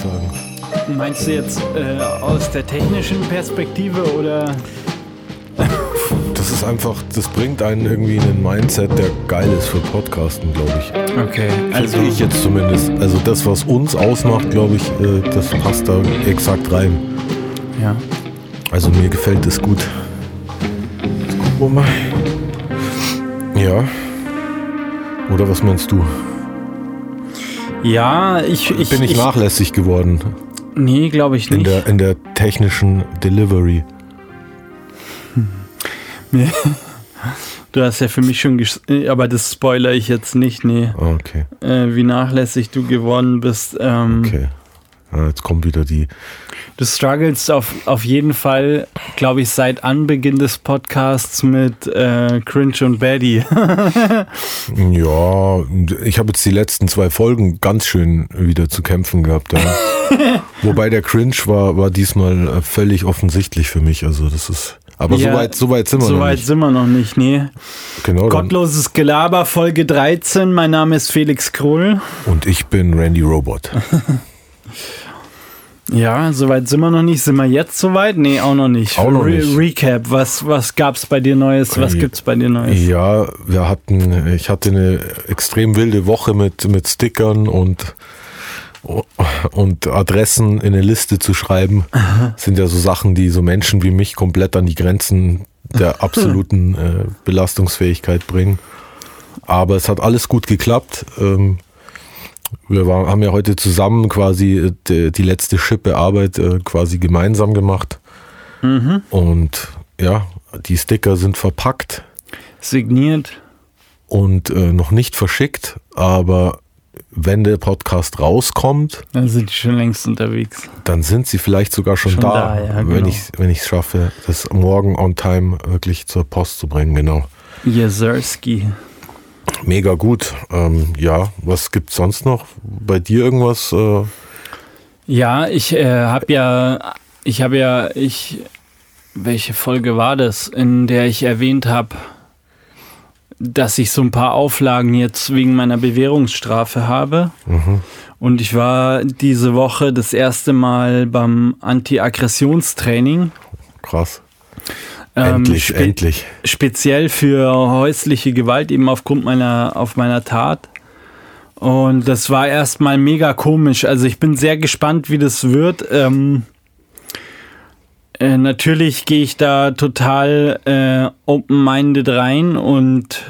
sagen. Meinst du jetzt aus der technischen Perspektive oder? Das ist einfach, das bringt einen irgendwie in einen Mindset, der geil ist für Podcasten, glaube ich. Okay, Also ich jetzt zumindest. Also das, was uns ausmacht, glaube ich, das passt da exakt rein. Ja. Also mir gefällt das gut. Jetzt gucken wir mal. Ja. Oder was meinst du? Ja, Bin ich nachlässig geworden? Nee, glaube ich nicht. In der technischen Delivery. Du hast ja für mich schon aber das spoilere ich jetzt nicht, nee. Okay. Wie nachlässig du geworden bist. Okay. Ja, jetzt kommt wieder die... Du strugglest auf jeden Fall, glaube ich, seit Anbeginn des Podcasts mit Cringe und Baddie. Ja, ich habe jetzt die letzten 2 Folgen ganz schön wieder zu kämpfen gehabt. Ja. Wobei der Cringe war diesmal völlig offensichtlich für mich. Also das ist... Aber ja, so weit sind wir noch nicht. So weit sind wir noch nicht, nee. Genau. Gottloses Gelaber, Folge 13. Mein Name ist Felix Krull. Und ich bin Randy Robot. Ja, so weit sind wir noch nicht. Sind wir jetzt so weit? Nee, auch noch nicht. Auch noch nicht. Recap, was gab's bei dir Neues? Was gibt's bei dir Neues? Ja, ich hatte eine extrem wilde Woche mit Stickern und Adressen in eine Liste zu schreiben. Aha. Sind ja so Sachen, die so Menschen wie mich komplett an die Grenzen der absoluten Belastungsfähigkeit bringen. Aber es hat alles gut geklappt. Wir haben ja heute zusammen quasi die letzte Schippe Arbeit quasi gemeinsam gemacht. Mhm. Und ja, die Sticker sind verpackt. Signiert. Und noch nicht verschickt, aber wenn der Podcast rauskommt, dann sind die schon längst unterwegs. Dann sind sie vielleicht sogar schon da, ja, genau. wenn ich es schaffe, das morgen on time wirklich zur Post zu bringen, genau. Jeserski. Mega gut. Ja, was gibt's sonst noch? Bei dir irgendwas? Ja, welche Folge war das, in der ich erwähnt habe, dass ich so ein paar Auflagen jetzt wegen meiner Bewährungsstrafe habe. Mhm. Und ich war diese Woche das erste Mal beim Anti-Aggressionstraining. Krass. Endlich. Speziell für häusliche Gewalt, eben auf meiner Tat. Und das war erstmal mega komisch. Also ich bin sehr gespannt, wie das wird. Natürlich gehe ich da total open-minded rein und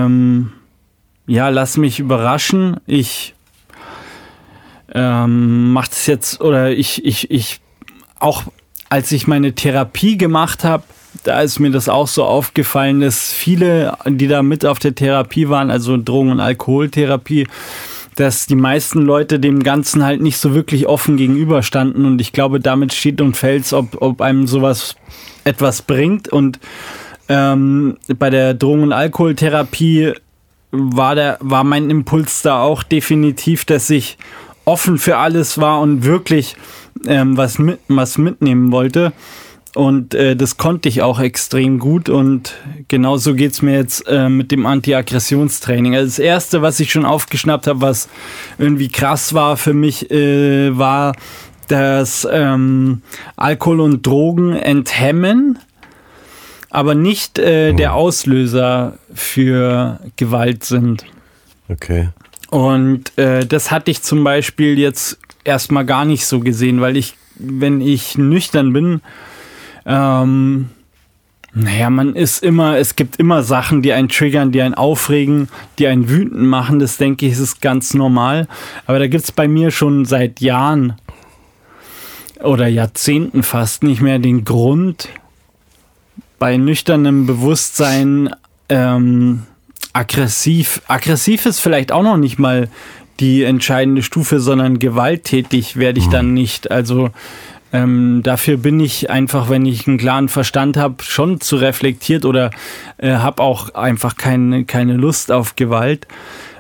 lass mich überraschen. Ich mache das jetzt, oder ich auch als ich meine Therapie gemacht habe, da ist mir das auch so aufgefallen, dass viele, die da mit auf der Therapie waren, also Drogen- und Alkoholtherapie, dass die meisten Leute dem Ganzen halt nicht so wirklich offen gegenüberstanden. Und ich glaube, damit steht und fällt, ob einem sowas etwas bringt. Und bei der Drogen- und Alkoholtherapie war mein Impuls da auch definitiv, dass ich offen für alles war und wirklich was mitnehmen wollte. Und das konnte ich auch extrem gut und genauso geht es mir jetzt mit dem Anti-Aggressionstraining. Also das Erste, was ich schon aufgeschnappt habe, was irgendwie krass war für mich, war, dass Alkohol und Drogen enthemmen, aber nicht der Auslöser für Gewalt sind. Okay. Und das hatte ich zum Beispiel jetzt erstmal gar nicht so gesehen, weil wenn ich nüchtern bin, es gibt immer Sachen, die einen triggern, die einen aufregen, die einen wütend machen. Das, denke ich, ist ganz normal. Aber da gibt es bei mir schon seit Jahren oder Jahrzehnten fast nicht mehr den Grund, bei nüchternem Bewusstsein aggressiv ist vielleicht auch noch nicht mal die entscheidende Stufe, sondern gewalttätig werde ich dann nicht. Also dafür bin ich einfach, wenn ich einen klaren Verstand habe, schon zu reflektiert oder habe auch einfach keine Lust auf Gewalt.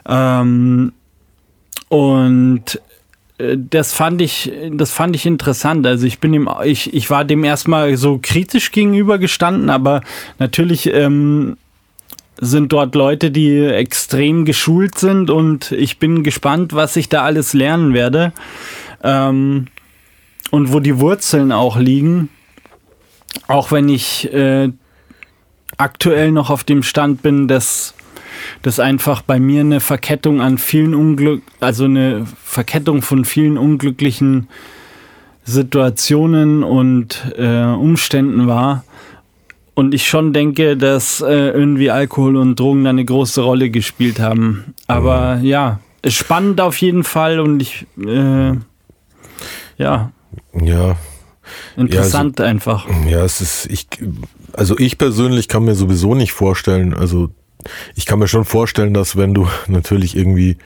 Und das fand ich interessant. Also ich war dem erstmal so kritisch gegenüber gestanden, aber natürlich sind dort Leute, die extrem geschult sind und ich bin gespannt, was ich da alles lernen werde. und wo die Wurzeln auch liegen. Auch wenn ich aktuell noch auf dem Stand bin, dass einfach bei mir eine Verkettung an vielen eine Verkettung von vielen unglücklichen Situationen und Umständen war. Und ich schon denke, dass irgendwie Alkohol und Drogen da eine große Rolle gespielt haben. Aber ja, ist spannend auf jeden Fall und interessant einfach. Ja, ich persönlich kann mir sowieso nicht vorstellen, also ich kann mir schon vorstellen, dass wenn du natürlich irgendwie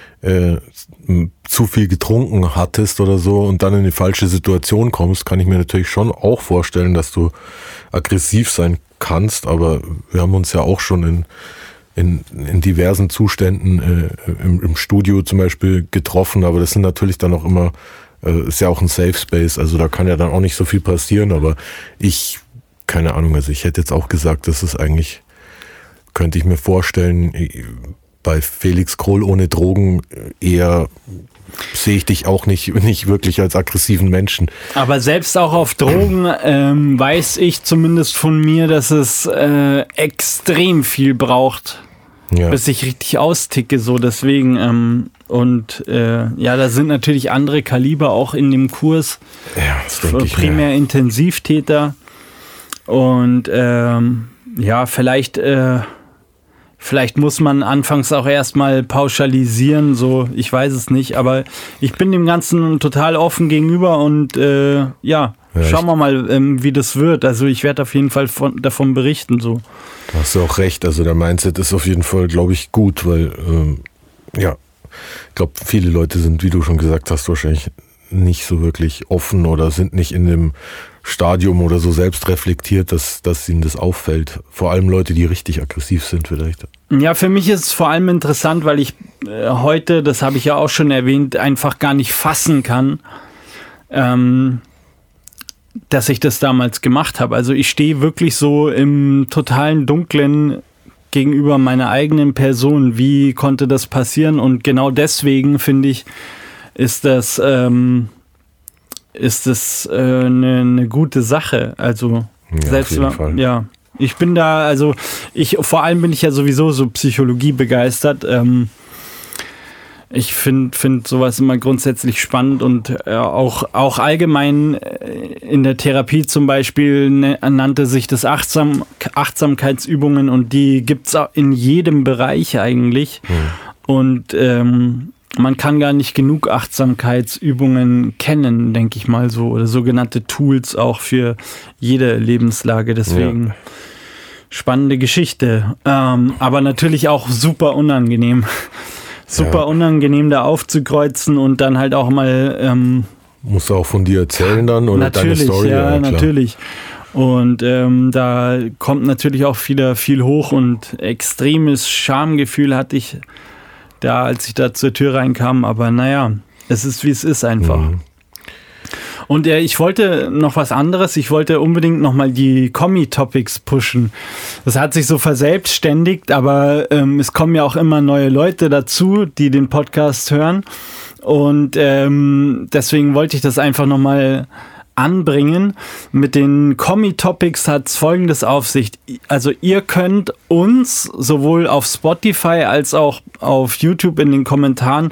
zu viel getrunken hattest oder so und dann in die falsche Situation kommst, kann ich mir natürlich schon auch vorstellen, dass du aggressiv sein kannst, aber wir haben uns ja auch schon in diversen Zuständen im Studio zum Beispiel getroffen, aber das sind natürlich dann auch immer, ist ja auch ein Safe Space, also da kann ja dann auch nicht so viel passieren, aber keine Ahnung, also ich hätte jetzt auch gesagt, dass es eigentlich, könnte ich mir vorstellen, bei Felix Krohl ohne Drogen eher sehe ich dich auch nicht wirklich als aggressiven Menschen. Aber selbst auch auf Drogen weiß ich zumindest von mir, dass es extrem viel braucht, bis ich richtig austicke. So deswegen da sind natürlich andere Kaliber auch in dem Kurs. Ja, das denke ich. Primär Intensivtäter und Vielleicht muss man anfangs auch erstmal pauschalisieren, so, ich weiß es nicht, aber ich bin dem Ganzen total offen gegenüber und schauen wir mal, wie das wird. Also ich werde auf jeden Fall davon berichten. So. Da hast du auch recht, also der Mindset ist auf jeden Fall, glaube ich, gut, weil, ich glaube, viele Leute sind, wie du schon gesagt hast, wahrscheinlich nicht so wirklich offen oder sind nicht in dem Stadium oder so selbst reflektiert, dass ihnen das auffällt. Vor allem Leute, die richtig aggressiv sind vielleicht. Ja, für mich ist es vor allem interessant, weil ich heute, das habe ich ja auch schon erwähnt, einfach gar nicht fassen kann, dass ich das damals gemacht habe. Also ich stehe wirklich so im totalen Dunklen gegenüber meiner eigenen Person. Wie konnte das passieren? Und genau deswegen, finde ich, ist das eine gute Sache. Also selbst ich bin da, also vor allem bin ich ja sowieso so Psychologie begeistert. Ich finde sowas immer grundsätzlich spannend und auch allgemein in der Therapie zum Beispiel nannte sich das Achtsamkeitsübungen und die gibt's auch in jedem Bereich eigentlich. Und man kann gar nicht genug Achtsamkeitsübungen kennen, denke ich mal so, oder sogenannte Tools auch für jede Lebenslage. Deswegen spannende Geschichte, aber natürlich auch super unangenehm. Unangenehm, da aufzukreuzen und dann halt auch mal... Musst du auch von dir erzählen dann oder deine Story? Ja, natürlich. Und da kommt natürlich auch wieder viel hoch und extremes Schamgefühl hatte ich da, als ich da zur Tür reinkam, aber naja, es ist wie es ist einfach. Und ich wollte noch was anderes, ich wollte unbedingt nochmal die Kommi-Topics pushen. Das hat sich so verselbstständigt, aber es kommen ja auch immer neue Leute dazu, die den Podcast hören und deswegen wollte ich das einfach nochmal anbringen. Mit den Kommi-Topics hat es Folgendes auf sich. Also ihr könnt uns sowohl auf Spotify als auch auf YouTube in den Kommentaren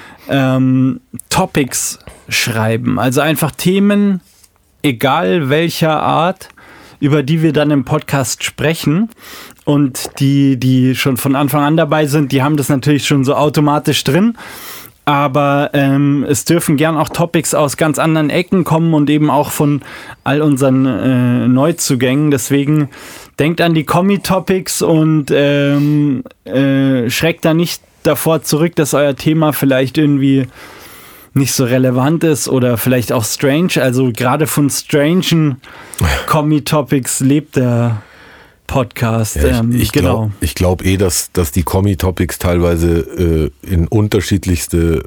Topics schreiben. Also einfach Themen, egal welcher Art, über die wir dann im Podcast sprechen. Und die schon von Anfang an dabei sind, die haben das natürlich schon so automatisch drin. Aber es dürfen gern auch Topics aus ganz anderen Ecken kommen und eben auch von all unseren Neuzugängen. Deswegen denkt an die Kommi-Topics und schreckt da nicht davor zurück, dass euer Thema vielleicht irgendwie nicht so relevant ist oder vielleicht auch strange. Also gerade von strangen Kommi-Topics lebt der Podcast. Ja, ich glaube dass die Kommi-Topics teilweise in unterschiedlichsten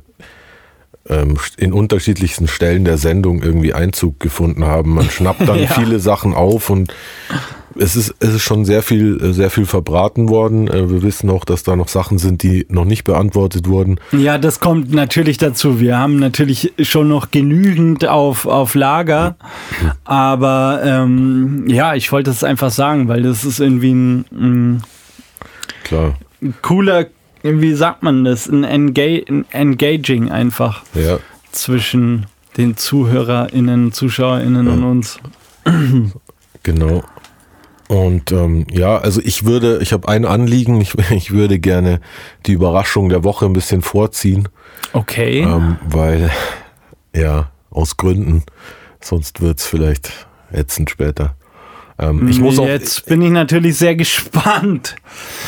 Stellen der Sendung irgendwie Einzug gefunden haben. Man schnappt dann viele Sachen auf und Es ist schon sehr viel verbraten worden. Wir wissen auch, dass da noch Sachen sind, die noch nicht beantwortet wurden. Ja, das kommt natürlich dazu. Wir haben natürlich schon noch genügend auf Lager. Aber ja, ich wollte es einfach sagen, weil das ist irgendwie ein cooler, wie sagt man das, ein Engaging einfach zwischen den ZuhörerInnen, ZuschauerInnen und uns. Genau. Und also ich habe ein Anliegen, ich würde gerne die Überraschung der Woche ein bisschen vorziehen. Okay. Weil, aus Gründen, sonst wird es vielleicht ätzend später. Jetzt bin ich natürlich sehr gespannt.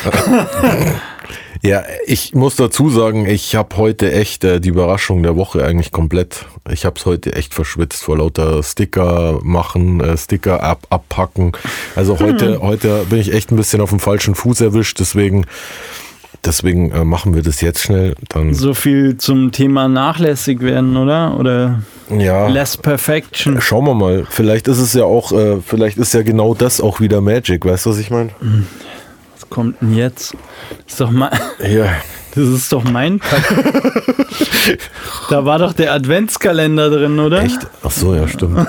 Ja, ich muss dazu sagen, ich habe heute echt die Überraschung der Woche eigentlich komplett. Ich habe es heute echt verschwitzt vor lauter Sticker machen, Sticker abpacken. Also heute bin ich echt ein bisschen auf dem falschen Fuß erwischt, deswegen machen wir das jetzt schnell. Dann so viel zum Thema nachlässig werden, oder? Oder less perfection. Schauen wir mal. Vielleicht ist es ja auch, vielleicht ist ja genau das auch wieder Magic. Weißt du, was ich meine? Was kommt denn jetzt? Das ist doch mein Pack. Da war doch der Adventskalender drin, oder? Echt? Ach so, ja, stimmt.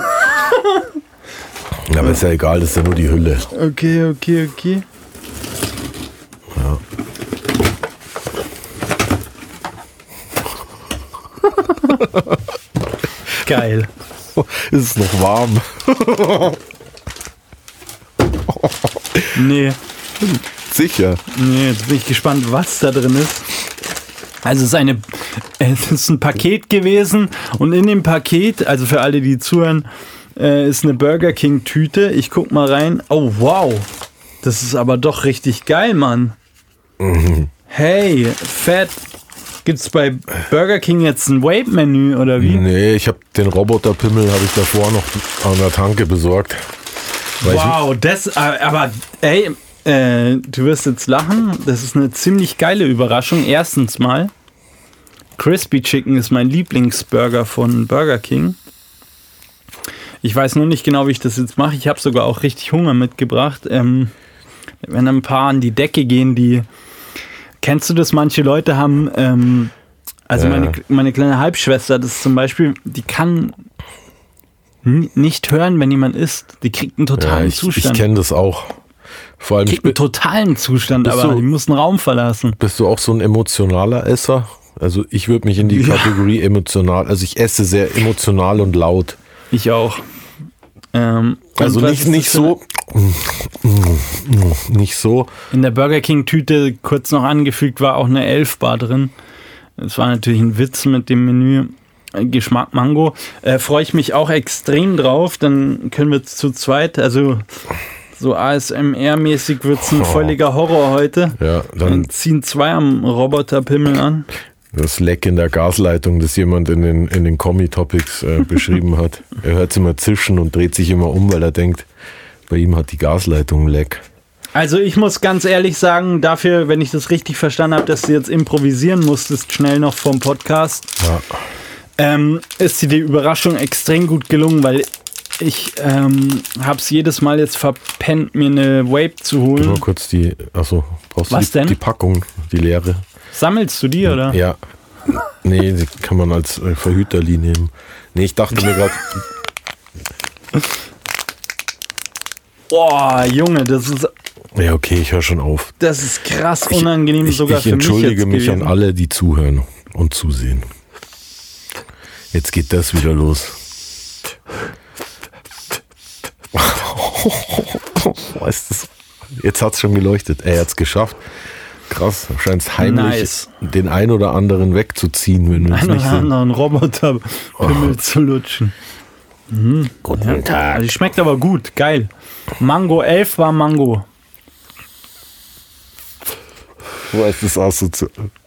Aber ist ja egal, das ist ja nur die Hülle. Okay. Ja. Geil. Ist es noch warm? Nee. Sicher. Nee, jetzt bin ich gespannt, was da drin ist. Also es ist ein Paket gewesen und in dem Paket, also für alle, die zuhören, ist eine Burger King Tüte. Ich guck mal rein. Oh, wow. Das ist aber doch richtig geil, Mann. Hey, fett. Gibt's bei Burger King jetzt ein Vape-Menü oder wie? Nee, ich habe den Roboterpimmel davor noch an der Tanke besorgt. Wow, aber ey, du wirst jetzt lachen. Das ist eine ziemlich geile Überraschung. Erstens mal, Crispy Chicken ist mein Lieblingsburger von Burger King. Ich weiß nur nicht genau, wie ich das jetzt mache. Ich habe sogar auch richtig Hunger mitgebracht. Wenn ein paar an die Decke gehen, die... Kennst du das? Manche Leute haben... meine kleine Halbschwester, das zum Beispiel, die kann nicht hören, wenn jemand isst. Die kriegt einen totalen Zustand. Ich kenne das auch. Vor allem einen totalen Zustand, aber die muss einen Raum verlassen. Bist du auch so ein emotionaler Esser? Also ich würde mich in die Kategorie emotional, also ich esse sehr emotional und laut. Ich auch. Also nicht so. Nicht so. In der Burger King Tüte, kurz noch angefügt, war auch eine 11 Bar drin. Das war natürlich ein Witz mit dem Menü. Geschmack Mango. Freue ich mich auch extrem drauf. Dann können wir zu zweit, also so ASMR-mäßig wird es ein völliger Horror heute. Ja, dann ziehen zwei am Roboterpimmel an. Das Leck in der Gasleitung, das jemand in den Kommi-Topics beschrieben hat. Er hört es immer zischen und dreht sich immer um, weil er denkt, bei ihm hat die Gasleitung ein Leck. Also ich muss ganz ehrlich sagen, dafür, wenn ich das richtig verstanden habe, dass du jetzt improvisieren musstest, schnell noch vom Podcast, ist dir die Überraschung extrem gut gelungen, weil ich habe es jedes Mal jetzt verpennt, mir eine Vape zu holen. Nur kurz brauchst Was du denn? Die Packung, die leere. Sammelst du die, oder? Ja. Nee, die kann man als Verhüterli nehmen. Nee, ich dachte mir gerade... Boah, Junge, das ist... Ja, okay, ich höre schon auf. Das ist krass unangenehm sogar für mich. Ich entschuldige mich an alle, die zuhören und zusehen. Jetzt geht das wieder los. Jetzt hat es schon geleuchtet. Er hat es geschafft. Krass, du scheinst heimlich den ein oder anderen wegzuziehen, wenn du es nicht einen oder anderen Roboterpimmel zu lutschen. Guten Tag. Also die schmeckt aber gut, geil. Mango 11 war Mango. Wo ist das auch so zu?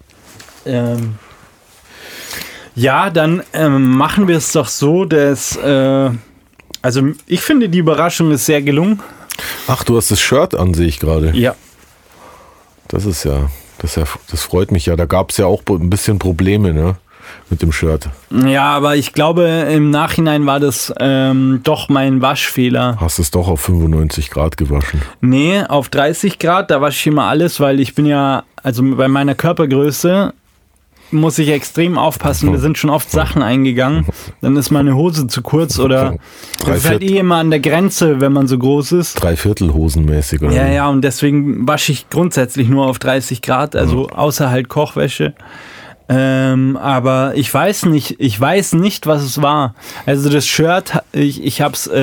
Ja, dann machen wir es doch so, dass also ich finde, die Überraschung ist sehr gelungen. Ach, du hast das Shirt an, sehe ich gerade. Ja. Das freut mich ja. Da gab es ja auch ein bisschen Probleme, ne? mit dem Shirt. Ja, aber ich glaube, im Nachhinein war das doch mein Waschfehler. Hast es doch auf 95 Grad gewaschen? Nee, auf 30 Grad, da wasche ich immer alles, weil ich bin ja, also bei meiner Körpergröße muss ich extrem aufpassen. Wir sind schon oft Sachen eingegangen. Dann ist meine Hose zu kurz oder das ist halt immer an der Grenze, wenn man so groß ist. 3/4 hosenmäßig, oder? Ja, und deswegen wasche ich grundsätzlich nur auf 30 Grad, also außer halt Kochwäsche. Aber ich weiß nicht, was es war. Also das Shirt, ich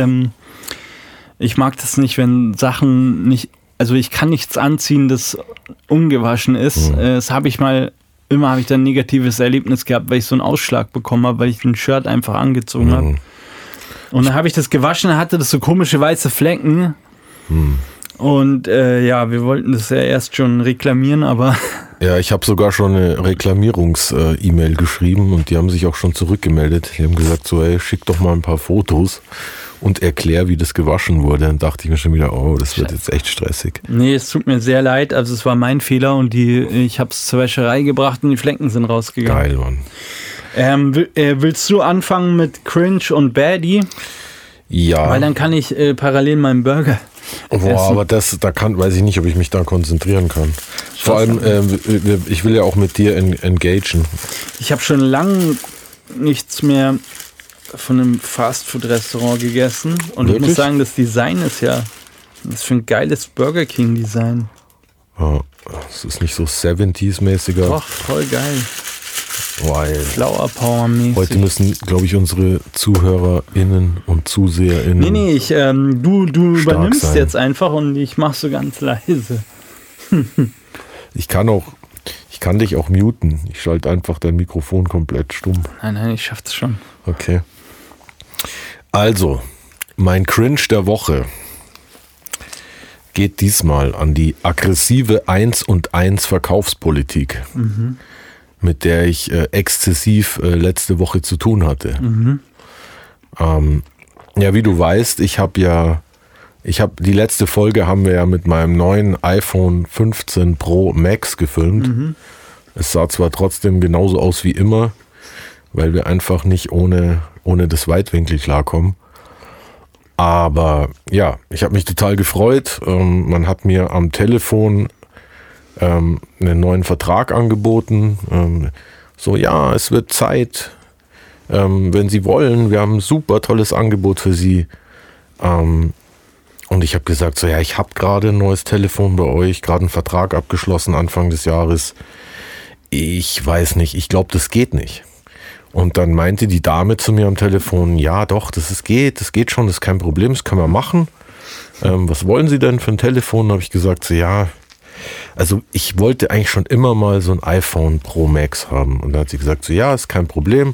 mag das nicht, wenn Sachen nicht, also ich kann nichts anziehen, das ungewaschen ist. Das habe ich dann ein negatives Erlebnis gehabt, weil ich so einen Ausschlag bekommen habe, weil ich ein Shirt einfach angezogen habe. Und dann habe ich das gewaschen, hatte das so komische weiße Flecken. Und wir wollten das ja erst schon reklamieren, aber... Ja, ich habe sogar schon eine Reklamierungs-E-Mail geschrieben und die haben sich auch schon zurückgemeldet. Die haben gesagt so, ey, schick doch mal ein paar Fotos und erklär, wie das gewaschen wurde. Dann dachte ich mir schon wieder, oh, das wird jetzt echt stressig. Nee, es tut mir sehr leid. Also es war mein Fehler und ich habe es zur Wäscherei gebracht und die Flecken sind rausgegangen. Geil, Mann. Willst du anfangen mit Cringe und Baddie? Ja. Weil dann kann ich parallel meinen Burger essen. Aber weiß ich nicht, ob ich mich da konzentrieren kann. Vor allem, ich will ja auch mit dir engagen. Ich habe schon lange nichts mehr von einem Fastfood-Restaurant gegessen. Und wirklich? Ich muss sagen, das Design ist für ein geiles Burger King-Design. Ja, es ist nicht so 70s-mäßiger. Doch, voll geil. Weil Flower Power mäßig. Heute müssen, glaube ich, unsere ZuhörerInnen und ZuseherInnen. Nee, du übernimmst sein. Jetzt einfach und ich mach so ganz leise. Ich kann dich auch muten. Ich schalte einfach dein Mikrofon komplett stumm. Nein, ich schaff's schon. Okay. Also, mein Cringe der Woche geht diesmal an die aggressive 1&1 Verkaufspolitik, mit der ich exzessiv letzte Woche zu tun hatte. Wie du weißt, die letzte Folge haben wir ja mit meinem neuen iPhone 15 Pro Max gefilmt. Es sah zwar trotzdem genauso aus wie immer, weil wir einfach nicht ohne das Weitwinkel klarkommen. Aber ja, ich habe mich total gefreut. Man hat mir am Telefon einen neuen Vertrag angeboten. Es wird Zeit, wenn Sie wollen. Wir haben ein super tolles Angebot für Sie. Und ich habe gesagt, ich habe gerade ein neues Telefon bei euch, gerade einen Vertrag abgeschlossen Anfang des Jahres. Ich weiß nicht, ich glaube, das geht nicht. Und dann meinte die Dame zu mir am Telefon, ja doch, das geht schon, das ist kein Problem, das können wir machen. Was wollen Sie denn für ein Telefon? Da habe ich gesagt, also ich wollte eigentlich schon immer mal so ein iPhone Pro Max haben. Und da hat sie gesagt, ist kein Problem.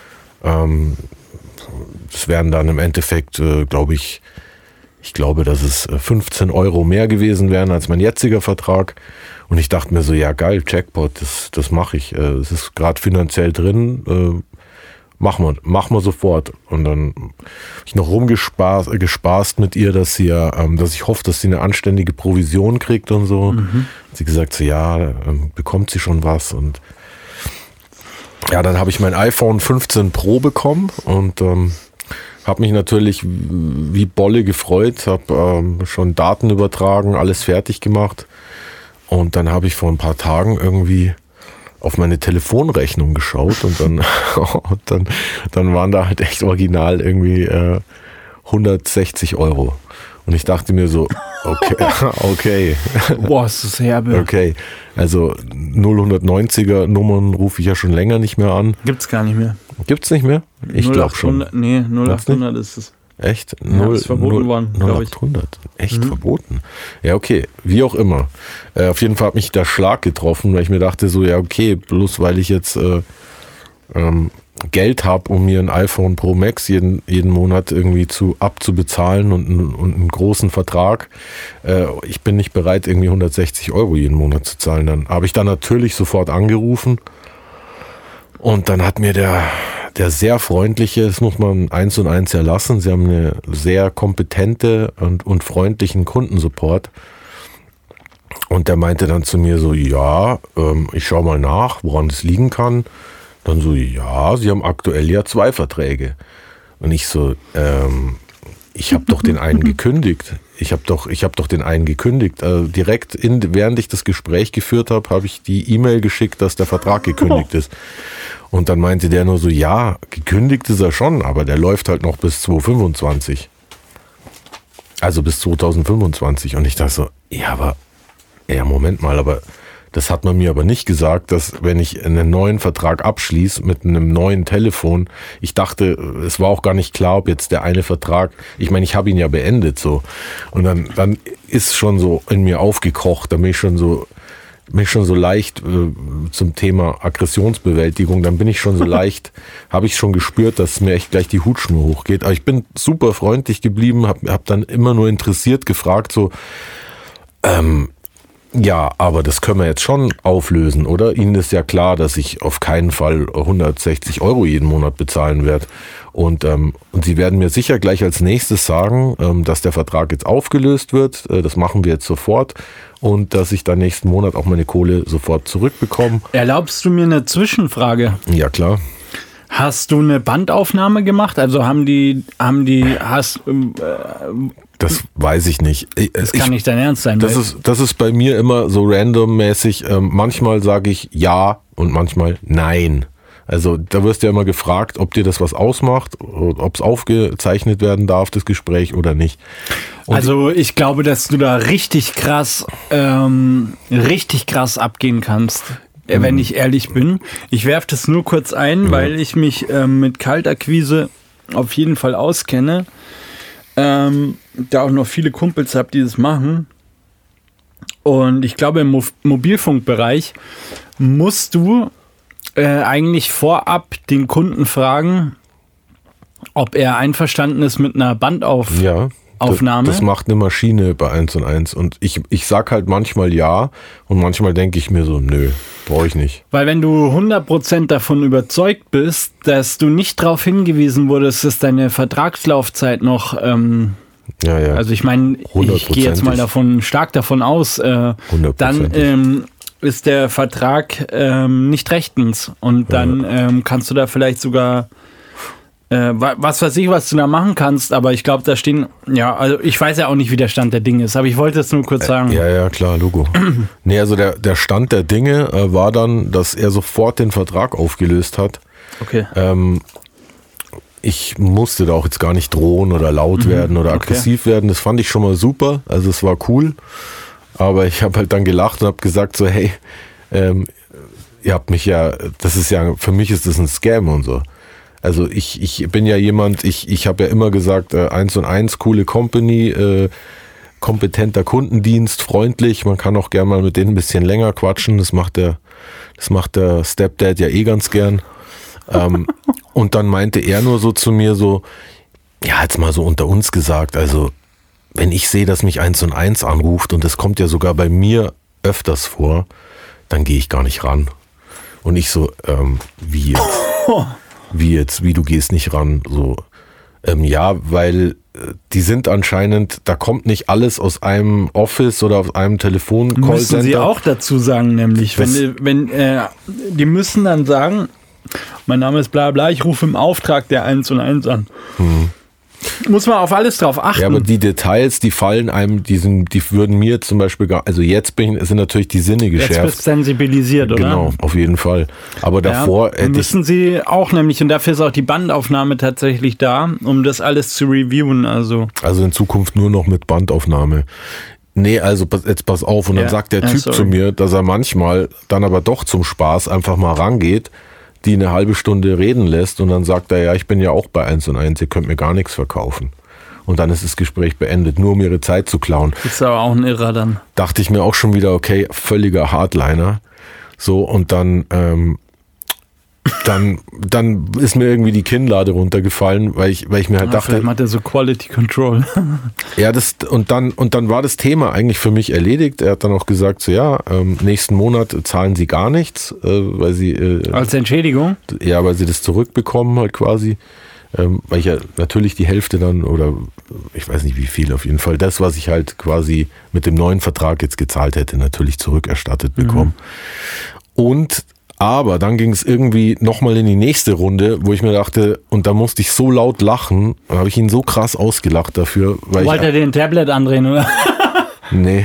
Das wären dann im Endeffekt, ich glaube, dass es 15 € mehr gewesen wären als mein jetziger Vertrag. Und ich dachte mir so, ja geil, Jackpot, das mache ich. Es ist gerade finanziell drin, machen wir sofort. Und dann habe ich noch rumgespaßt mit ihr, dass ich hoffe, dass sie eine anständige Provision kriegt und so. Hat sie gesagt, bekommt sie schon was. Und ja, dann habe ich mein iPhone 15 Pro bekommen und habe mich natürlich wie Bolle gefreut, habe schon Daten übertragen, alles fertig gemacht. Und dann habe ich vor ein paar Tagen irgendwie auf meine Telefonrechnung geschaut und dann waren da halt echt original irgendwie 160 €. Und ich dachte mir so, okay. Boah, ist das herbe. Okay, also 0190er Nummern rufe ich ja schon länger nicht mehr an. Gibt's gar nicht mehr. Gibt's nicht mehr? Ich glaube schon. Nee, 0800 ist es. Echt? Ja, ist verboten worden, glaube ich. 0800? Echt verboten? Ja, okay. Wie auch immer. Auf jeden Fall hat mich der Schlag getroffen, weil ich mir dachte so, bloß weil ich jetzt Geld habe, um mir ein iPhone Pro Max jeden Monat irgendwie abzubezahlen und einen großen Vertrag. Ich bin nicht bereit, irgendwie 160 € jeden Monat zu zahlen. Dann habe ich dann natürlich sofort angerufen und dann hat mir der sehr freundliche, das muss man 1&1 erlassen, sie haben eine sehr kompetente und freundlichen Kundensupport. Und der meinte dann zu mir so, ich schaue mal nach, woran das liegen kann. Dann so, ja, Sie haben aktuell ja 2 Verträge. Und ich so, ich habe doch den einen gekündigt. Ich habe doch den einen gekündigt. Direkt während ich das Gespräch geführt habe ich die E-Mail geschickt, dass der Vertrag gekündigt ist. Und dann meinte der nur so, ja, gekündigt ist er schon, aber der läuft halt noch bis 2025. Also bis 2025. Und ich dachte so, Moment mal, aber das hat man mir aber nicht gesagt, dass wenn ich einen neuen Vertrag abschließe mit einem neuen Telefon, ich dachte, es war auch gar nicht klar, ob jetzt der eine Vertrag, ich meine, ich habe ihn ja beendet so. Und dann ist schon so in mir aufgekocht, da bin ich schon so leicht zum Thema Aggressionsbewältigung, dann bin ich schon so leicht, habe ich schon gespürt, dass mir echt gleich die Hutschnur hochgeht. Aber ich bin super freundlich geblieben, hab dann immer nur interessiert gefragt, so, ja, aber das können wir jetzt schon auflösen, oder? Ihnen ist ja klar, dass ich auf keinen Fall 160 € jeden Monat bezahlen werde. Und Sie werden mir sicher gleich als nächstes sagen, dass der Vertrag jetzt aufgelöst wird. Das machen wir jetzt sofort. Und dass ich dann nächsten Monat auch meine Kohle sofort zurückbekomme. Erlaubst du mir eine Zwischenfrage? Ja, klar. Hast du eine Bandaufnahme gemacht? Also das weiß ich nicht. Das kann nicht dein Ernst sein. Das ist bei mir immer so randommäßig. Manchmal sage ich ja und manchmal nein. Also da wirst du ja immer gefragt, ob dir das was ausmacht, ob es aufgezeichnet werden darf, das Gespräch oder nicht. Und also ich glaube, dass du da richtig krass abgehen kannst. Wenn ich ehrlich bin. Ich werfe das nur kurz ein, weil ich mich mit Kaltakquise auf jeden Fall auskenne. Da auch noch viele Kumpels habe, die das machen. Und ich glaube, im Mobilfunkbereich musst du eigentlich vorab den Kunden ob er einverstanden ist mit einer Bandaufnahme. Das macht eine Maschine bei 1&1 und ich sag halt manchmal ja und manchmal denke ich mir so, nö, brauche ich nicht. Weil wenn du 100% davon überzeugt bist, dass du nicht darauf hingewiesen wurdest, dass deine Vertragslaufzeit noch, also ich meine, ich gehe jetzt mal stark davon aus, dann ist der Vertrag nicht rechtens und dann kannst du da vielleicht sogar was weiß ich, was du da machen kannst, aber ich glaube, da stehen, also ich weiß ja auch nicht, wie der Stand der Dinge ist, aber ich wollte es nur kurz sagen. Ja, klar, Logo. Nee, also der Stand der Dinge war dann, dass er sofort den Vertrag aufgelöst hat. Okay. Ich musste da auch jetzt gar nicht drohen oder laut werden oder aggressiv werden, das fand ich schon mal super, also es war cool, aber ich habe halt dann gelacht und habe gesagt so, hey, ihr habt mich für mich ist das ein Scam und so. Also ich bin ja jemand, ich habe ja immer gesagt, 1&1, coole Company, kompetenter Kundendienst, freundlich, man kann auch gern mal mit denen ein bisschen länger quatschen, das macht der Stepdad ja ganz gern. Und dann meinte er nur so zu mir so, ja, jetzt mal so unter uns gesagt, also wenn ich sehe, dass mich 1&1 anruft und das kommt ja sogar bei mir öfters vor, dann gehe ich gar nicht ran. Und ich so, wie jetzt? Wie du gehst nicht ran, so, weil die sind anscheinend, da kommt nicht alles aus einem Office oder aus einem Telefon-Callcenter. Müssen sie auch dazu sagen, nämlich, die müssen dann sagen, mein Name ist bla bla, ich rufe im Auftrag der 1&1 an. Muss man auf alles drauf achten. Ja, aber die Details, die fallen einem, die würden mir zum Beispiel also jetzt sind natürlich die Sinne geschärft. Jetzt bist du sensibilisiert, oder? Genau, auf jeden Fall. Aber davor müssen sie auch nämlich, und dafür ist auch die Bandaufnahme tatsächlich da, um das alles zu reviewen. Also in Zukunft nur noch mit Bandaufnahme. Nee, also jetzt pass auf. Und dann sagt der Typ zu mir, dass er manchmal dann aber doch zum Spaß einfach mal rangeht, die eine halbe Stunde reden lässt und dann sagt er, ja, ich bin ja auch bei 1&1, ihr könnt mir gar nichts verkaufen. Und dann ist das Gespräch beendet, nur um ihre Zeit zu klauen. Das ist aber auch ein Irrer dann. Dachte ich mir auch schon wieder, okay, völliger Hardliner. So, und dann ist mir irgendwie die Kinnlade runtergefallen, weil ich mir halt dachte... Vielleicht macht er so Quality Control. Ja, und dann war das Thema eigentlich für mich erledigt. Er hat dann auch gesagt, so ja, nächsten Monat zahlen sie gar nichts, weil sie... als Entschädigung? Ja, weil sie das zurückbekommen halt quasi. Weil ich ja natürlich die Hälfte dann, oder ich weiß nicht wie viel, auf jeden Fall das, was ich halt quasi mit dem neuen Vertrag jetzt gezahlt hätte, natürlich zurückerstattet bekommen. Und Aber dann ging es irgendwie nochmal in die nächste Runde, wo ich mir dachte, und da musste ich so laut lachen, da habe ich ihn so krass ausgelacht dafür. Wollte er den Tablet andrehen, oder? Nee.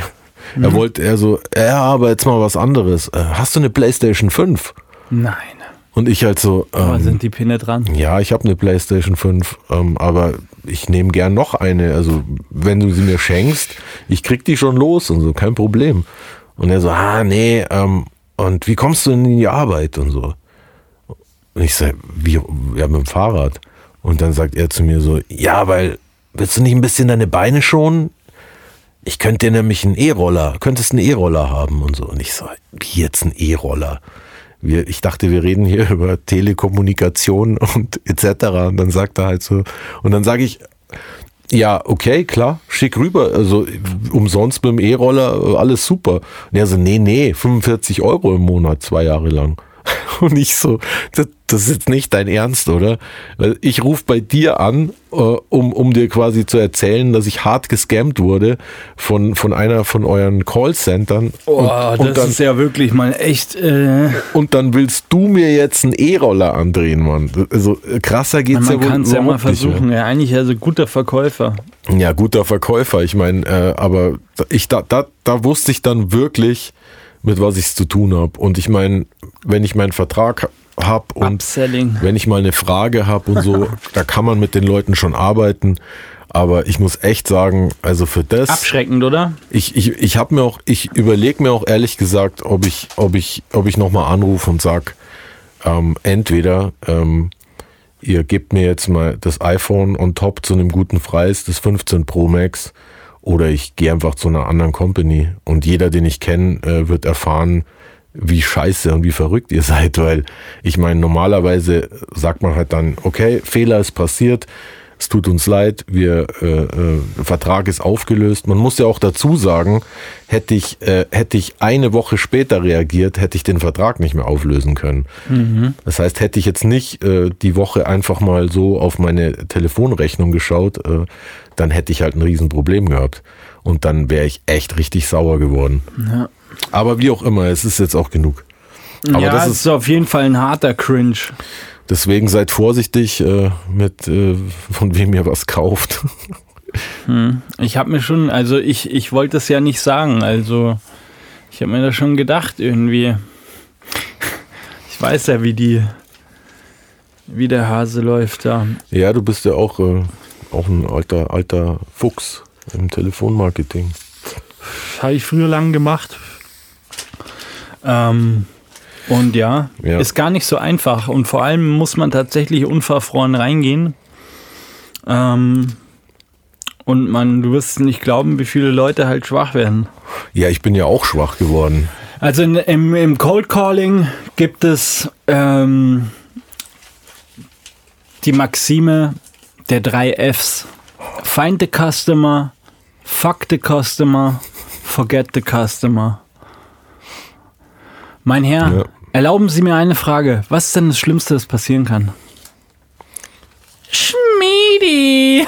Aber jetzt mal was anderes. Hast du eine PlayStation 5? Nein. Und ich halt so... sind die Pinne dran? Ja, ich habe eine PlayStation 5, aber ich nehme gern noch eine. Also wenn du sie mir schenkst, ich krieg die schon los und so, kein Problem. Und er so, nee, und wie kommst du denn in die Arbeit und so? Und ich sage, mit dem Fahrrad. Und dann sagt er zu mir so, ja, weil, willst du nicht ein bisschen deine Beine schonen? Ich könnte dir nämlich könntest einen E-Roller haben und so. Und ich so, wie jetzt ein E-Roller? Ich dachte, wir reden hier über Telekommunikation und etc. Und dann sagt er halt so, und dann sage ich, ja, okay, klar, schick rüber, also umsonst mit dem E-Roller, alles super. Und er so, nee, 45 € im Monat, 2 Jahre lang. Und ich so, das ist jetzt nicht dein Ernst, oder? Ich rufe bei dir an, um dir quasi zu erzählen, dass ich hart gescammt wurde von einer von euren Callcentern. Das ist ja wirklich mal echt... Und dann willst du mir jetzt einen E-Roller andrehen, Mann. Also krasser geht's ja wohl. Man kann es ja mal versuchen. Ja, eigentlich also guter Verkäufer. Ja, guter Verkäufer. Ich meine, aber da wusste ich dann wirklich, mit was ich zu tun habe. Und ich meine, wenn ich meinen Vertrag habe und Upselling. Wenn ich mal eine Frage habe und so, da kann man mit den Leuten schon arbeiten. Aber ich muss echt sagen, also für das... Abschreckend, oder? Ich überlege mir auch ehrlich gesagt, ob ich nochmal anrufe und sage, entweder ihr gebt mir jetzt mal das iPhone on top zu einem guten Preis, das 15 Pro Max, oder ich gehe einfach zu einer anderen Company und jeder, den ich kenne, wird erfahren, wie scheiße und wie verrückt ihr seid, weil ich meine, normalerweise sagt man halt dann, okay, Fehler ist passiert, es tut uns leid, Vertrag ist aufgelöst. Man muss ja auch dazu sagen, hätte ich eine Woche später reagiert, hätte ich den Vertrag nicht mehr auflösen können. Mhm. Das heißt, hätte ich jetzt nicht die Woche einfach mal so auf meine Telefonrechnung geschaut, dann hätte ich halt ein Riesenproblem gehabt. Und dann wäre ich echt richtig sauer geworden. Ja. Aber wie auch immer, es ist jetzt auch genug. Aber ja, das ist auf jeden Fall ein harter Cringe. Deswegen seid vorsichtig mit von wem ihr was kauft. Ich habe mir schon, also ich wollte es ja nicht sagen, also ich habe mir das schon gedacht irgendwie. Ich weiß ja, wie der Hase läuft da. Ja, du bist ja auch ein alter Fuchs im Telefonmarketing. Habe ich früher lang gemacht. Und ja, ist gar nicht so einfach. Und vor allem muss man tatsächlich unverfroren reingehen. Und du wirst nicht glauben, wie viele Leute halt schwach werden. Ja, ich bin ja auch schwach geworden. Also im Cold Calling gibt es die Maxime der 3 Fs. Find the customer, fuck the customer, forget the customer. Mein Herr, erlauben Sie mir eine Frage. Was ist denn das Schlimmste, das passieren kann? Schmiedi!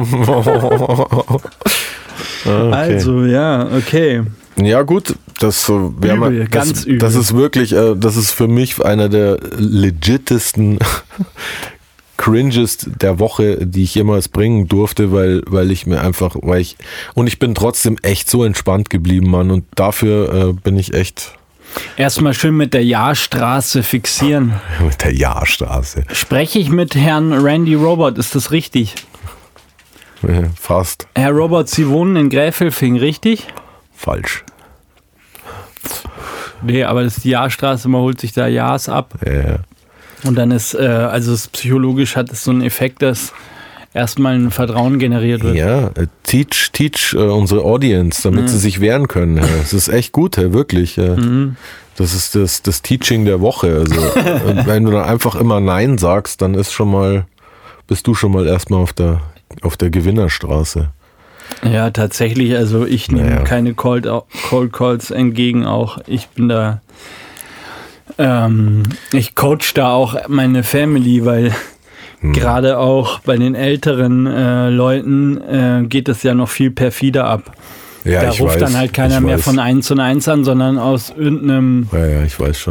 Okay. Also, ja, okay. Ja gut, das ist wirklich, das ist für mich einer der legitesten Cringes der Woche, die ich jemals bringen durfte, weil ich bin trotzdem echt so entspannt geblieben, Mann, und dafür bin ich echt... Erstmal schön mit der Jahrstraße fixieren. Mit der Jahrstraße. Spreche ich mit Herrn Randy Robert, ist das richtig? Fast. Herr Robert, Sie wohnen in Gräfelfing, richtig? Falsch. Nee, aber das ist die Jahrstraße, man holt sich da Jahrs ab. Ja. Und dann ist, psychologisch hat es so einen Effekt, dass erstmal ein Vertrauen generiert wird. Ja, teach unsere Audience, damit sie sich wehren können. Es ist echt gut, wirklich. Das ist das Teaching der Woche. Also, wenn du dann einfach immer Nein sagst, dann bist du schon mal erstmal auf der Gewinnerstraße. Ja, tatsächlich. Also ich nehme keine Cold Calls entgegen auch. Ich bin da, ich coach da auch meine Family, weil gerade auch bei den älteren Leuten geht es ja noch viel perfider ab. Ja, da ruft dann halt keiner mehr von 1 und 1 an, sondern aus irgendeinem... Ja, ich weiß schon.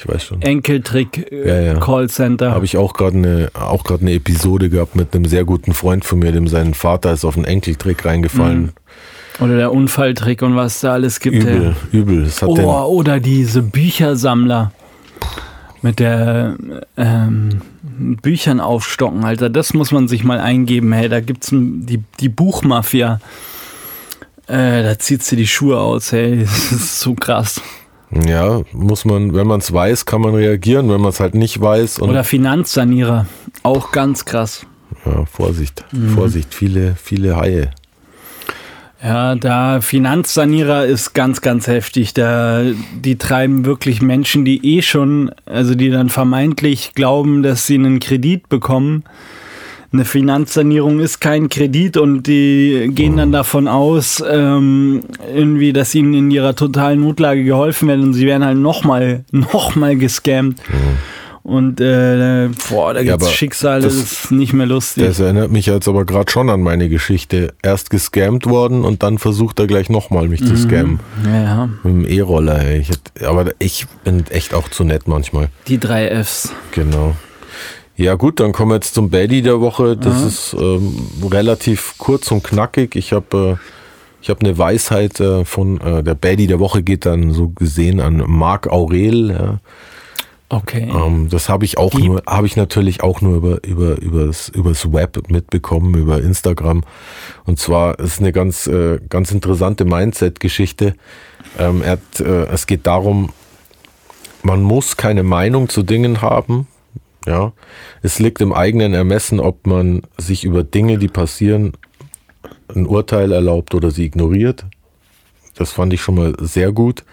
Ich weiß schon. Enkeltrick-Callcenter. Habe ich auch gerade eine Episode gehabt mit einem sehr guten Freund von mir, dem sein Vater ist auf einen Enkeltrick reingefallen. Oder der Unfalltrick und was da alles gibt. Übel. Das hat oder diese Büchersammler mit der Büchern aufstocken, Alter. Das muss man sich mal eingeben. Hey, da gibt's die Buchmafia. Da zieht sie die Schuhe aus. Hey, das ist so krass. Ja, muss man, wenn man es weiß, kann man reagieren, wenn man es halt nicht weiß. Oder Finanzsanierer, auch ganz krass. Ja, Vorsicht, viele Haie. Ja, da Finanzsanierer ist ganz, ganz heftig. Die treiben wirklich Menschen, die die dann vermeintlich glauben, dass sie einen Kredit bekommen. Eine Finanzsanierung ist kein Kredit und die gehen dann davon aus, irgendwie, dass ihnen in ihrer totalen Notlage geholfen wird und sie werden halt nochmal gescammt. Und da gibt es Schicksale, das ist nicht mehr lustig. Das erinnert mich jetzt aber gerade schon an meine Geschichte. Erst gescammt worden und dann versucht er gleich nochmal mich zu scammen. Ja. Mit dem E-Roller. Aber ich bin echt auch zu nett manchmal. Die 3 Fs. Genau. Ja gut, dann kommen wir jetzt zum Baddie der Woche. Das ist relativ kurz und knackig. Ich habe eine Weisheit von der Baddie der Woche geht dann so gesehen an Marc Aurel. Ja. Okay. Das habe ich natürlich auch nur übers Web mitbekommen, über Instagram. Und zwar ist eine ganz interessante Mindset-Geschichte. Es geht darum, man muss keine Meinung zu Dingen haben. Ja, es liegt im eigenen Ermessen, ob man sich über Dinge, die passieren, ein Urteil erlaubt oder sie ignoriert. Das fand ich schon mal sehr gut.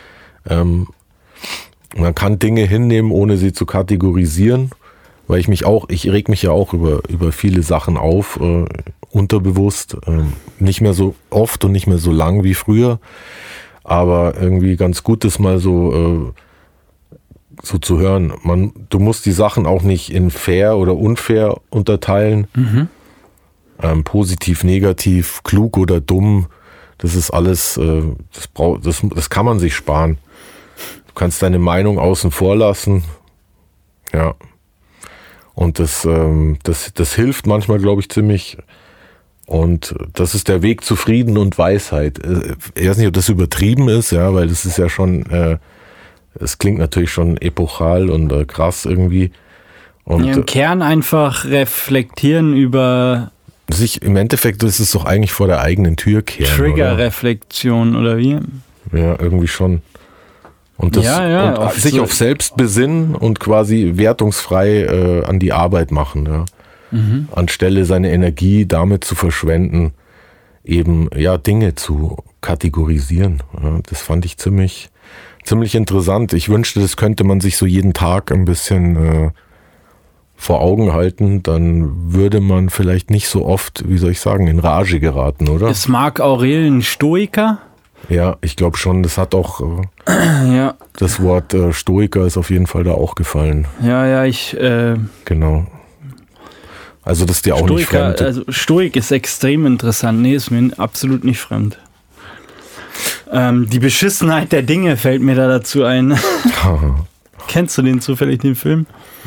Man kann Dinge hinnehmen, ohne sie zu kategorisieren, weil ich reg mich ja auch über viele Sachen auf, unterbewusst, nicht mehr so oft und nicht mehr so lang wie früher, aber irgendwie ganz gut ist mal so zu hören. Du musst die Sachen auch nicht in fair oder unfair unterteilen. Positiv, negativ, klug oder dumm. Das ist alles, das kann man sich sparen. Du kannst deine Meinung außen vor lassen. Ja. Und das hilft manchmal, glaube ich, ziemlich. Und das ist der Weg zu Frieden und Weisheit. Ich weiß nicht, ob das übertrieben ist, ja, weil das ist ja schon, es klingt natürlich schon epochal und krass irgendwie. Und im Kern einfach reflektieren über im Endeffekt ist es doch eigentlich vor der eigenen Tür kehren. Trigger-Reflexion oder wie? Ja, irgendwie schon. Und sich auf selbst besinnen und quasi wertungsfrei an die Arbeit machen. Ja. Anstelle seine Energie damit zu verschwenden, eben Dinge zu kategorisieren. Ja, das fand ich ziemlich interessant. Ich wünschte, das könnte man sich so jeden Tag ein bisschen vor Augen halten. Dann würde man vielleicht nicht so oft, wie soll ich sagen, in Rage geraten, oder? Ist Marc Aurel ein Stoiker? Ja, ich glaube schon. Das hat auch das Wort Stoiker ist auf jeden Fall da auch gefallen. Ja, genau. Also das ist dir auch nicht fremd. Also Stoik ist extrem interessant. Nee, ist mir absolut nicht fremd. Die Beschissenheit der Dinge fällt mir da dazu ein. Kennst du den zufällig, den Film?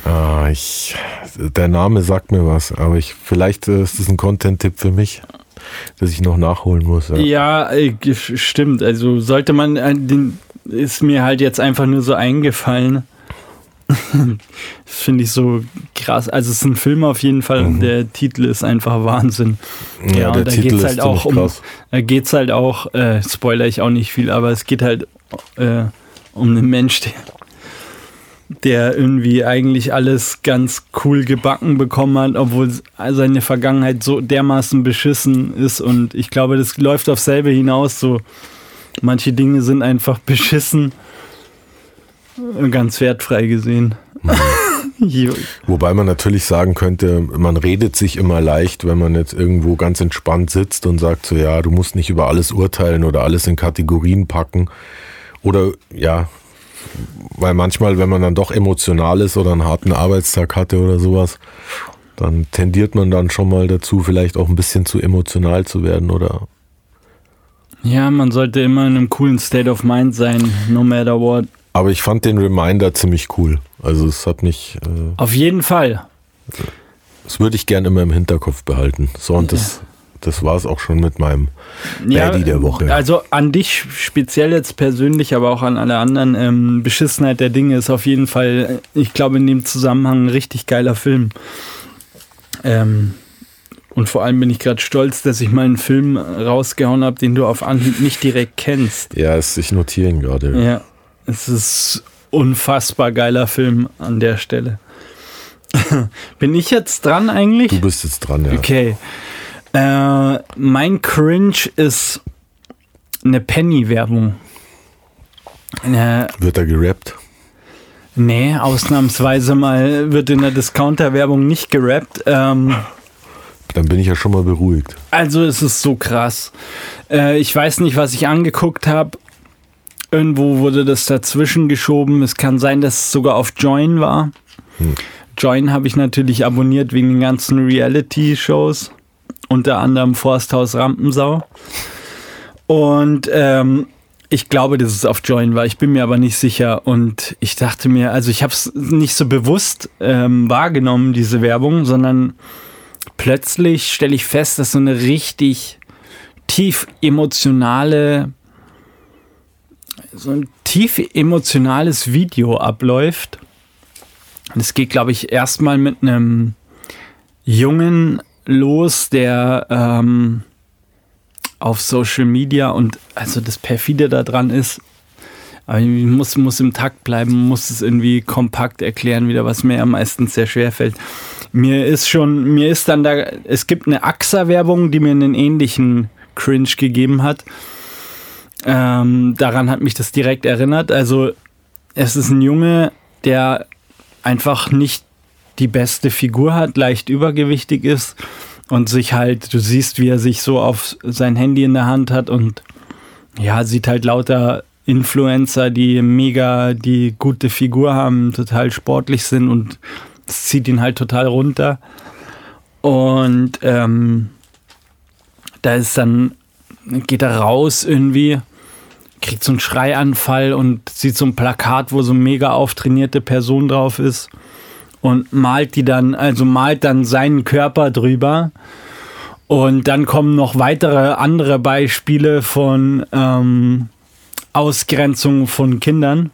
Der Name sagt mir was, aber vielleicht ist das ein Content-Tipp für mich, dass ich noch nachholen muss. Ja, stimmt. Also sollte man, ist mir halt jetzt einfach nur so eingefallen. Das finde ich so krass. Also es ist ein Film auf jeden Fall und der Titel ist einfach Wahnsinn. Ja, der Titel ist auch krass. Da geht es halt auch, spoiler ich auch nicht viel, aber es geht halt um einen Mensch, der irgendwie eigentlich alles ganz cool gebacken bekommen hat, obwohl seine Vergangenheit so dermaßen beschissen ist und ich glaube, das läuft auf selbe hinaus, so manche Dinge sind einfach beschissen, ganz wertfrei gesehen. Wobei man natürlich sagen könnte, man redet sich immer leicht, wenn man jetzt irgendwo ganz entspannt sitzt und sagt so, ja, du musst nicht über alles urteilen oder alles in Kategorien packen oder weil manchmal, wenn man dann doch emotional ist oder einen harten Arbeitstag hatte oder sowas, dann tendiert man dann schon mal dazu, vielleicht auch ein bisschen zu emotional zu werden, oder? Ja, man sollte immer in einem coolen State of Mind sein, no matter what. Aber ich fand den Reminder ziemlich cool. Also es hat mich... Auf jeden Fall. Das würde ich gerne immer im Hinterkopf behalten. So, und das war es auch schon mit meinem Baddie der Woche. Also an dich speziell jetzt persönlich, aber auch an alle anderen. Beschissenheit der Dinge ist auf jeden Fall, ich glaube, in dem Zusammenhang ein richtig geiler Film. Und vor allem bin ich gerade stolz, dass ich mal einen Film rausgehauen habe, den du auf Anhieb nicht direkt kennst. Ja, ich notiere ihn gerade. Ja, es ist unfassbar geiler Film an der Stelle. Bin ich jetzt dran eigentlich? Du bist jetzt dran, ja. Okay. Mein Cringe ist eine Penny-Werbung. Wird da gerappt? Nee, ausnahmsweise mal wird in der Discounter-Werbung nicht gerappt. Dann bin ich ja schon mal beruhigt. Also es ist so krass. Ich weiß nicht, was ich angeguckt habe. Irgendwo wurde das dazwischen geschoben. Es kann sein, dass es sogar auf Join war. Join habe ich natürlich abonniert wegen den ganzen Reality-Shows. Unter anderem Forsthaus Rampensau. Und ich glaube, dass es auf Join war. Ich bin mir aber nicht sicher. Und ich dachte mir, also ich habe es nicht so bewusst wahrgenommen, diese Werbung, sondern plötzlich stelle ich fest, dass so eine richtig tief emotionales Video abläuft. Und es geht, glaube ich, erstmal mit einem Jungen los, der auf Social Media und also das Perfide daran ist, aber ich muss im Takt bleiben, muss es irgendwie kompakt erklären, wieder was mir am meisten sehr schwer fällt. Es gibt eine AXA-Werbung, die mir einen ähnlichen Cringe gegeben hat. Daran hat mich das direkt erinnert. Also es ist ein Junge, der einfach nicht die beste Figur hat, leicht übergewichtig ist und sich halt, du siehst, wie er sich so auf sein Handy in der Hand hat und ja, sieht halt lauter Influencer, die gute Figur haben, total sportlich sind und es zieht ihn halt total runter. Und geht er raus irgendwie, kriegt so einen Schreianfall und sieht so ein Plakat, wo so eine mega auftrainierte Person drauf ist und malt dann seinen Körper drüber. Und dann kommen noch weitere andere Beispiele von Ausgrenzung von Kindern.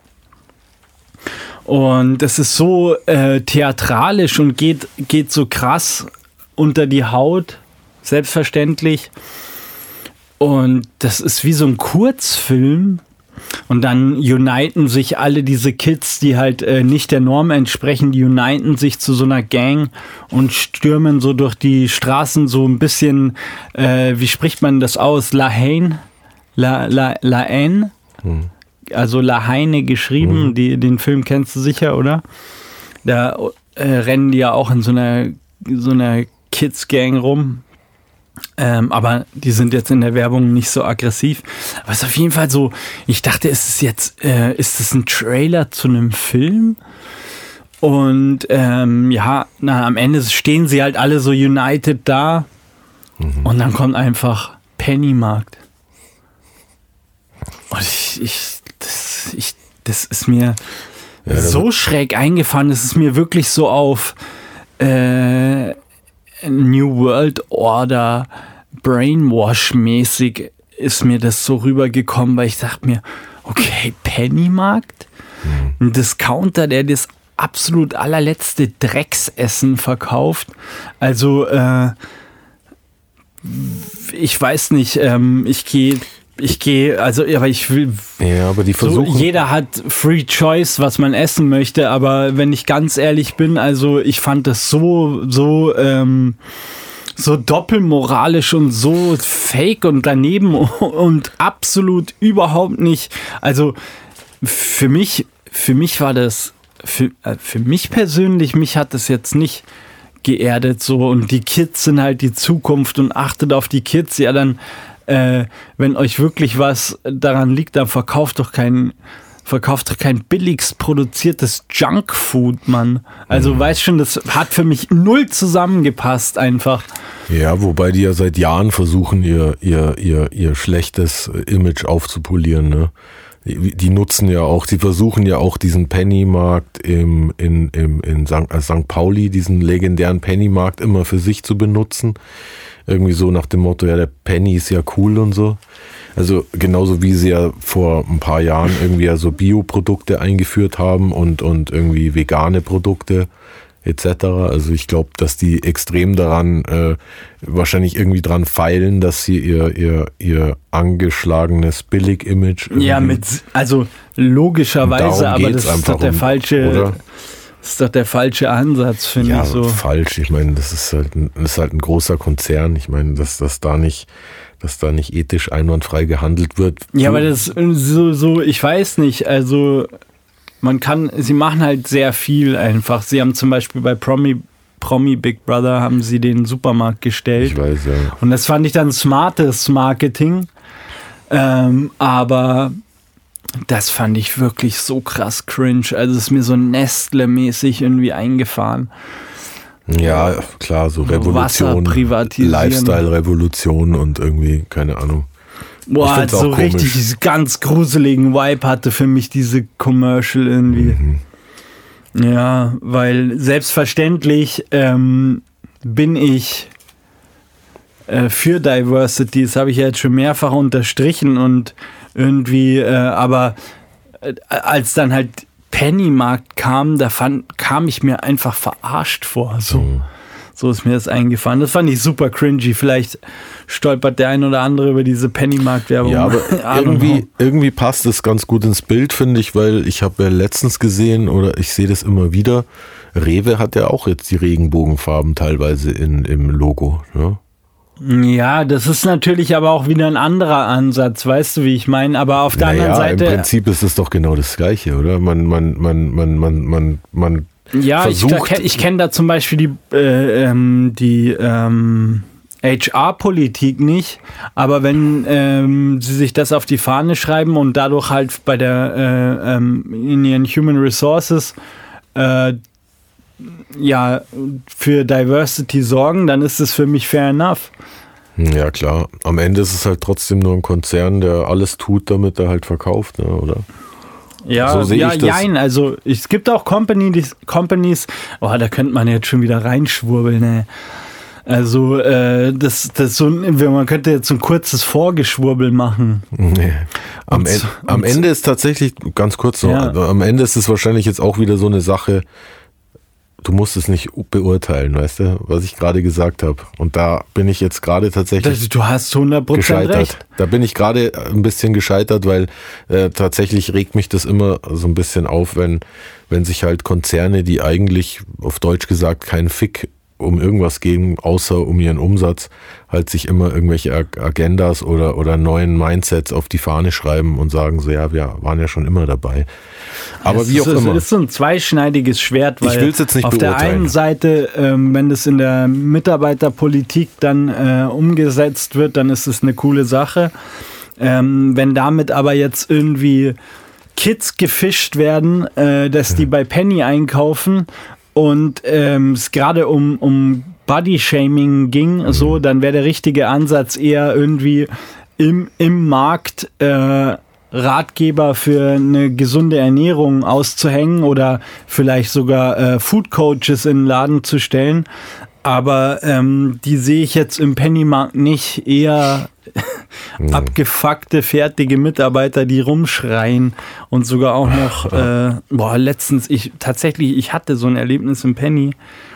Und es ist so theatralisch und geht so krass unter die Haut, selbstverständlich. Und das ist wie so ein Kurzfilm. Und dann uniten sich alle diese Kids, die halt nicht der Norm entsprechen, die uniten sich zu so einer Gang und stürmen so durch die Straßen so ein bisschen, wie spricht man das aus? La-Haine? La-Haine? Also La-Haine geschrieben, den Film kennst du sicher, oder? Da rennen die ja auch in so einer Kids-Gang rum. Aber die sind jetzt in der Werbung nicht so aggressiv. Aber es ist auf jeden Fall so, ich dachte, ist es ein Trailer zu einem Film? Und am Ende stehen sie halt alle so united da. Und dann kommt einfach Pennymarkt. Und das ist mir so schräg eingefahren, das ist mir wirklich so auf New World Order Brainwash-mäßig ist mir das so rübergekommen, weil ich dachte mir, okay, Pennymarkt? Ein Discounter, der das absolut allerletzte Drecksessen verkauft. Also, ich weiß nicht, aber ich will. Ja, aber die versuchen. So, jeder hat Free Choice, was man essen möchte, aber wenn ich ganz ehrlich bin, also ich fand das so doppelmoralisch und so fake und daneben und absolut überhaupt nicht. Also für mich war das, für mich persönlich, mich hat das jetzt nicht geerdet so und die Kids sind halt die Zukunft und achtet auf die Kids, ja dann wenn euch wirklich was daran liegt, dann verkauft doch kein billigst produziertes Junkfood, Mann. Also weißt schon, das hat für mich null zusammengepasst einfach. Ja, wobei die ja seit Jahren versuchen, ihr schlechtes Image aufzupolieren, ne? die nutzen ja auch, die versuchen ja auch diesen Pennymarkt in St. Pauli, diesen legendären Pennymarkt immer für sich zu benutzen. Irgendwie so nach dem Motto, ja, der Penny ist ja cool und so. Also genauso wie sie ja vor ein paar Jahren irgendwie ja so Bioprodukte eingeführt haben und irgendwie vegane Produkte etc. Also ich glaube, dass die extrem daran wahrscheinlich irgendwie dran feilen, dass sie ihr angeschlagenes Billig-Image also logischerweise, aber das ist doch der falsche, oder? Das ist doch der falsche Ansatz, finde ich so. Ja, falsch. Ich meine, das ist halt ein großer Konzern. Ich meine, dass da nicht ethisch einwandfrei gehandelt wird. Ja, aber das so, ich weiß nicht, also sie machen halt sehr viel einfach. Sie haben zum Beispiel bei Promi Big Brother haben sie den Supermarkt gestellt. Ich weiß, ja. Und das fand ich dann smartes Marketing. Aber das fand ich wirklich so krass cringe. Also es ist mir so Nestle-mäßig irgendwie eingefahren. Ja, klar, so Revolution, Lifestyle-Revolution und irgendwie, keine Ahnung. Boah, hat so richtig diesen ganz gruseligen Vibe hatte für mich diese Commercial irgendwie. Ja, weil selbstverständlich bin ich für Diversity, das habe ich ja jetzt schon mehrfach unterstrichen und irgendwie, aber als dann halt Pennymarkt kam, kam ich mir einfach verarscht vor. So ist mir das eingefallen. Das fand ich super cringy. Vielleicht stolpert der ein oder andere über diese Pennymarkt-Werbung. Ja, aber irgendwie passt es ganz gut ins Bild, finde ich, weil ich habe ja letztens gesehen, oder ich sehe das immer wieder, Rewe hat ja auch jetzt die Regenbogenfarben teilweise im Logo. Ne? Ja, das ist natürlich aber auch wieder ein anderer Ansatz, weißt du, wie ich meine? Aber auf der anderen Seite... im Prinzip ist es doch genau das Gleiche, oder? Man ja, ich kenne da zum Beispiel die HR-Politik nicht, aber wenn sie sich das auf die Fahne schreiben und dadurch halt bei der in ihren Human Resources für Diversity sorgen, dann ist es für mich fair enough. Ja, klar. Am Ende ist es halt trotzdem nur ein Konzern, der alles tut, damit er halt verkauft, ne, oder? Ja, so sehe ich das. Jein. Also es gibt auch Companies, da könnte man jetzt schon wieder reinschwurbeln, ne? Also das so, man könnte jetzt so ein kurzes Vorgeschwurbel machen. Nee. Am Ende ist tatsächlich, ganz kurz noch, also am Ende ist es wahrscheinlich jetzt auch wieder so eine Sache, du musst es nicht beurteilen, weißt du, was ich gerade gesagt habe. Und da bin ich jetzt gerade tatsächlich du hast 100% gescheitert. Recht. Da bin ich gerade ein bisschen gescheitert, weil tatsächlich regt mich das immer so ein bisschen auf, wenn sich halt Konzerne, die eigentlich auf Deutsch gesagt keinen Fick um irgendwas gehen, außer um ihren Umsatz, halt sich immer irgendwelche Agendas oder neuen Mindsets auf die Fahne schreiben und sagen so, ja, wir waren ja schon immer dabei. Aber wie auch immer. Es ist so ein zweischneidiges Schwert, weil ich will's jetzt nicht auf beurteilen. Der einen Seite, wenn das in der Mitarbeiterpolitik dann umgesetzt wird, dann ist es eine coole Sache. Wenn damit aber jetzt irgendwie Kids gefischt werden, dass die bei Penny einkaufen und es gerade um Body-Shaming ging, so, dann wäre der richtige Ansatz eher irgendwie im Markt Ratgeber für eine gesunde Ernährung auszuhängen oder vielleicht sogar Food Coaches in den Laden zu stellen. Aber die sehe ich jetzt im Pennymarkt nicht, eher abgefuckte, fertige Mitarbeiter, die rumschreien und sogar auch noch, letztens, ich hatte so ein Erlebnis im Penny,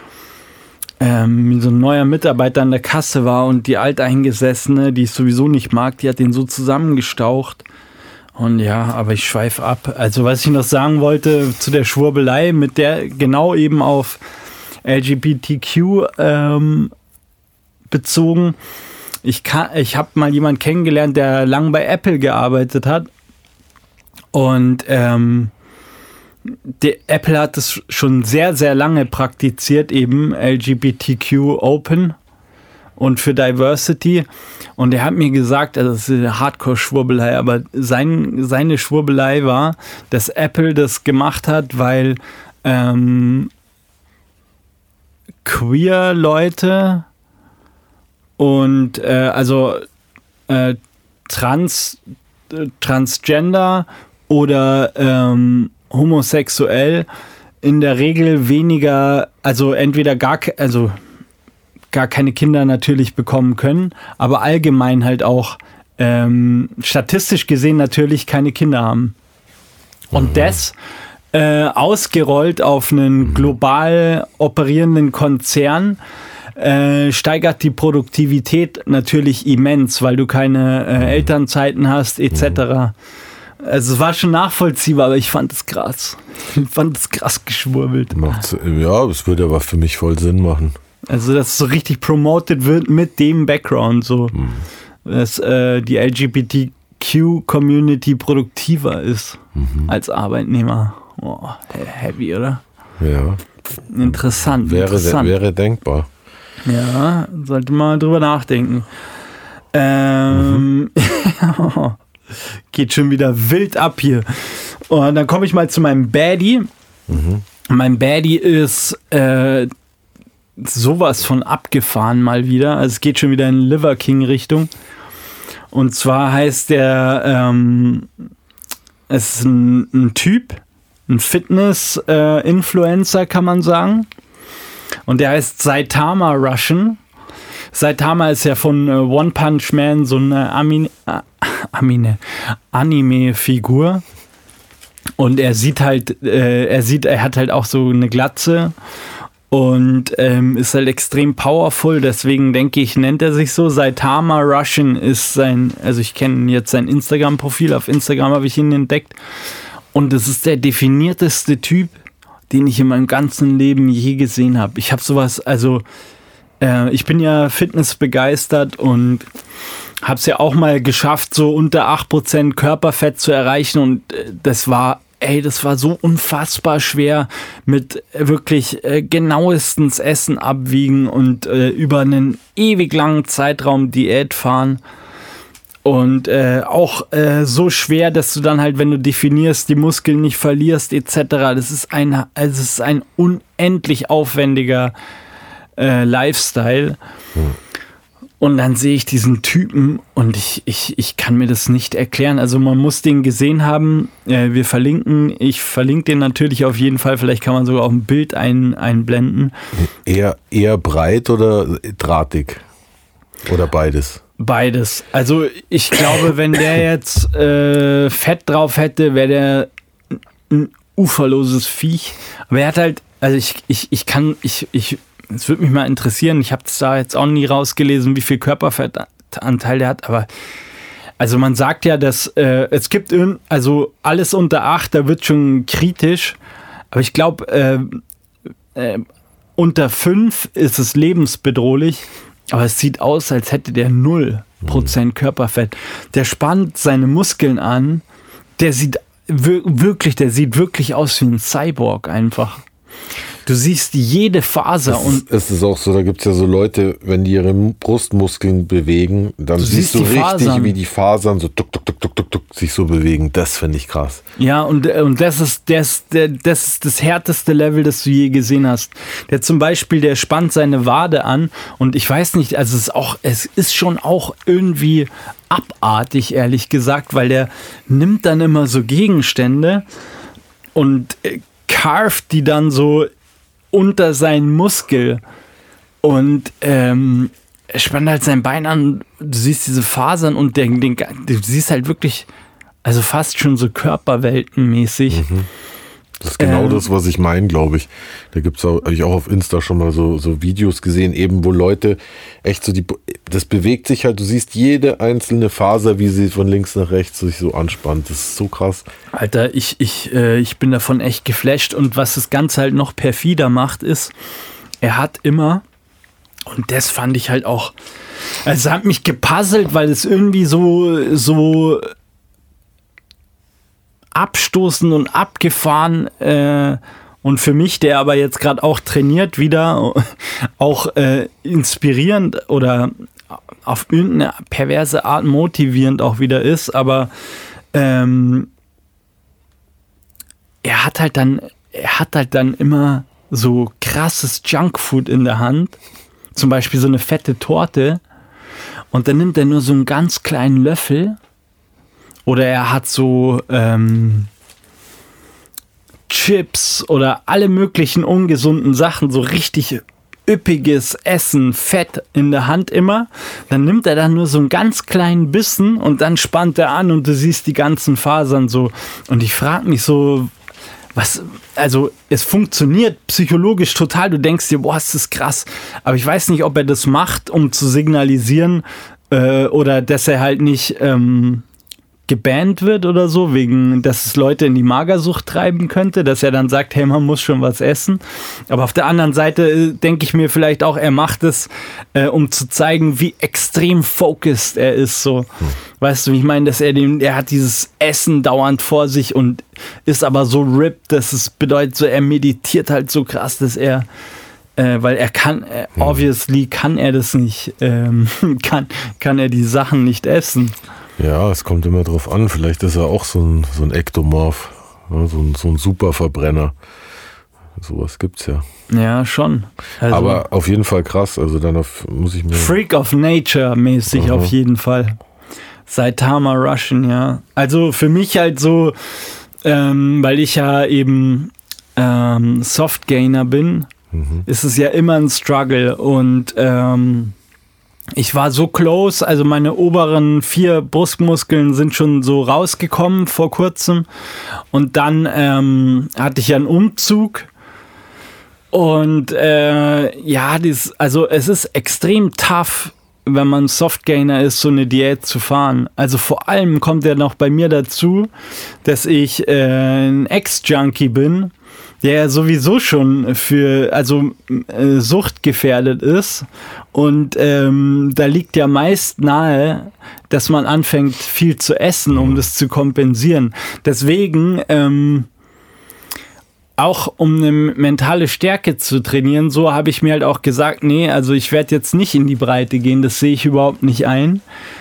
wie so ein neuer Mitarbeiter an der Kasse war und die Alteingesessene, die ich sowieso nicht mag, die hat den so zusammengestaucht. Und ja, aber ich schweife ab. Also was ich noch sagen wollte zu der Schwurbelei, mit der genau eben auf LGBTQ bezogen. Ich habe mal jemanden kennengelernt, der lang bei Apple gearbeitet hat. Und Apple hat es schon sehr, sehr lange praktiziert, eben LGBTQ Open und für Diversity. Und er hat mir gesagt, also das ist eine Hardcore-Schwurbelei, aber seine Schwurbelei war, dass Apple das gemacht hat, weil queer Leute und Transgender oder homosexuell in der Regel weniger, also entweder gar keine Kinder natürlich bekommen können, aber allgemein halt auch statistisch gesehen natürlich keine Kinder haben. Und das ausgerollt auf einen global operierenden Konzern steigert die Produktivität natürlich immens, weil du keine Elternzeiten hast etc. Also es war schon nachvollziehbar, aber ich fand es krass. Ich fand es krass geschwurbelt. Ja, es würde aber für mich voll Sinn machen. Also dass es so richtig promoted wird mit dem Background, so dass die LGBTQ-Community produktiver ist als Arbeitnehmer. Oh, heavy, oder? Ja. Interessant. Wäre denkbar. Ja, sollte man mal drüber nachdenken. Geht schon wieder wild ab hier. Und dann komme ich mal zu meinem Baddie. Mein Baddie ist sowas von abgefahren mal wieder. Also es geht schon wieder in Liver King Richtung. Und zwar heißt der, es ist ein Typ, ein Fitness-Influencer, kann man sagen. Und der heißt Saitama Russian. Saitama ist ja von One Punch Man so eine Anime-Figur. Und er hat halt auch so eine Glatze und ist halt extrem powerful. Deswegen denke ich, nennt er sich so. Saitama Russian ist also ich kenne jetzt sein Instagram-Profil. Auf Instagram habe ich ihn entdeckt. Und das ist der definierteste Typ, den ich in meinem ganzen Leben je gesehen habe. Ich habe sowas, also ich bin ja Fitness begeistert und habe es ja auch mal geschafft, so unter 8% Körperfett zu erreichen und das war so unfassbar schwer mit wirklich genauestens Essen abwiegen und über einen ewig langen Zeitraum Diät fahren. Und auch so schwer, dass du dann halt, wenn du definierst, die Muskeln nicht verlierst etc. Das ist ein unendlich aufwendiger Lifestyle. Und dann sehe ich diesen Typen und ich kann mir das nicht erklären. Also man muss den gesehen haben. Ich verlinke den natürlich auf jeden Fall. Vielleicht kann man sogar auch ein Bild einblenden. Eher breit oder drahtig? Oder beides? Beides. Also ich glaube, wenn der jetzt Fett drauf hätte, wäre der ein uferloses Viech. Aber er hat halt, also es würde mich mal interessieren, ich habe es da jetzt auch nie rausgelesen, wie viel Körperfettanteil der hat, aber also man sagt ja, dass es gibt also alles unter 8, da wird schon kritisch, aber ich glaube, unter 5 ist es lebensbedrohlich. Aber es sieht aus, als hätte der 0% Körperfett. Der spannt seine Muskeln an. Der sieht wirklich aus wie ein Cyborg einfach. Du siehst jede Faser. Es ist auch so, da gibt es ja so Leute, wenn die ihre Brustmuskeln bewegen, dann siehst du richtig, Fasern, wie die Fasern so tuk, tuk, tuk, tuk, tuk, tuk, sich so bewegen. Das finde ich krass. Ja, und das ist das härteste Level, das du je gesehen hast. Der zum Beispiel, der spannt seine Wade an und ich weiß nicht, also es ist schon auch irgendwie abartig, ehrlich gesagt, weil der nimmt dann immer so Gegenstände und carvt die dann so unter seinen Muskel und er spannt halt sein Bein an, du siehst diese Fasern und du siehst halt wirklich, also fast schon so körperweltenmäßig. Das ist genau das, was ich meine, glaube ich. Da habe ich auch auf Insta schon mal so Videos gesehen, eben wo Leute echt so, das bewegt sich halt, du siehst jede einzelne Faser, wie sie von links nach rechts sich so anspannt. Das ist so krass. Alter, ich bin davon echt geflasht und was das Ganze halt noch perfider macht, ist, er hat immer, und das fand ich halt auch, also hat mich gepuzzelt, weil es irgendwie so abstoßend und abgefahren und für mich, der aber jetzt gerade auch trainiert wieder, auch inspirierend oder auf irgendeine perverse Art motivierend auch wieder ist, aber er hat halt dann immer so krasses Junkfood in der Hand, zum Beispiel so eine fette Torte und dann nimmt er nur so einen ganz kleinen Löffel Oder er hat so Chips oder alle möglichen ungesunden Sachen, so richtig üppiges Essen, Fett in der Hand immer. Dann nimmt er dann nur so einen ganz kleinen Bissen und dann spannt er an und du siehst die ganzen Fasern so. Und ich frage mich so, also es funktioniert psychologisch total. Du denkst dir, boah, ist das krass. Aber ich weiß nicht, ob er das macht, um zu signalisieren oder dass er halt nicht gebannt wird oder so, wegen, dass es Leute in die Magersucht treiben könnte, dass er dann sagt, hey, man muss schon was essen. Aber auf der anderen Seite denke ich mir vielleicht auch, er macht es, um zu zeigen, wie extrem focused er ist. So. Weißt du, ich meine, dass er hat dieses Essen dauernd vor sich und ist aber so ripped, dass es bedeutet, so er meditiert halt so krass, dass er weil er kann, obviously kann er das nicht, kann er die Sachen nicht essen. Ja, es kommt immer drauf an. Vielleicht ist er auch so ein Ektomorph, ja, so ein Superverbrenner. Sowas gibt's ja. Ja, schon. Also aber auf jeden Fall krass. Also dann muss ich mir... Freak of Nature mäßig auf jeden Fall. Saitama Russian, ja. Also für mich halt so, weil ich ja eben Softgainer bin, ist es ja immer ein Struggle und ich war so close, also meine oberen 4 Brustmuskeln sind schon so rausgekommen vor kurzem und dann hatte ich ja einen Umzug und also es ist extrem tough, wenn man Softgainer ist, so eine Diät zu fahren. Also vor allem kommt ja noch bei mir dazu, dass ich ein Ex-Junkie bin, der sowieso schon suchtgefährdet ist. Und da liegt ja meist nahe, dass man anfängt, viel zu essen, um das zu kompensieren. Deswegen, auch um eine mentale Stärke zu trainieren, so habe ich mir halt auch gesagt, nee, also ich werde jetzt nicht in die Breite gehen, das sehe ich überhaupt nicht ein.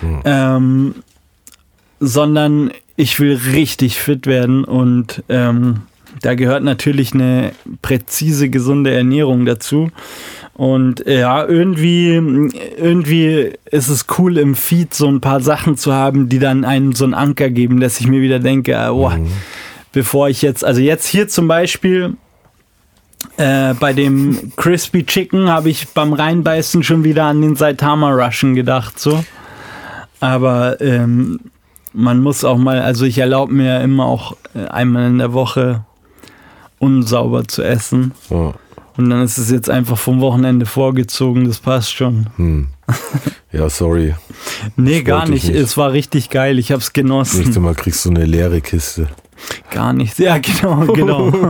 Sondern ich will richtig fit werden und da gehört natürlich eine präzise, gesunde Ernährung dazu. Und ja, irgendwie ist es cool, im Feed so ein paar Sachen zu haben, die dann einem so einen Anker geben, dass ich mir wieder denke, bevor ich jetzt hier zum Beispiel bei dem Crispy Chicken habe ich beim Reinbeißen schon wieder an den Saitama Russian gedacht, so. Aber man muss auch mal, also ich erlaube mir ja immer auch einmal in der Woche unsauber zu essen. Oh. Und dann ist es jetzt einfach vom Wochenende vorgezogen, das passt schon. Ja, sorry. Nee, gar nicht. Es war richtig geil, ich hab's genossen. Nächstes Mal kriegst du eine leere Kiste. Gar nicht. Ja, genau.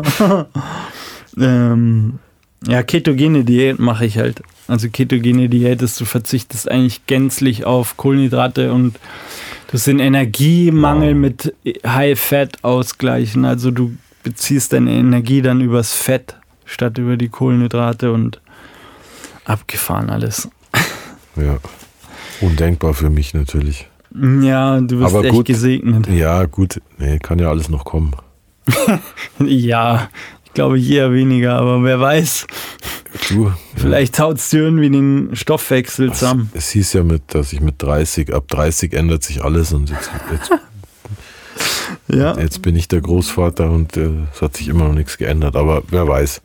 Ja, ketogene Diät mache ich halt. Also ketogene Diät ist, du verzichtest eigentlich gänzlich auf Kohlenhydrate und du musst den Energiemangel mit High Fat ausgleichen. Also du beziehst deine Energie dann übers Fett statt über die Kohlenhydrate und abgefahren alles. Ja, undenkbar für mich natürlich. Ja, du bist aber echt gut gesegnet. Ja, gut, nee, kann ja alles noch kommen. Ja, ich glaube eher weniger, aber wer weiß. Vielleicht haut es dir irgendwie den Stoffwechsel zusammen. Es hieß ja, dass ich ab 30 ändert sich alles und jetzt bin ich der Großvater und es hat sich immer noch nichts geändert, aber wer weiß.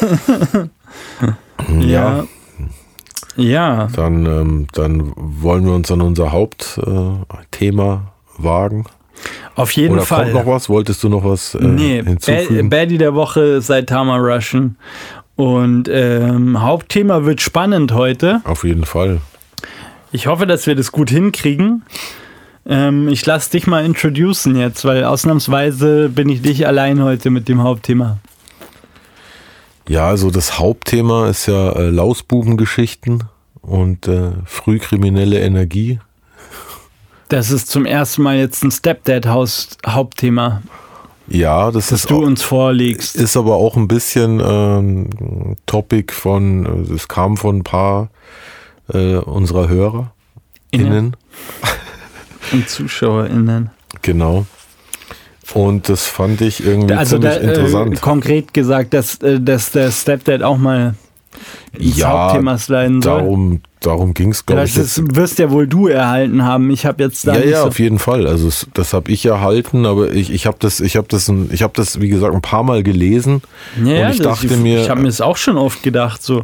Ja. Dann wollen wir uns an unser Hauptthema wagen. Auf jeden Fall. Kommt noch was? Wolltest du noch was hinzufügen? Baddie der Woche, Saitama Russian. Und Hauptthema wird spannend heute. Auf jeden Fall. Ich hoffe, dass wir das gut hinkriegen. Ich lasse dich mal introducen jetzt, weil ausnahmsweise bin ich dich allein heute mit dem Hauptthema. Ja, also das Hauptthema ist ja Lausbubengeschichten und frühkriminelle Energie. Das ist zum ersten Mal jetzt ein Stepdad-Hauptthema. Ja, das du uns vorlegst. Ist aber auch ein bisschen Topic es kam von ein paar unserer HörerInnen. Und ZuschauerInnen. Genau. Und das fand ich irgendwie ziemlich interessant. Konkret gesagt, dass der Stepdad auch mal ins Hauptthema sliden soll. Darum ging es, glaube ich. Das wirst ja wohl du erhalten haben. Ich habe jetzt da Ja, auf jeden Fall. Also das habe ich erhalten, aber ich habe das, wie gesagt, ein paar Mal gelesen. Ja, und ich dachte mir, ich habe mir das auch schon oft gedacht. So.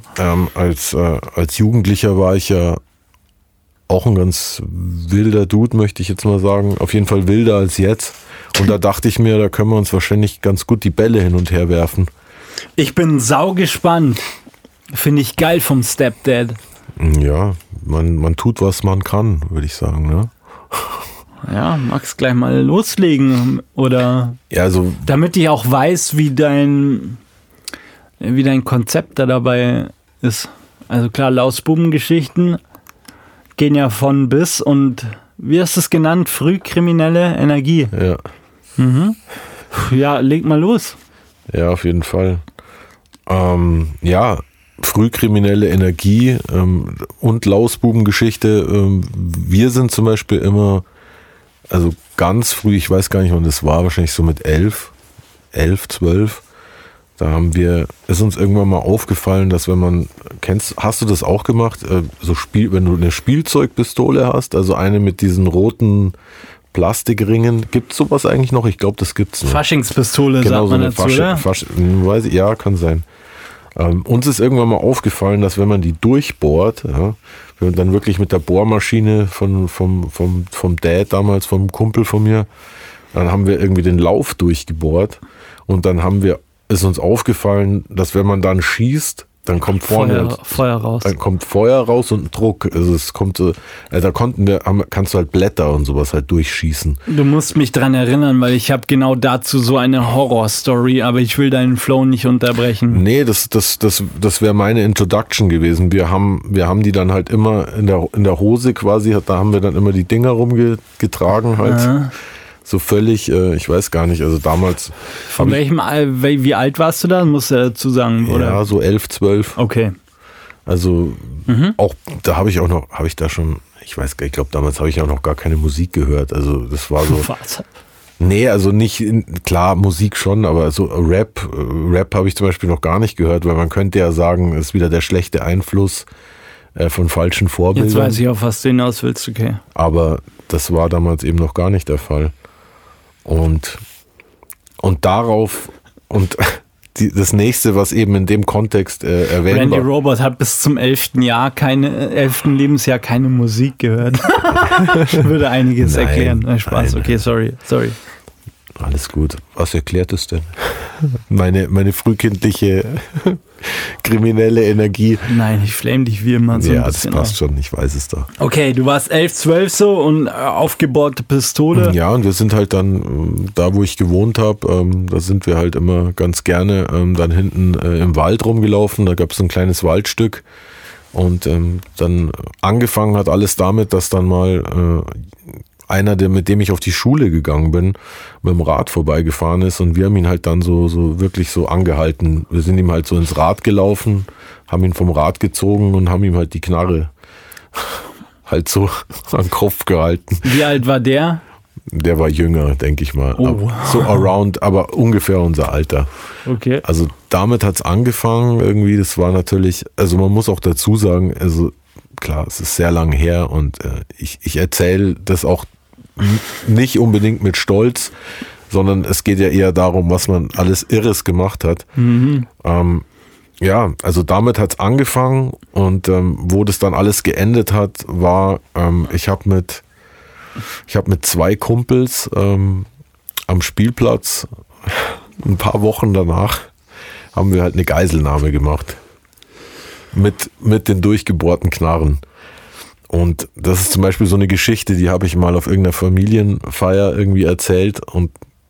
Als Jugendlicher war ich ja auch ein ganz wilder Dude, möchte ich jetzt mal sagen. Auf jeden Fall wilder als jetzt. Und da dachte ich mir, da können wir uns wahrscheinlich ganz gut die Bälle hin und her werfen. Ich bin saugespannt. Finde ich geil vom Stepdad. Ja, man tut, was man kann, würde ich sagen, ne? Ja, magst gleich mal loslegen, oder? Ja, also, damit ich auch weiß, wie dein Konzept da dabei ist. Also klar, Lausbubengeschichten gehen ja von bis und wie hast du es genannt? Frühkriminelle Energie. Ja. Mhm. Ja, leg mal los. Ja, auf jeden Fall. Ja, frühkriminelle Energie und Lausbubengeschichte. Wir sind zum Beispiel immer, also ganz früh, ich weiß gar nicht, wann das war, wahrscheinlich so mit 11, 12. Da ist uns irgendwann mal aufgefallen, dass hast du das auch gemacht? Wenn du eine Spielzeugpistole hast, also eine mit diesen roten Plastikringen, gibt es sowas eigentlich noch? Ich glaube, das gibt's noch. Faschingspistole, genau, sagt man dazu, oder? Weiß ich, ja, kann sein. Uns ist irgendwann mal aufgefallen, dass wenn man die durchbohrt, ja, wenn man dann wirklich mit der Bohrmaschine vom Dad damals, vom Kumpel von mir, dann haben wir irgendwie den Lauf durchgebohrt und dann ist uns aufgefallen, dass wenn man dann schießt, dann kommt vorne Feuer raus. Dann kommt Feuer raus und Druck. Also es kommt, kannst du halt Blätter und sowas halt durchschießen. Du musst mich dran erinnern, weil ich habe genau dazu so eine Horror-Story, aber ich will deinen Flow nicht unterbrechen. Nee, das wäre meine Introduction gewesen. Wir haben die dann halt immer in der Hose quasi, da haben wir dann immer die Dinger rumgetragen halt. Aha. So völlig, ich weiß gar nicht, also damals. Von wie alt warst du da? Musst du dazu sagen, oder? Ja, so 11, 12. Okay. Also auch, da ich glaube damals habe ich auch noch gar keine Musik gehört. Also das war so. Was? Nee, also nicht, klar, Musik schon, aber so Rap habe ich zum Beispiel noch gar nicht gehört, weil man könnte ja sagen, ist wieder der schlechte Einfluss von falschen Vorbildern. Jetzt weiß ich, auf was du hinaus willst, okay. Aber das war damals eben noch gar nicht der Fall. Und darauf und das nächste, was eben in dem Kontext erwähnt Randy war. Robert hat bis zum 11. Lebensjahr keine Musik gehört. Würde einiges erklären. Spaß, okay, sorry. Alles gut. Was erklärt es denn? Meine frühkindliche kriminelle Energie. Nein, ich flame dich wie immer so ein bisschen. Ja, das passt schon, ich weiß es doch. Okay, du warst 11, 12 so und aufgebohrte Pistole. Ja, und wir sind halt dann, da wo ich gewohnt habe, da sind wir halt immer ganz gerne dann hinten im Wald rumgelaufen. Da gab es ein kleines Waldstück. Und dann angefangen hat alles damit, dass dann mal einer, mit dem ich auf die Schule gegangen bin, mit dem Rad vorbeigefahren ist und wir haben ihn halt dann so wirklich so angehalten. Wir sind ihm halt so ins Rad gelaufen, haben ihn vom Rad gezogen und haben ihm halt die Knarre halt so an den Kopf gehalten. Wie alt war der? Der war jünger, denke ich mal. Oh. So around, aber ungefähr unser Alter. Okay. Also damit hat es angefangen irgendwie. Das war natürlich, also man muss auch dazu sagen, also klar, es ist sehr lang her und ich erzähle das auch nicht unbedingt mit Stolz, sondern es geht ja eher darum, was man alles Irres gemacht hat. Mhm. Ja, also damit hat es angefangen und wo das dann alles geendet hat, war, ich habe mit 2 Kumpels am Spielplatz, ein paar Wochen danach, haben wir halt eine Geiselnahme gemacht. Mit den durchgebohrten Knarren. Und das ist zum Beispiel so eine Geschichte, die habe ich mal auf irgendeiner Familienfeier irgendwie erzählt und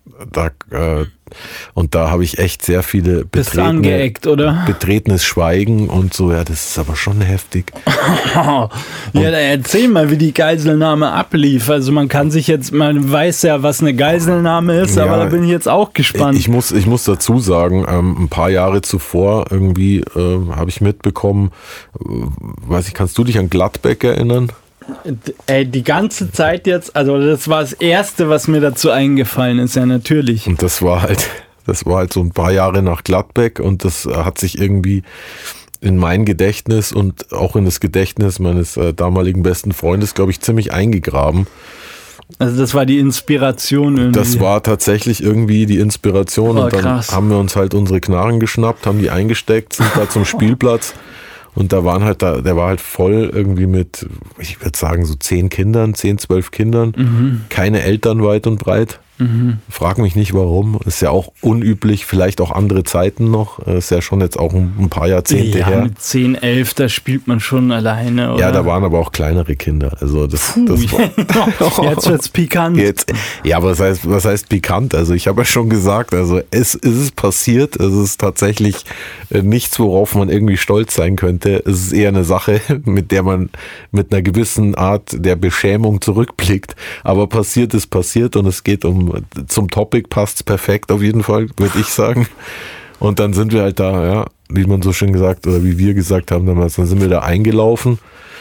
da habe ich echt sehr viele betretenes Schweigen und so, ja, das ist aber schon heftig. Ja, dann erzähl mal, wie die Geiselnahme ablief. Also man weiß ja, was eine Geiselnahme ist, ja, aber da bin ich jetzt auch gespannt. Ich muss dazu sagen, ein paar Jahre zuvor irgendwie habe ich mitbekommen, kannst du dich an Gladbeck erinnern? Ey, die ganze Zeit jetzt, also das war das Erste, was mir dazu eingefallen ist, ja natürlich. Und das war halt so ein paar Jahre nach Gladbeck und das hat sich irgendwie in mein Gedächtnis und auch in das Gedächtnis meines damaligen besten Freundes, glaube ich, ziemlich eingegraben. Also das war die Inspiration irgendwie. Das war tatsächlich irgendwie die Inspiration und dann krass. haben wir uns halt unsere Knarren geschnappt, haben die eingesteckt, sind da zum Spielplatz und der war halt voll irgendwie mit, ich würde sagen so 10, 12 Kindern, keine Eltern weit und breit. Frag mich nicht warum, ist ja auch unüblich, vielleicht auch andere Zeiten noch, ist ja schon jetzt auch ein paar Jahrzehnte her. Mit 10, 11, da spielt man schon alleine, oder? Ja, da waren aber auch kleinere Kinder, also das war... Jetzt wird's pikant. Ja, aber was heißt pikant? Also ich habe ja schon gesagt, also es ist passiert, es ist tatsächlich nichts, worauf man irgendwie stolz sein könnte, es ist eher eine Sache, mit der man mit einer gewissen Art der Beschämung zurückblickt, aber passiert ist passiert und es geht zum Topic passt's perfekt auf jeden Fall, würde ich sagen. Und dann sind wir halt da, ja, wie man so schön gesagt oder wie wir gesagt haben damals, dann sind wir da eingelaufen,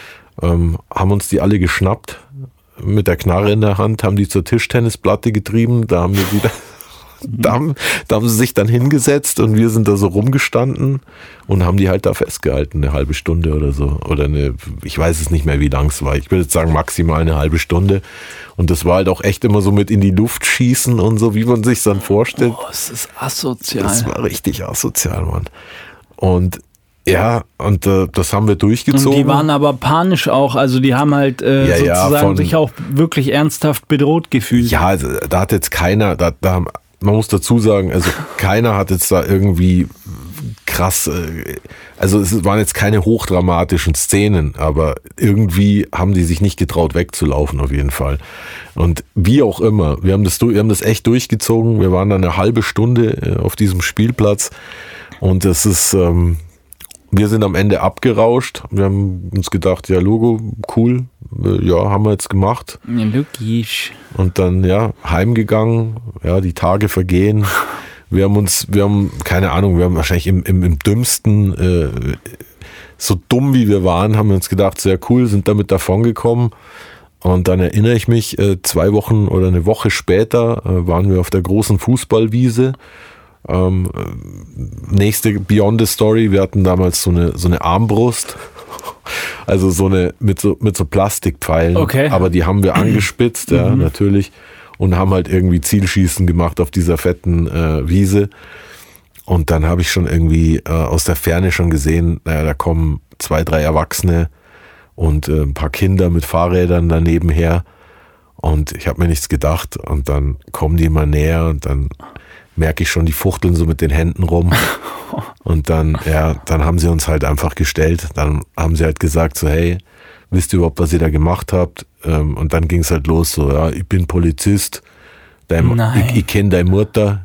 haben uns die alle geschnappt mit der Knarre in der Hand, haben die zur Tischtennisplatte getrieben, da haben wir wieder, da haben sie sich dann hingesetzt und wir sind da so rumgestanden und haben die halt da festgehalten, eine halbe Stunde oder so. Oder ich weiß es nicht mehr, wie lang es war. Ich würde jetzt sagen, maximal eine halbe Stunde. Und das war halt auch echt immer so mit in die Luft schießen und so, wie man sich dann vorstellt. Oh, es ist asozial. Das war richtig asozial, Mann. Und ja, und das haben wir durchgezogen. Und die waren aber panisch auch, also die haben halt sozusagen sich auch wirklich ernsthaft bedroht gefühlt. Ja, also, da hat jetzt keiner, man muss dazu sagen, also keiner hat jetzt da irgendwie krass, also es waren jetzt keine hochdramatischen Szenen, aber irgendwie haben die sich nicht getraut wegzulaufen auf jeden Fall. Und wie auch immer, wir haben das echt durchgezogen, wir waren dann eine halbe Stunde auf diesem Spielplatz und das ist, wir sind am Ende abgerauscht, wir haben uns gedacht, ja Logo, cool, ja, haben wir jetzt gemacht. Ja, logisch. Und dann, ja, heimgegangen, ja, die Tage vergehen. Wir haben keine Ahnung, wir haben wahrscheinlich im dümmsten, so dumm wie wir waren, haben wir uns gedacht, sehr cool, sind damit davongekommen. Und dann erinnere ich mich, 2 Wochen oder eine Woche später waren wir auf der großen Fußballwiese. Nächste Beyond the Story, wir hatten damals so eine Armbrust. Also so eine mit so Plastikpfeilen, okay. Aber die haben wir angespitzt, ja, natürlich, und haben halt irgendwie Zielschießen gemacht auf dieser fetten Wiese. Und dann habe ich schon irgendwie aus der Ferne schon gesehen, naja, da kommen 2, 3 Erwachsene und ein paar Kinder mit Fahrrädern daneben her. Und ich habe mir nichts gedacht. Und dann kommen die immer näher und dann merke ich schon, die fuchteln so mit den Händen rum. Und dann haben sie uns halt einfach gestellt. Dann haben sie halt gesagt so, hey, wisst ihr überhaupt, was ihr da gemacht habt? Und dann ging es halt los so, ja, ich bin Polizist, ich kenne deine Mutter,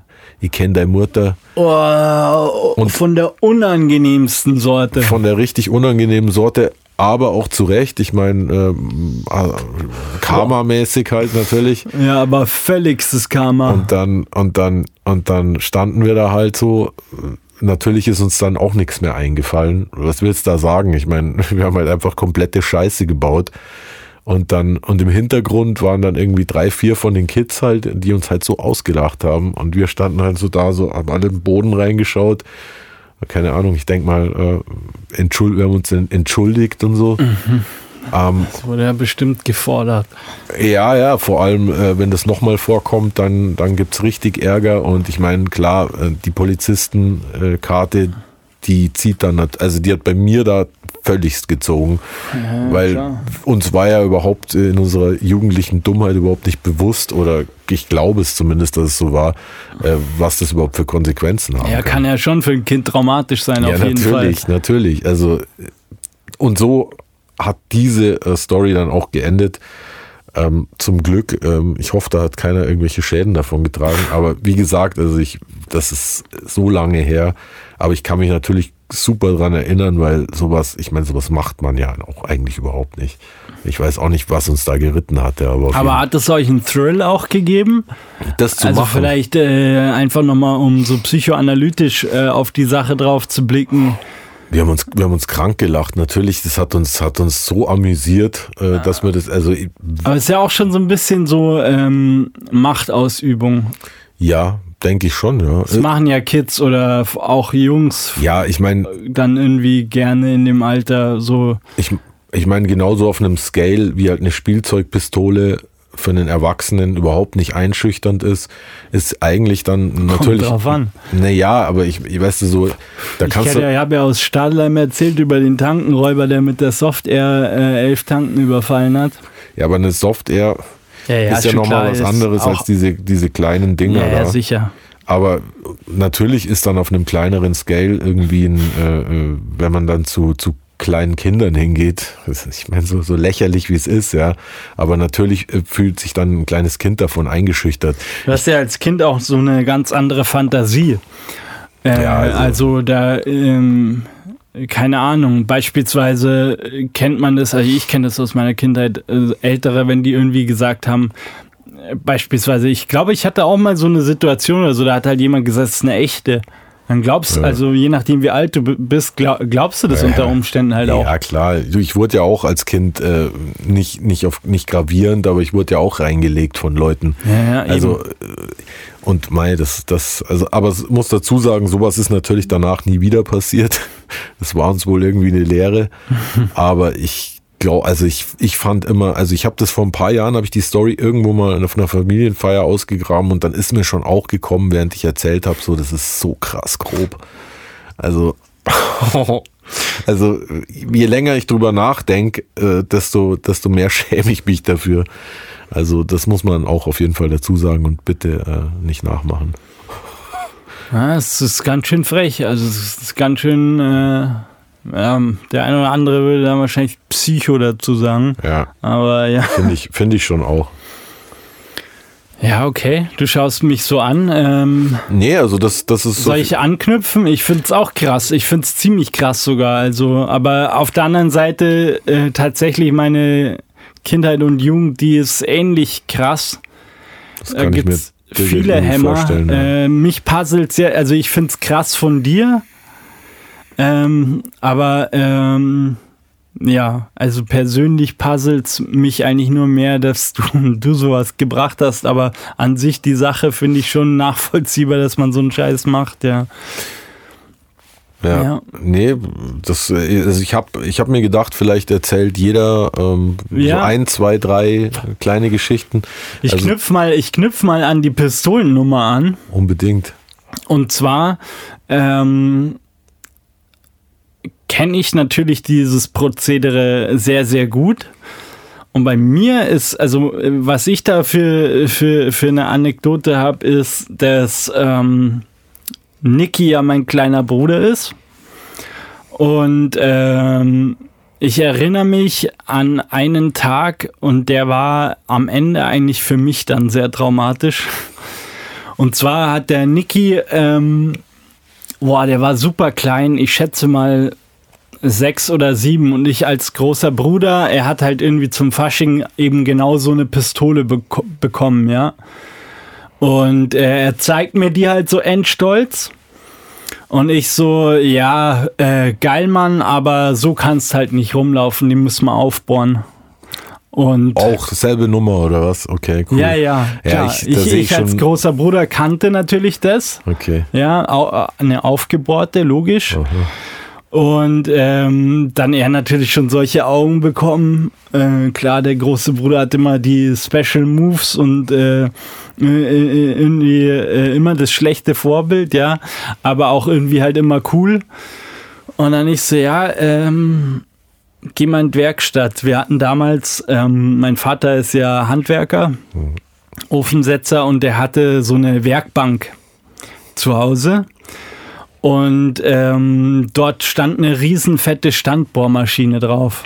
Oh, und von der unangenehmsten Sorte. Von der richtig unangenehmen Sorte, aber auch zu Recht. Ich meine, Karma-mäßig halt natürlich. Ja, aber völligstes Karma. Und dann standen wir da halt so. Natürlich ist uns dann auch nichts mehr eingefallen. Was willst du da sagen? Ich meine, wir haben halt einfach komplette Scheiße gebaut. Und im Hintergrund waren dann irgendwie 3, 4 von den Kids halt, die uns halt so ausgelacht haben. Und wir standen halt so da, so haben alle im Boden reingeschaut. Keine Ahnung, ich denke mal, wir haben uns entschuldigt und so. Das wurde ja bestimmt gefordert. Ja, vor allem, wenn das nochmal vorkommt, dann gibt's richtig Ärger. Und ich meine, klar, die Polizistenkarte, die zieht dann, also die hat bei mir da völligst gezogen, ja, weil klar. Uns war ja überhaupt in unserer jugendlichen Dummheit überhaupt nicht bewusst, oder ich glaube es zumindest, dass es so war, was das überhaupt für Konsequenzen haben kann ja schon für ein Kind traumatisch sein, auf jeden Fall. Ja, natürlich. Also, und so hat diese Story dann auch geendet. Zum Glück, ich hoffe, da hat keiner irgendwelche Schäden davon getragen, aber wie gesagt, also das ist so lange her, aber ich kann mich natürlich super dran erinnern, weil sowas macht man ja auch eigentlich überhaupt nicht. Ich weiß auch nicht, was uns da geritten hatte. Aber hat es euch einen Thrill auch gegeben? Das zu machen? Also vielleicht einfach nochmal, um so psychoanalytisch auf die Sache drauf zu blicken. Wir haben uns krank gelacht. Natürlich, das hat uns so amüsiert, dass wir das, aber es ist ja auch schon so ein bisschen so Machtausübung. Ja, denke ich schon, ja. Das machen ja Kids oder auch Jungs. Ja, ich meine, dann irgendwie gerne in dem Alter so. Ich meine, genauso auf einem Scale, wie halt eine Spielzeugpistole für einen Erwachsenen überhaupt nicht einschüchternd ist eigentlich dann natürlich. Kommt drauf an. Naja, aber ich weißt du so, da kannst du. Ich habe ja aus Stadelheim erzählt über den Tankenräuber, der mit der Soft Air 11 Tanken überfallen hat. Ja, aber eine Soft Air ist ja nochmal was anderes als diese kleinen Dinger da. Ja, sicher. Aber natürlich ist dann auf einem kleineren Scale irgendwie wenn man dann zu kleinen Kindern hingeht, ich meine, so lächerlich wie es ist, ja, aber natürlich fühlt sich dann ein kleines Kind davon eingeschüchtert. Du hast ja als Kind auch so eine ganz andere Fantasie. Also da, keine Ahnung, beispielsweise kennt man das, also ich kenne das aus meiner Kindheit, Ältere, wenn die irgendwie gesagt haben, beispielsweise, ich glaube, ich hatte auch mal so eine Situation oder so, da hat halt jemand gesagt, es ist eine echte. Dann glaubst du, also je nachdem wie alt du bist, glaubst du das unter Umständen halt auch. Ja, klar. Ich wurde ja auch als Kind nicht gravierend, aber ich wurde ja auch reingelegt von Leuten. Ja, also und aber es muss dazu sagen, sowas ist natürlich danach nie wieder passiert. Das war uns wohl irgendwie eine Lehre. Aber ich glaube, also ich fand immer, also ich habe das vor ein paar Jahren, habe ich die Story irgendwo mal auf einer Familienfeier ausgegraben und dann ist mir schon auch gekommen, während ich erzählt habe, so, das ist so krass grob. Also je länger ich drüber nachdenke, desto mehr schäme ich mich dafür. Also das muss man auch auf jeden Fall dazu sagen und bitte nicht nachmachen. Ja, es ist ganz schön frech, also es ist ganz schön... Ja, der eine oder andere würde da wahrscheinlich Psycho dazu sagen. Ja. Aber ja. Finde ich schon auch. Ja, okay. Du schaust mich so an. Nee, also das ist so. Soll ich anknüpfen? Ich finde es auch krass. Ich finde es ziemlich krass sogar. Also, aber auf der anderen Seite tatsächlich meine Kindheit und Jugend, die ist ähnlich krass. Das kann ich mir viele Hämmer. Vorstellen, ja. Mich puzzelt sehr. Also ich finde es krass von dir. Aber ja, also persönlich puzzelt mich eigentlich nur mehr, dass du sowas gebracht hast, aber an sich die Sache finde ich schon nachvollziehbar, dass man so einen Scheiß macht, ja. Ja. Nee, also ich hab mir gedacht, vielleicht erzählt jeder so 1, 2, 3 kleine Geschichten. Ich knüpf mal an die Pistolennummer an. Unbedingt. Und zwar kenne ich natürlich dieses Prozedere sehr, sehr gut. Und bei mir ist, also was ich da für eine Anekdote habe, ist, dass Niki ja mein kleiner Bruder ist. Und ich erinnere mich an einen Tag und der war am Ende eigentlich für mich dann sehr traumatisch. Und zwar hat der Niki, der war super klein, ich schätze mal 6 oder 7 und ich als großer Bruder, er hat halt irgendwie zum Fasching eben genau so eine Pistole bekommen, ja. Und er zeigt mir die halt so endstolz und ich so, ja, geil Mann, aber so kannst halt nicht rumlaufen, die müssen wir aufbohren. Und auch selbe Nummer oder was? Okay, cool. Ja, klar. Ich als großer Bruder kannte natürlich das. Okay. Ja, eine aufgebohrte, logisch. Aha. Und dann er natürlich schon solche Augen bekommen. Klar, der große Bruder hat immer die Special Moves und irgendwie immer das schlechte Vorbild, ja. Aber auch irgendwie halt immer cool. Und dann ich so, ja, geh mal in die Werkstatt. Wir hatten damals, mein Vater ist ja Handwerker, Ofensetzer und der hatte so eine Werkbank zu Hause. Und dort stand eine riesenfette Standbohrmaschine drauf.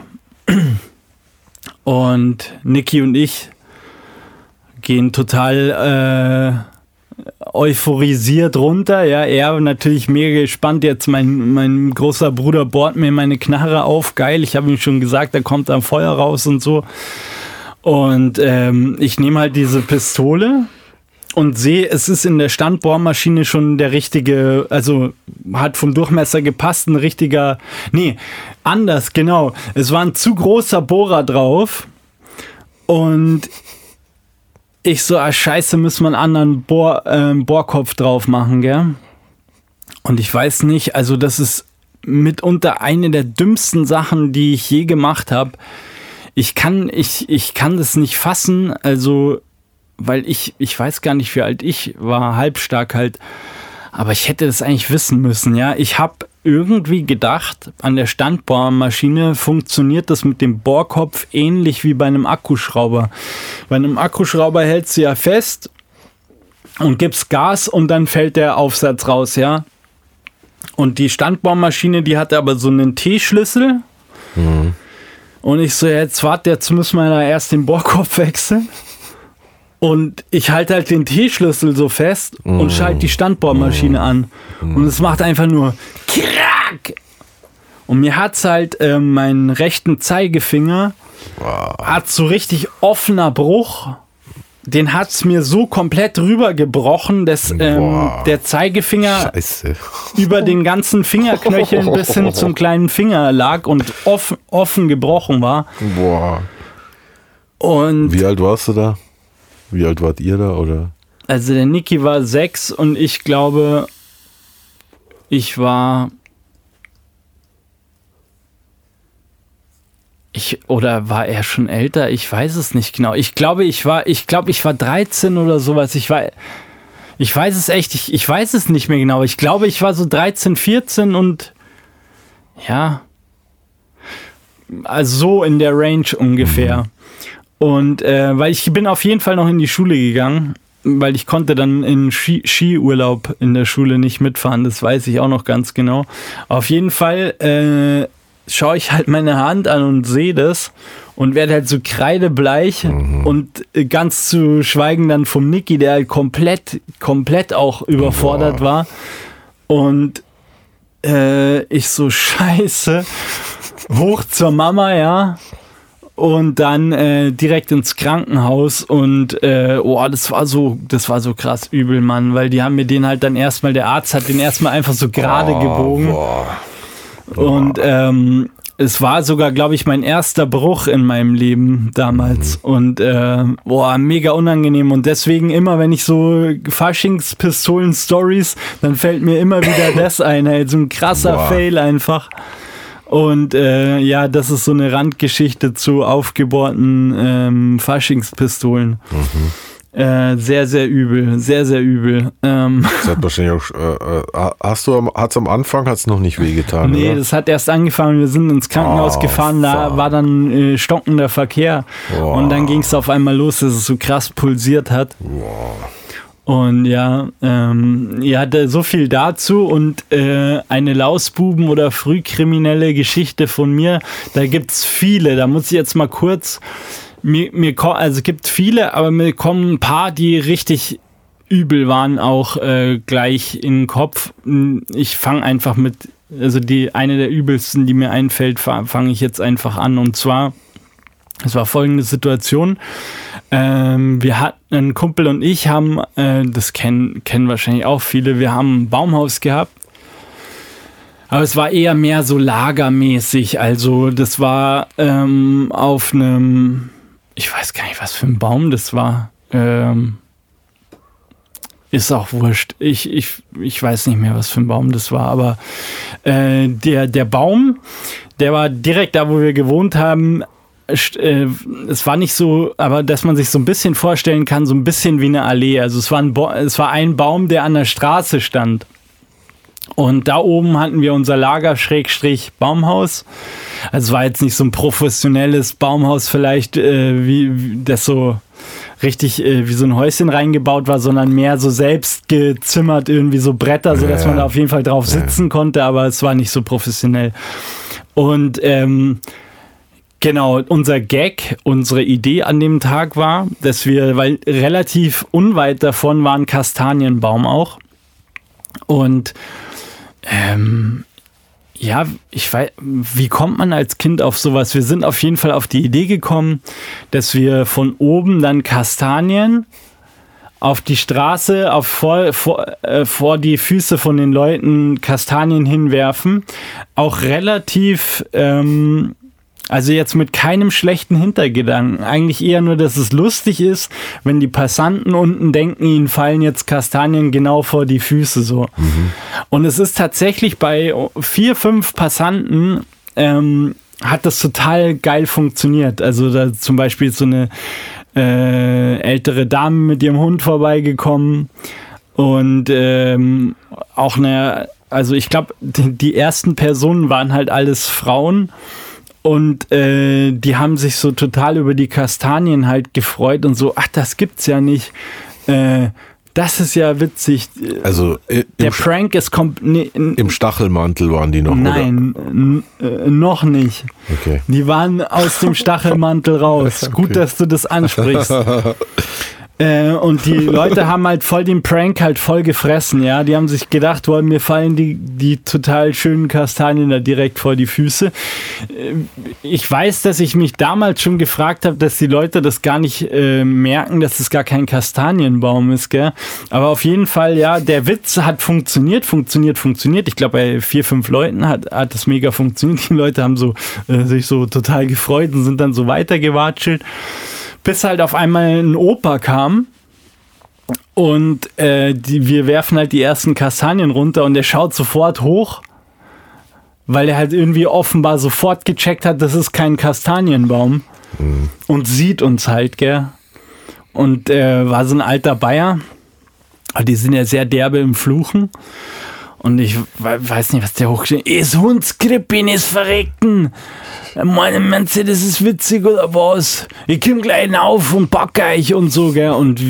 Und Niki und ich gehen total euphorisiert runter. Ja, er natürlich mega gespannt. Jetzt mein großer Bruder bohrt mir meine Knarre auf. Geil, ich habe ihm schon gesagt, da kommt am Feuer raus und so. Und ich nehme halt diese Pistole und sehe, es ist in der Standbohrmaschine schon der richtige, also hat vom Durchmesser gepasst, ein richtiger, nee, anders, genau. Es war ein zu großer Bohrer drauf und ich so, scheiße, müssen wir einen anderen Bohrkopf drauf machen, gell? Und ich weiß nicht, also das ist mitunter eine der dümmsten Sachen, die ich je gemacht habe. Ich kann das nicht fassen, also, weil ich weiß gar nicht, wie alt ich war, halbstark halt, aber ich hätte das eigentlich wissen müssen, ja. Ich habe irgendwie gedacht, an der Standbohrmaschine funktioniert das mit dem Bohrkopf ähnlich wie bei einem Akkuschrauber. Bei einem Akkuschrauber hältst du ja fest und gibst Gas und dann fällt der Aufsatz raus, ja. Und die Standbohrmaschine, die hatte aber so einen T-Schlüssel. Mhm. Und ich so, jetzt müssen wir da erst den Bohrkopf wechseln. Und ich halte halt den T-Schlüssel so fest und schalte die Standbohrmaschine an. Und es macht einfach nur Krack. Und mir hat's halt meinen rechten Zeigefinger, hat so richtig offener Bruch. Den hat's mir so komplett rübergebrochen, dass der Zeigefinger über den ganzen Fingerknöcheln bis hin zum kleinen Finger lag und offen gebrochen war. Boah. Und wie alt warst du da? Wie alt wart ihr da, oder? Also der Niki war 6 und ich glaube, oder war er schon älter? Ich weiß es nicht genau. Ich glaube, ich war 13 oder sowas. Ich weiß es echt, ich weiß es nicht mehr genau. Ich glaube, ich war so 13, 14 und ja, also so in der Range ungefähr. Und weil ich bin auf jeden Fall noch in die Schule gegangen, weil ich konnte dann in Skiurlaub in der Schule nicht mitfahren, das weiß ich auch noch ganz genau. Auf jeden Fall schaue ich halt meine Hand an und sehe das und werde halt so kreidebleich und ganz zu schweigen dann vom Niki, der halt komplett auch überfordert war. Und ich so, scheiße, hoch zur Mama, ja. Und dann direkt ins Krankenhaus und das war so krass übel, Mann, weil die haben mir den halt dann erstmal, der Arzt hat den erstmal einfach so gerade gebogen. Und es war sogar, glaube ich, mein erster Bruch in meinem Leben damals. Und mega unangenehm. Und deswegen immer, wenn ich so Faschingspistolen-Stories, dann fällt mir immer wieder das ein, halt so ein krasser Fail einfach. Und das ist so eine Randgeschichte zu aufgebohrten Faschingspistolen. Sehr, sehr übel. Sehr, sehr übel. Das hat wahrscheinlich auch, hat's am Anfang noch nicht wehgetan, nee, oder? Das hat erst angefangen, wir sind ins Krankenhaus gefahren, da war dann stockender Verkehr. Und dann ging es auf einmal los, dass es so krass pulsiert hat. Und so viel dazu und eine Lausbuben- oder frühkriminelle Geschichte von mir, da gibt's viele, da muss ich jetzt mal kurz, es gibt viele, aber mir kommen ein paar, die richtig übel waren, auch gleich in den Kopf. Ich fange einfach mit, also eine der übelsten, die mir einfällt, fange ich jetzt einfach an, und zwar, es war folgende Situation. Wir hatten, ein Kumpel und ich haben, das kennen wahrscheinlich auch viele, wir haben ein Baumhaus gehabt. Aber es war eher mehr so lagermäßig. Also das war auf einem, ich weiß gar nicht, was für ein Baum das war. Ist auch wurscht. Ich weiß nicht mehr, was für ein Baum das war. Aber der Baum, der war direkt da, wo wir gewohnt haben. Es war nicht so, aber dass man sich so ein bisschen vorstellen kann, so ein bisschen wie eine Allee. Also es war ein Baum, der an der Straße stand. Und da oben hatten wir unser Lager-Baumhaus. Also es war jetzt nicht so ein professionelles Baumhaus vielleicht, wie das so richtig wie so ein Häuschen reingebaut war, sondern mehr so selbst gezimmert, irgendwie so Bretter, sodass man da auf jeden Fall drauf sitzen konnte, aber es war nicht so professionell. Und genau, unser Gag, unsere Idee an dem Tag war, dass wir, weil relativ unweit davon war ein Kastanienbaum auch. Und ich weiß, wie kommt man als Kind auf sowas? Wir sind auf jeden Fall auf die Idee gekommen, dass wir von oben dann Kastanien auf die Straße, vor die Füße von den Leuten Kastanien hinwerfen. Auch relativ Also jetzt mit keinem schlechten Hintergedanken. Eigentlich eher nur, dass es lustig ist, wenn die Passanten unten denken, ihnen fallen jetzt Kastanien genau vor die Füße so. Und es ist tatsächlich bei 4, 5 Passanten hat das total geil funktioniert. Also da zum Beispiel so eine ältere Dame mit ihrem Hund vorbeigekommen und auch also ich glaube, die ersten Personen waren halt alles Frauen und die haben sich so total über die Kastanien halt gefreut und so, ach, das gibt's ja nicht. Das ist ja witzig. Also der Prank ist im Stachelmantel waren die noch, nein, noch nicht. Okay. Die waren aus dem Stachelmantel raus. Okay. Gut, dass du das ansprichst. Und die Leute haben halt voll den Prank halt voll gefressen, ja. Die haben sich gedacht, mir fallen die total schönen Kastanien da direkt vor die Füße. Ich weiß, dass ich mich damals schon gefragt habe, dass die Leute das gar nicht merken, dass es gar kein Kastanienbaum ist, gell. Aber auf jeden Fall, ja, der Witz hat funktioniert. Ich glaube, bei 4, 5 Leuten hat das mega funktioniert. Die Leute haben sich so total gefreut und sind dann so weitergewatschelt. Bis halt auf einmal ein Opa kam und wir werfen halt die ersten Kastanien runter und der schaut sofort hoch, weil er halt irgendwie offenbar sofort gecheckt hat, das ist kein Kastanienbaum und sieht uns halt, gell. Und war so ein alter Bayer, die sind ja sehr derbe im Fluchen. Und ich weiß nicht, was der hochgestellt hat. Ist Hundskrippin, ist verrecken. Meine Mercedes ist witzig oder was? Ich komm gleich auf und pack euch und so, gell. Und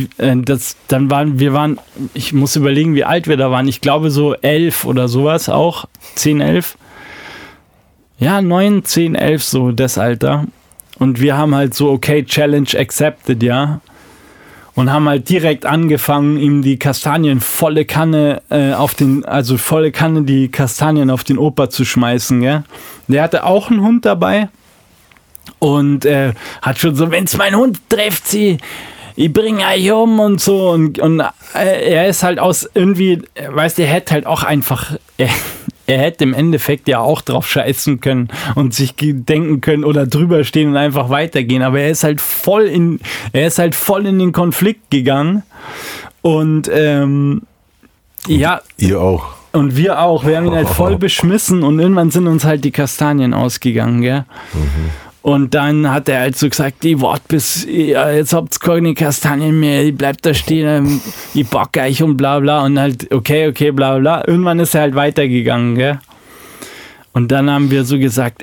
ich muss überlegen, wie alt wir da waren. Ich glaube so 11 oder sowas auch. 10, 11. Ja, 9, 10, 11, so das Alter. Und wir haben halt so, okay, Challenge accepted, ja. Und haben halt direkt angefangen, ihm die Kastanien volle Kanne die Kastanien auf den Opa zu schmeißen, gell? Der hatte auch einen Hund dabei und hat schon so, wenn's mein Hund trifft, ich bringe euch um und so und er ist halt aus irgendwie, weißt du, er hätte halt auch einfach, er hätte im Endeffekt ja auch drauf scheißen können und sich denken können oder drüber stehen und einfach weitergehen. Aber er ist halt voll in den Konflikt gegangen. Und ja. Ihr auch. Und wir auch. Wir haben ihn halt voll beschmissen und irgendwann sind uns halt die Kastanien ausgegangen, gell? Und dann hat er halt so gesagt, ich warte bis, jetzt habt ihr keine Kastanien mehr, ich bleib da stehen, ich pack euch und bla bla. Und halt, okay, bla bla. Irgendwann ist er halt weitergegangen, gell? Und dann haben wir so gesagt,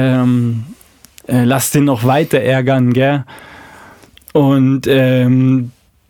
lass den noch weiter ärgern, gell? Und dann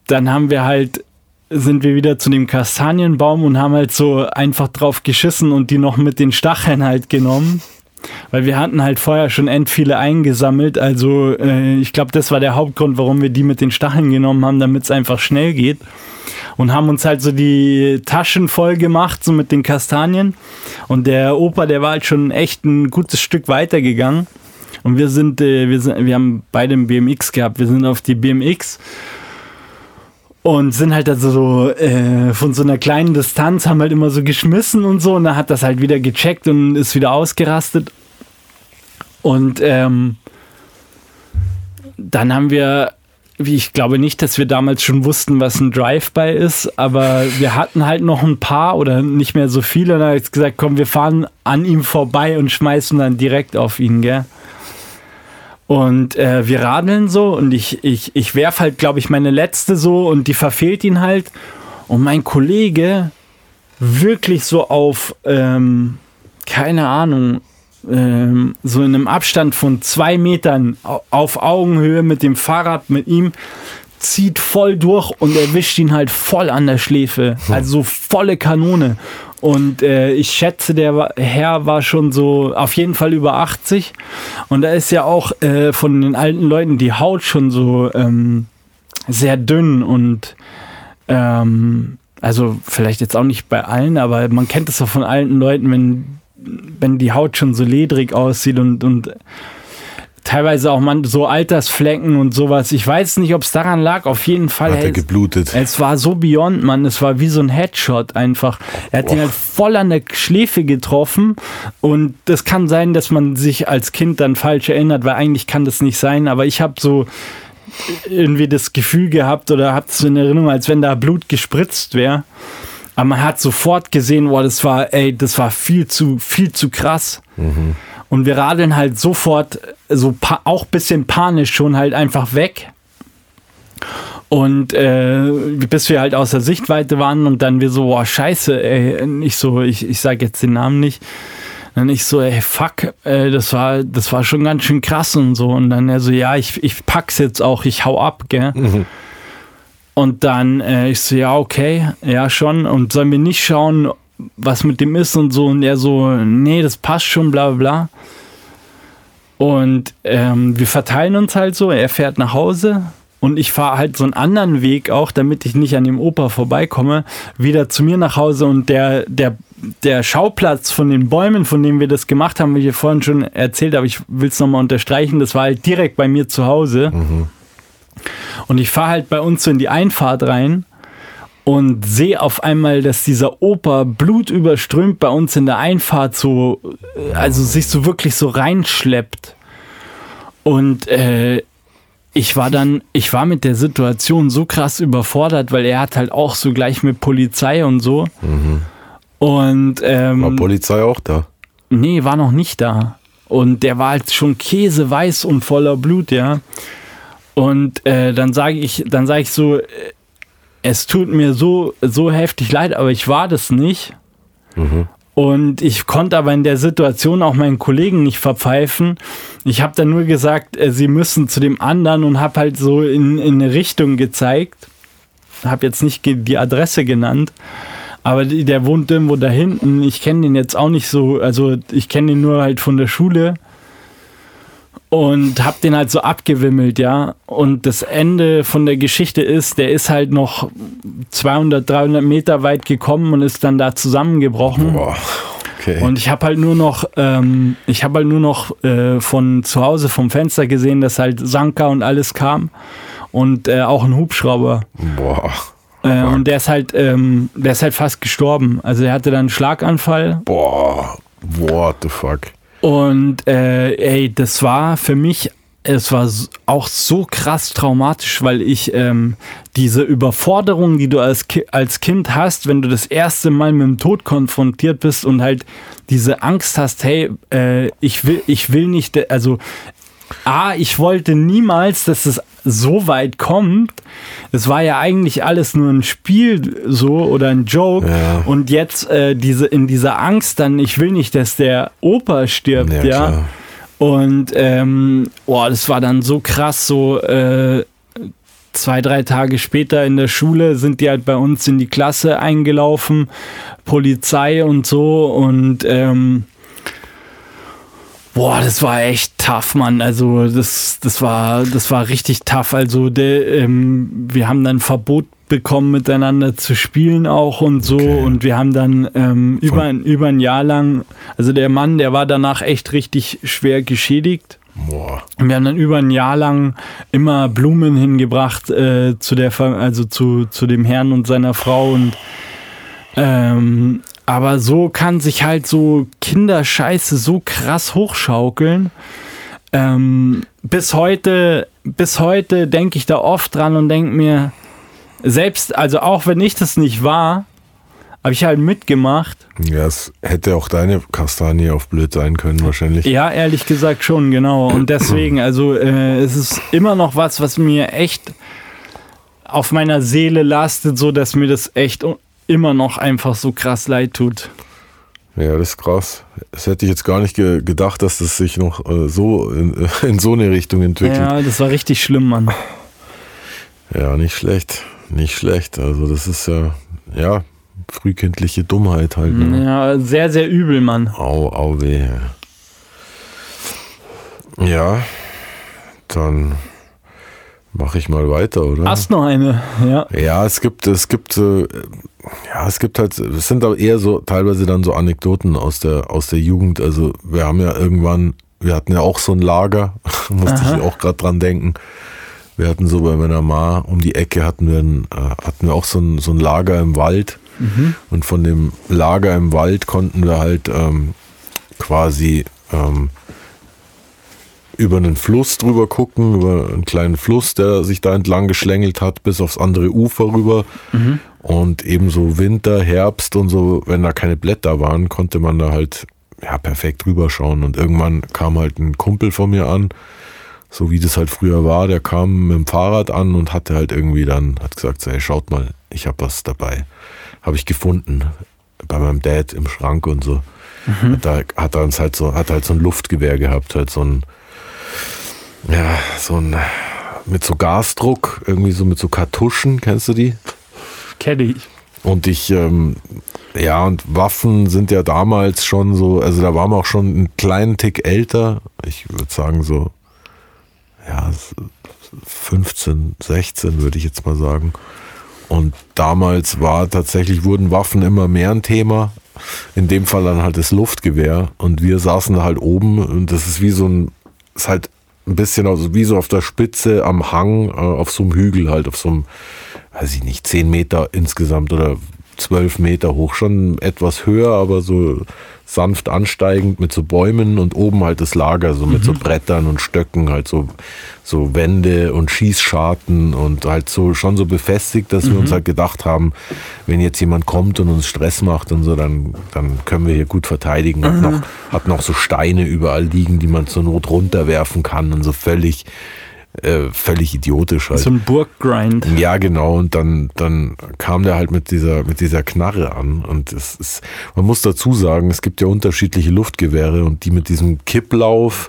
sind wir wieder zu dem Kastanienbaum und haben halt so einfach drauf geschissen und die noch mit den Stacheln halt genommen. Weil wir hatten halt vorher schon viele eingesammelt, also ich glaube, das war der Hauptgrund, warum wir die mit den Stacheln genommen haben, damit es einfach schnell geht. Und haben uns halt so die Taschen voll gemacht, so mit den Kastanien. Und der Opa, der war halt schon echt ein gutes Stück weitergegangen. Und wir haben beide einen BMX gehabt, wir sind auf die BMX und sind halt also so von so einer kleinen Distanz, haben halt immer so geschmissen und so. Und dann hat das halt wieder gecheckt und ist wieder ausgerastet. Und dann haben wir, ich glaube nicht, dass wir damals schon wussten, was ein Drive-By ist, aber wir hatten halt noch ein paar oder nicht mehr so viele. Und dann habe ich gesagt, komm, wir fahren an ihm vorbei und schmeißen dann direkt auf ihn, gell? Und wir radeln so und ich werf halt, glaube ich, meine letzte so und die verfehlt ihn halt. Und mein Kollege wirklich so auf, keine Ahnung, so in einem Abstand von 2 Metern auf Augenhöhe mit dem Fahrrad mit ihm, zieht voll durch und erwischt ihn halt voll an der Schläfe. Also volle Kanone. Und ich schätze, der Herr war schon so auf jeden Fall über 80. Und da ist ja auch von den alten Leuten die Haut schon so sehr dünn. Und also vielleicht jetzt auch nicht bei allen, aber man kennt es auch von alten Leuten, wenn die Haut schon so ledrig aussieht. Und teilweise auch so Altersflecken und sowas. Ich weiß nicht, ob es daran lag. Auf jeden Fall. Hat er geblutet. Es war so beyond, Mann. Es war wie so ein Headshot einfach. Er hat ihn halt voll an der Schläfe getroffen. Und das kann sein, dass man sich als Kind dann falsch erinnert, weil eigentlich kann das nicht sein. Aber ich habe so irgendwie das Gefühl gehabt oder habe es in Erinnerung, als wenn da Blut gespritzt wäre. Aber man hat sofort gesehen, boah, das war viel zu krass. Mhm. Und wir radeln halt sofort, so auch ein bisschen panisch schon halt einfach weg. Und bis wir halt aus der Sichtweite waren und dann wir so, boah, scheiße, ey, ich sag jetzt den Namen nicht. Dann ich so, ey, fuck, das war schon ganz schön krass und so. Und dann er so, ja, ich pack's jetzt auch, ich hau ab, gell. Mhm. Und dann ich so, ja, okay, ja schon. Und sollen wir nicht schauen, was mit dem ist und so. Und er so, nee, das passt schon, bla bla bla. Und wir verteilen uns halt so. Er fährt nach Hause und ich fahre halt so einen anderen Weg auch, damit ich nicht an dem Opa vorbeikomme, wieder zu mir nach Hause. Und der Schauplatz von den Bäumen, von dem wir das gemacht haben, wie ich vorhin schon erzählt habe, ich will es nochmal unterstreichen, das war halt direkt bei mir zu Hause. Mhm. Und ich fahre halt bei uns so in die Einfahrt rein und sehe auf einmal, dass dieser Opa blutüberströmt bei uns in der Einfahrt so, also sich so wirklich so reinschleppt. Und ich war mit der Situation so krass überfordert, weil er hat halt auch so gleich mit Polizei und so. Mhm. Und war Polizei auch da? Nee, war noch nicht da. Und der war halt schon käseweiß und voller Blut, ja. Und dann sage ich so, es tut mir so heftig leid, aber ich war das nicht. Mhm. Und ich konnte aber in der Situation auch meinen Kollegen nicht verpfeifen. Ich habe dann nur gesagt, sie müssen zu dem anderen und habe halt so in eine Richtung gezeigt. Habe jetzt nicht die Adresse genannt, aber der wohnt irgendwo da hinten. Ich kenne den jetzt auch nicht so, also ich kenne den nur halt von der Schule. Und hab den halt so abgewimmelt, ja. Und das Ende von der Geschichte ist, der ist halt noch 200, 300 Meter weit gekommen und ist dann da zusammengebrochen. Boah, okay. Und ich habe halt nur noch, von zu Hause vom Fenster gesehen, dass halt Sanka und alles kam. Und auch ein Hubschrauber. Boah. Und der ist halt fast gestorben. Also er hatte dann einen Schlaganfall. Boah, what the fuck. Und das war für mich, es war auch so krass traumatisch, weil ich diese Überforderung, die du als Kind hast, wenn du das erste Mal mit dem Tod konfrontiert bist und halt diese Angst hast, hey, ich will nicht, also ich wollte niemals, dass es so weit kommt. Es war ja eigentlich alles nur ein Spiel so oder ein Joke. Ja. Und jetzt in dieser Angst dann, ich will nicht, dass der Opa stirbt, ja. Klar. Und das war dann so krass, so 2-3 Tage später in der Schule sind die halt bei uns in die Klasse eingelaufen, Polizei und so und das war echt tough, Mann. Also das war richtig tough. Also wir haben dann Verbot bekommen, miteinander zu spielen auch und so. Okay. Und wir haben dann über ein Jahr lang, also der Mann, der war danach echt richtig schwer geschädigt. Boah. Und wir haben dann über ein Jahr lang immer Blumen hingebracht zu dem Herrn und seiner Frau und aber so kann sich halt so Kinderscheiße so krass hochschaukeln. Bis heute denke ich da oft dran und denke mir, selbst, also auch wenn ich das nicht war, habe ich halt mitgemacht. Ja, es hätte auch deine Kastanie auf blöd sein können wahrscheinlich. Ja, ehrlich gesagt schon, genau. Und deswegen, also es ist immer noch was mir echt auf meiner Seele lastet, so dass mir das echt immer noch einfach so krass leid tut. Ja, das ist krass. Das hätte ich jetzt gar nicht gedacht, dass das sich noch so in so eine Richtung entwickelt. Ja, das war richtig schlimm, Mann. Ja, nicht schlecht. Nicht schlecht. Also das ist ja frühkindliche Dummheit halt. Ne? Ja, sehr, sehr übel, Mann. Au weh. Ja, dann mache ich mal weiter, oder? Hast noch eine, ja. Ja, es gibt halt, es sind aber eher so teilweise dann so Anekdoten aus der Jugend. Also wir haben ja irgendwann wir hatten ja auch so ein Lager, musste ich auch gerade dran denken. Wir hatten so bei meiner Ma um die Ecke hatten wir auch so ein Lager im Wald. Und von dem Lager im Wald konnten wir halt quasi über einen Fluss drüber gucken, über einen kleinen Fluss, der sich da entlang geschlängelt hat, bis aufs andere Ufer rüber. Und ebenso Winter, Herbst und so, wenn da keine Blätter waren, konnte man da halt perfekt rüberschauen. Und irgendwann kam halt ein Kumpel von mir an, so wie das halt früher war, der kam mit dem Fahrrad an und hatte halt irgendwie dann, hat gesagt, so, hey, schaut mal, ich habe was dabei. Habe ich gefunden bei meinem Dad im Schrank und so. Hat halt so ein Luftgewehr gehabt, halt so ein mit so Gasdruck, irgendwie so mit so Kartuschen, kennst du die? Kenne ich. Und und Waffen sind ja damals schon so, also da waren wir auch schon einen kleinen Tick älter. Ich würde sagen so, 15, 16 würde ich jetzt mal sagen. Und damals wurden Waffen immer mehr ein Thema. In dem Fall dann halt das Luftgewehr. Und wir saßen da halt oben und das ist ist halt ein bisschen wie so auf der Spitze am Hang, auf so einem Hügel halt, auf so einem, weiß ich nicht, 10 Meter insgesamt oder 12 Meter hoch, schon etwas höher, aber so sanft ansteigend mit so Bäumen und oben halt das Lager, so mit so Brettern und Stöcken, halt so Wände und Schießscharten und halt so schon so befestigt, dass wir uns halt gedacht haben, wenn jetzt jemand kommt und uns Stress macht und so, dann können wir hier gut verteidigen. Hat noch so Steine überall liegen, die man zur Not runterwerfen kann und so völlig idiotisch halt. So ein Burggrind. Ja, genau. Und dann kam der halt mit dieser Knarre an. Und man muss dazu sagen, es gibt ja unterschiedliche Luftgewehre und die mit diesem Kipplauf.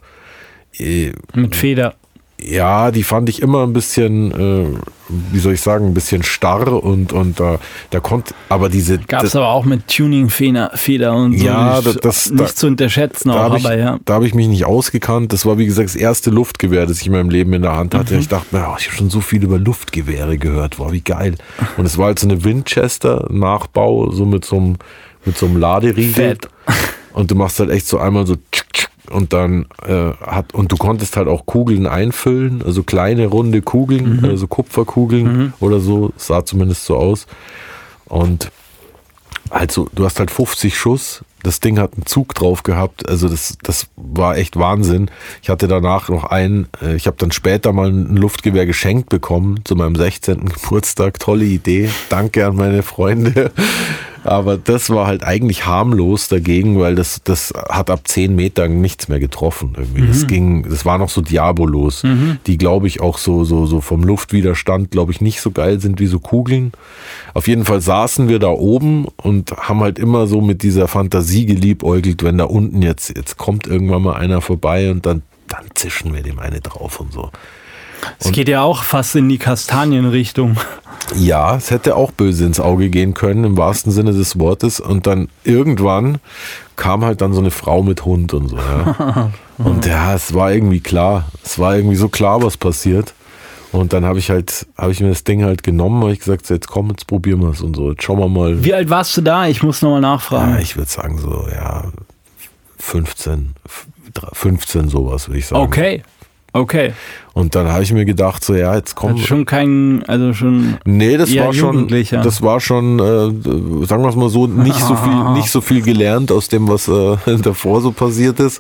Mit Feder. Ja, die fand ich immer ein bisschen, ein bisschen starr und da konnte, aber Gab's aber auch mit Tuning-Feder und so. Ja, nicht zu unterschätzen auch, Da habe ich mich nicht ausgekannt. Das war, wie gesagt, das erste Luftgewehr, das ich in meinem Leben in der Hand hatte. Ich dachte mir, ich habe schon so viel über Luftgewehre gehört. Wow, wie geil. Und es war halt so eine Winchester-Nachbau, so mit so einem Laderiegel. Fett. Und du machst halt echt so einmal so und dann und du konntest halt auch Kugeln einfüllen, also kleine runde Kugeln, also Kupferkugeln oder so, sah zumindest so aus. Und also du hast halt 50 Schuss, das Ding hat einen Zug drauf gehabt, also das war echt Wahnsinn. Ich hatte danach noch ich habe dann später mal ein Luftgewehr geschenkt bekommen zu meinem 16. Geburtstag, tolle Idee, danke an meine Freunde. Aber das war halt eigentlich harmlos dagegen, weil das hat ab 10 Metern nichts mehr getroffen irgendwie. Das war noch so Diabolos, die glaube ich auch so vom Luftwiderstand, glaube ich, nicht so geil sind wie so Kugeln. Auf jeden Fall saßen wir da oben und haben halt immer so mit dieser Fantasie geliebäugelt, wenn da unten jetzt kommt irgendwann mal einer vorbei und dann zischen wir dem eine drauf und so. Es geht ja auch fast in die Kastanienrichtung. Ja, es hätte auch böse ins Auge gehen können, im wahrsten Sinne des Wortes. Und dann irgendwann kam halt dann so eine Frau mit Hund und so. Ja. Und es war irgendwie klar. Es war irgendwie so klar, was passiert. Und dann habe ich mir das Ding halt genommen, habe ich gesagt, jetzt komm, jetzt probieren wir es und so. Jetzt schauen wir mal. Wie alt warst du da? Ich muss nochmal nachfragen. Ja, ich würde sagen so, 15 sowas, würde ich sagen. Okay. Und dann habe ich mir gedacht, so jetzt komm. Nee, das war schon, sagen wir es mal so, nicht so viel gelernt aus dem, was davor so passiert ist.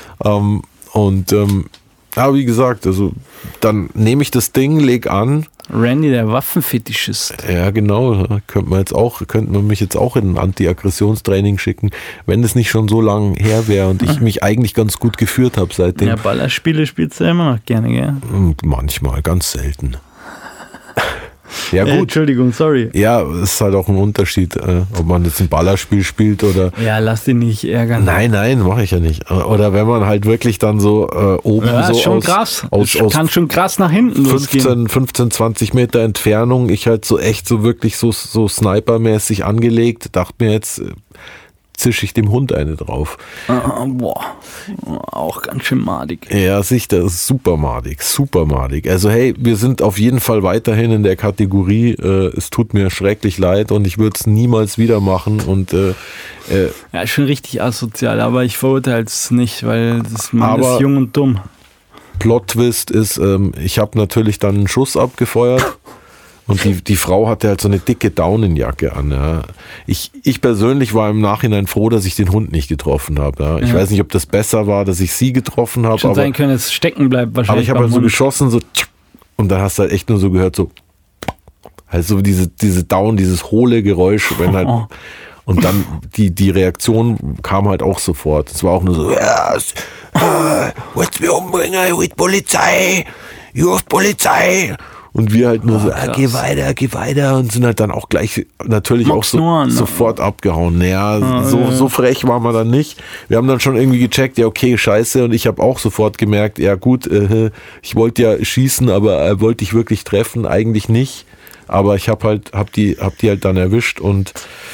Aber wie gesagt, also dann nehme ich das Ding, leg an. Randy, der Waffenfetischist. Ja, genau. Könnte man mich jetzt auch in ein Anti-Aggressionstraining schicken, wenn es nicht schon so lange her wäre und ich mich eigentlich ganz gut geführt habe seitdem. Ja, Ballerspiele spielst du immer noch gerne, gell? Manchmal, ganz selten. Ja, gut. Entschuldigung, sorry. Ja, es ist halt auch ein Unterschied, ob man jetzt ein Ballerspiel spielt oder. Ja, lass dich nicht ärgern. Nein, mache ich ja nicht. Oder wenn man halt wirklich dann so oben so schon krass. Kann schon krass nach hinten losgehen. 15, 20 Meter Entfernung, ich halt so echt so wirklich so snipermäßig angelegt, dachte mir jetzt, zische ich dem Hund eine drauf. Boah, auch ganz schön madig. Ja, sicher, das ist super madig. Also hey, wir sind auf jeden Fall weiterhin in der Kategorie, es tut mir schrecklich leid und ich würde es niemals wieder machen. Und ja, schon richtig asozial, aber ich verurteile es nicht, weil man ist jung und dumm. Plot-Twist ist, ich habe natürlich dann einen Schuss abgefeuert. Und die Frau hatte halt so eine dicke Daunenjacke an. Ja. Ich persönlich war im Nachhinein froh, dass ich den Hund nicht getroffen habe. Ja. Ich weiß nicht, ob das besser war, dass ich sie getroffen habe. Schon sein können, dass es stecken bleibt wahrscheinlich. Aber ich habe halt so geschossen, so und dann hast du halt echt nur so gehört, so halt so diese dieses hohle Geräusch, wenn halt und dann die Reaktion kam halt auch sofort. Es war auch nur so, willst du mich umbringen, mit Polizei, Polizei. Und wir halt nur geh weiter und sind halt dann auch gleich natürlich auch sofort abgehauen. Naja, so frech waren wir dann nicht. Wir haben dann schon irgendwie gecheckt, ja okay, scheiße. Und ich habe auch sofort gemerkt, ja gut, ich wollte ja schießen, aber wollte ich wirklich treffen? Eigentlich nicht. Aber ich hab die halt dann erwischt und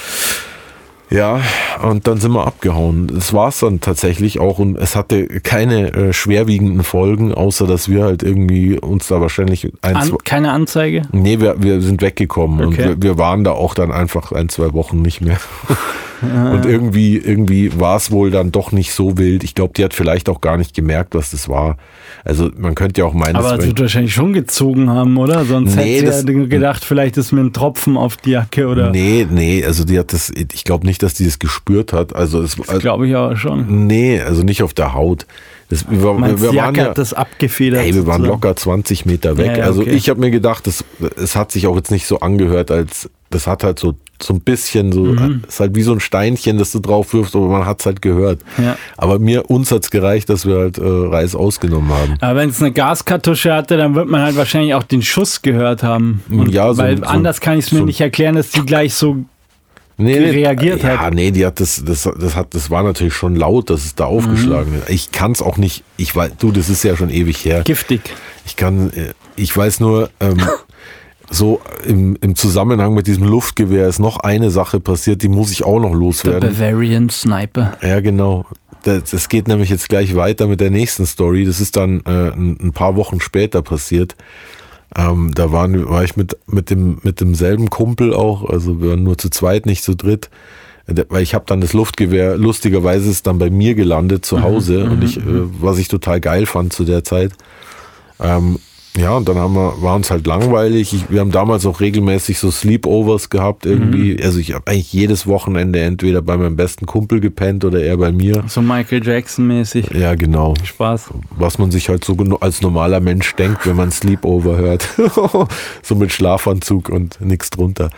ja, und dann sind wir abgehauen. Das war's dann tatsächlich auch und es hatte keine schwerwiegenden Folgen, außer dass wir halt irgendwie uns da wahrscheinlich keine Anzeige? Nee, wir sind weggekommen und wir waren da auch dann einfach 1-2 Wochen nicht mehr. Und irgendwie war es wohl dann doch nicht so wild. Ich glaube, die hat vielleicht auch gar nicht gemerkt, was das war. Also man könnte ja auch meinen... Aber es wird wahrscheinlich schon gezogen haben, oder? Sonst hätte sie ja gedacht, vielleicht ist mir ein Tropfen auf die Jacke, oder? Nee, also die hat das... Ich glaube nicht, dass die das gespürt hat. Also das glaube ich aber schon. Nee, also nicht auf der Haut. Die Jacke hat das abgefedert. Ey, wir waren locker 20 Meter weg. Ja, also ich habe mir gedacht, es hat sich auch jetzt nicht so angehört, als... Das hat halt so ein bisschen so, ist halt wie so ein Steinchen, das du drauf wirfst, aber man hat es halt gehört. Ja. Aber uns hat es gereicht, dass wir halt Reis ausgenommen haben. Aber wenn es eine Gaskartusche hatte, dann wird man halt wahrscheinlich auch den Schuss gehört haben. Und weil anders kann ich es mir nicht erklären, dass die gleich so reagiert hat. Ja, nee, die hat das war natürlich schon laut, dass es da aufgeschlagen ist. Ich kann es auch nicht, das ist ja schon ewig her. Giftig. Ich weiß nur, so im Zusammenhang mit diesem Luftgewehr ist noch eine Sache passiert, die muss ich auch noch loswerden. The Bavarian Sniper. Ja, genau. Das geht nämlich jetzt gleich weiter mit der nächsten Story. Das ist dann ein paar Wochen später passiert. Da war ich mit demselben Kumpel auch, also wir waren nur zu zweit, nicht zu dritt. Weil ich habe dann das Luftgewehr, lustigerweise ist dann bei mir gelandet zu Hause und was ich total geil fand zu der Zeit. Ja, und dann war uns halt langweilig. Wir haben damals auch regelmäßig so Sleepovers gehabt irgendwie. Also ich habe eigentlich jedes Wochenende entweder bei meinem besten Kumpel gepennt oder er bei mir. So Michael Jackson mäßig. Ja, genau. Spaß. Was man sich halt so als normaler Mensch denkt, wenn man Sleepover hört. So mit Schlafanzug und nichts drunter.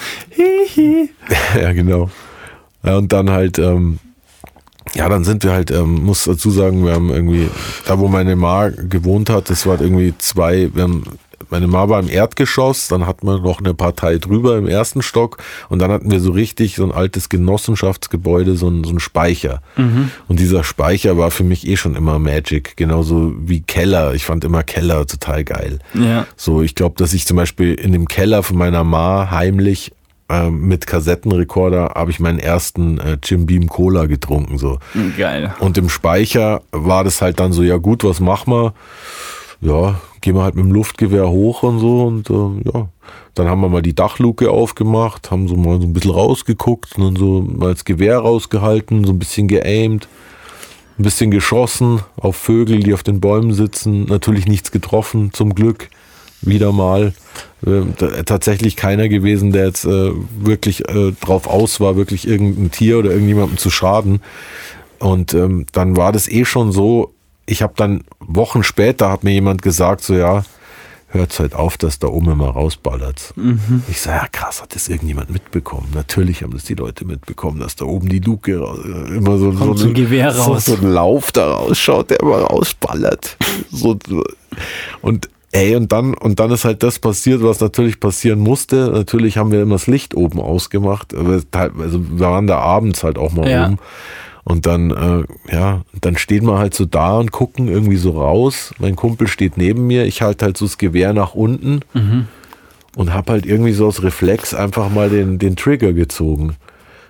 Ja, genau. Ja, und dann halt... dann sind wir halt, muss dazu sagen, wir haben irgendwie, da wo meine Ma gewohnt hat, das war halt irgendwie meine Ma war im Erdgeschoss, dann hatten wir noch eine Partei drüber im ersten Stock und dann hatten wir so richtig so ein altes Genossenschaftsgebäude, so ein Speicher. Und dieser Speicher war für mich schon immer Magic, genauso wie Keller. Ich fand immer Keller total geil. Ja. So, ich glaube, dass ich zum Beispiel in dem Keller von meiner Ma heimlich mit Kassettenrekorder habe ich meinen ersten Jim Beam Cola getrunken. So. Geil. Und im Speicher war das halt dann so, ja gut, was machen wir? Ja, gehen wir halt mit dem Luftgewehr hoch und so. Und dann haben wir mal die Dachluke aufgemacht, haben so mal so ein bisschen rausgeguckt und dann so mal das Gewehr rausgehalten, so ein bisschen geaimt, ein bisschen geschossen auf Vögel, die auf den Bäumen sitzen. Natürlich nichts getroffen, zum Glück. Wieder mal. Tatsächlich keiner gewesen, der jetzt wirklich drauf aus war, wirklich irgendein Tier oder irgendjemandem zu schaden. Und dann war das schon so, ich habe dann Wochen später, hat mir jemand gesagt, so ja, hört halt auf, dass da oben immer rausballert. Ich sage, ja krass, hat das irgendjemand mitbekommen? Natürlich haben das die Leute mitbekommen, dass da oben die Luke immer so ein Gewehr raus. So ein Lauf da rausschaut, der immer rausballert. Und dann ist halt das passiert, was natürlich passieren musste. Natürlich haben wir immer das Licht oben ausgemacht. Also wir waren da abends halt auch mal oben. Und dann, dann stehen wir halt so da und gucken irgendwie so raus. Mein Kumpel steht neben mir. Ich halte halt so das Gewehr nach unten und habe halt irgendwie so aus Reflex einfach mal den Trigger gezogen.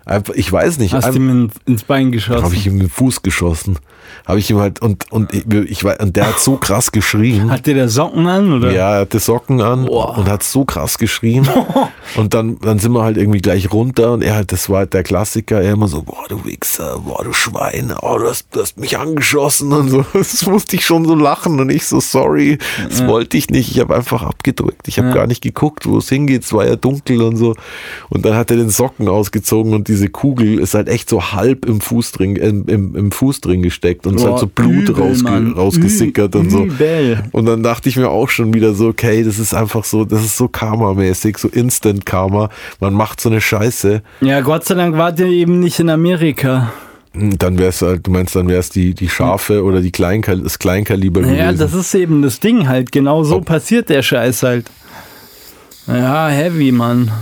Einfach, ich weiß nicht. Hast du ihm ins Bein geschossen? Habe ich ihm in den Fuß geschossen. Habe ich ihm halt, und der hat so krass geschrien. Hat der Socken an, oder? Ja, er hatte Socken an und hat so krass geschrien. Und dann sind wir halt irgendwie gleich runter und er halt, das war halt der Klassiker, er immer so, boah, du Wichser, boah, du Schwein, oh, du hast mich angeschossen und so. Das musste ich schon so lachen und ich so, sorry, das wollte ich nicht. Ich habe einfach abgedrückt. Ich habe gar nicht geguckt, wo es hingeht. Es war ja dunkel und so. Und dann hat er den Socken ausgezogen und diese Kugel ist halt echt so halb im Fuß drin gesteckt und es hat so Blut rausgesickert und so. Und dann dachte ich mir auch schon wieder so, okay, das ist einfach so, das ist so Karma-mäßig, so Instant-Karma. Man macht so eine Scheiße. Ja, Gott sei Dank wart ihr eben nicht in Amerika. Dann wär's halt, du meinst, dann wär's die Scharfe oder das Kleinkaliber gewesen. Ja, das ist eben das Ding halt. Genau so passiert der Scheiß halt. Ja, heavy, Mann.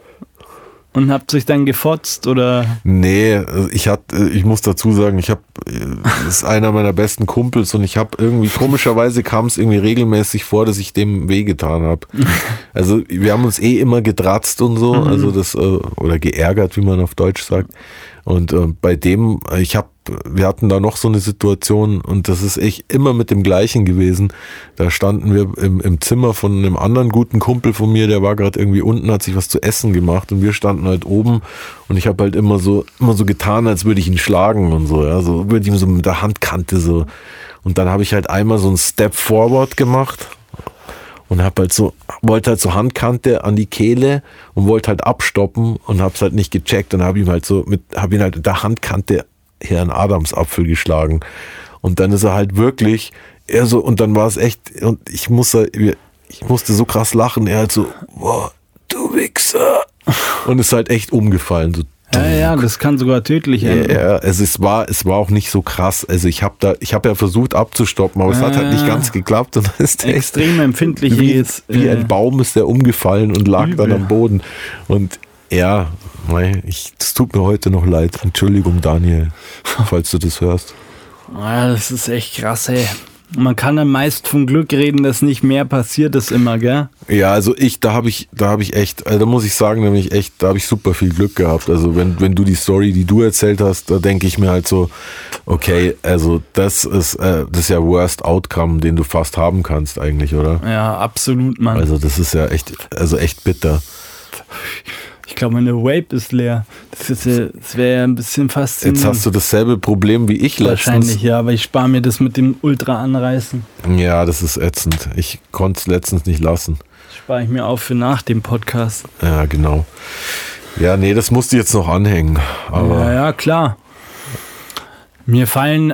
Und habt euch dann gefotzt, oder? Nee, ich muss dazu sagen, das ist einer meiner besten Kumpels und ich habe irgendwie, komischerweise kam es irgendwie regelmäßig vor, dass ich dem wehgetan habe. Also wir haben uns immer gedratzt und so, also das, oder geärgert, wie man auf Deutsch sagt. Und bei dem, wir hatten da noch so eine Situation und das ist echt immer mit dem Gleichen gewesen. Da standen wir im Zimmer von einem anderen guten Kumpel von mir, der war gerade irgendwie unten, hat sich was zu essen gemacht und wir standen halt oben und ich habe halt immer so getan, als würde ich ihn schlagen und so, ja, so würde ich ihm so mit der Handkante so. Und dann habe ich halt einmal so einen Step Forward gemacht und wollte halt so Handkante an die Kehle und wollte halt abstoppen und hab's halt nicht gecheckt und habe ihn halt mit der Handkante hier einen Adamsapfel geschlagen. Und dann ist er halt wirklich, und dann war es echt, und ich musste so krass lachen, er halt so, boah, du Wichser. Und ist halt echt umgefallen, so. Ja, das kann sogar tödlich enden. Ja, es war auch nicht so krass. Also ich habe ja versucht abzustoppen, aber es hat halt nicht ganz geklappt. Und dann ist extrem empfindlich. Wie ein Baum ist der umgefallen und lag dann am Boden. Und ja, es tut mir heute noch leid. Entschuldigung, Daniel, falls du das hörst. Ja, das ist echt krass, ey. Man kann dann meist von Glück reden, dass nicht mehr passiert ist immer, gell? Ja, also da habe ich echt, da muss ich sagen, da habe ich super viel Glück gehabt. Also wenn du die Story, die du erzählt hast, da denke ich mir halt so, okay, also das ist ja Worst Outcome, den du fast haben kannst eigentlich, oder? Ja, absolut, Mann. Also das ist ja echt bitter. Ich glaube, meine Vape ist leer. Das wäre ja ein bisschen faszinierend. Jetzt hast du dasselbe Problem wie ich letztens. Wahrscheinlich, ja, aber ich spare mir das mit dem Ultra-Anreißen. Ja, das ist ätzend. Ich konnte es letztens nicht lassen. Das spare ich mir auf für nach dem Podcast. Ja, genau. Ja, nee, das musst du jetzt noch anhängen. Aber ja, klar. Mir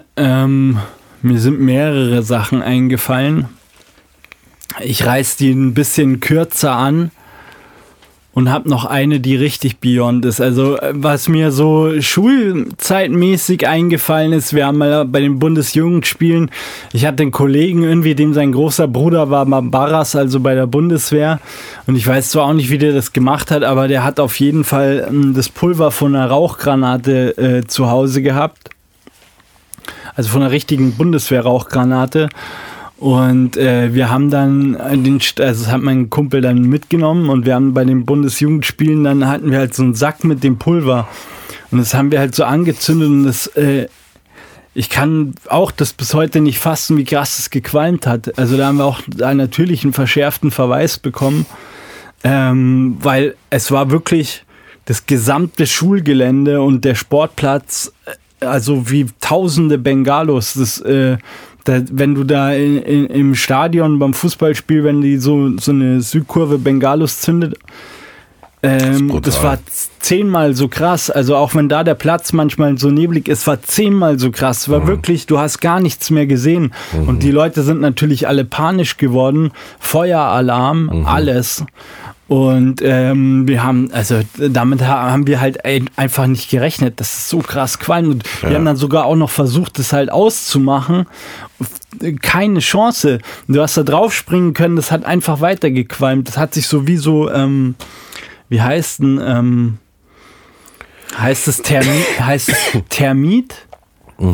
sind mehrere Sachen eingefallen. Ich reiß die ein bisschen kürzer an. Und habe noch eine, die richtig beyond ist. Also was mir so schulzeitmäßig eingefallen ist, wir haben mal bei den Bundesjugendspielen, ich hatte einen Kollegen irgendwie, dem sein großer Bruder war Barras, also bei der Bundeswehr. Und ich weiß zwar auch nicht, wie der das gemacht hat, aber der hat auf jeden Fall das Pulver von einer Rauchgranate zu Hause gehabt. Also von einer richtigen Bundeswehr-Rauchgranate. Und wir haben dann das hat mein Kumpel dann mitgenommen und wir haben bei den Bundesjugendspielen, dann hatten wir halt so einen Sack mit dem Pulver und das haben wir halt so angezündet und ich kann auch das bis heute nicht fassen, wie krass es gequalmt hat. Also da haben wir auch natürlich einen verschärften Verweis bekommen, weil es war wirklich das gesamte Schulgelände und der Sportplatz, also wie tausende Bengalos, wenn du da im Stadion beim Fußballspiel, wenn die so eine Südkurve Bengalos zündet, das war 10-mal so krass. Also auch wenn da der Platz manchmal so neblig ist, war 10-mal so krass. Es war wirklich, du hast gar nichts mehr gesehen. Und die Leute sind natürlich alle panisch geworden. Feueralarm, alles. Und damit haben wir halt einfach nicht gerechnet. Das ist so krass qualmt. Und wir haben dann sogar auch noch versucht, das halt auszumachen. Keine Chance. Du hast da drauf springen können, das hat einfach weitergequalmt. Das hat sich sowieso, wie heißt denn, heißt es Termit?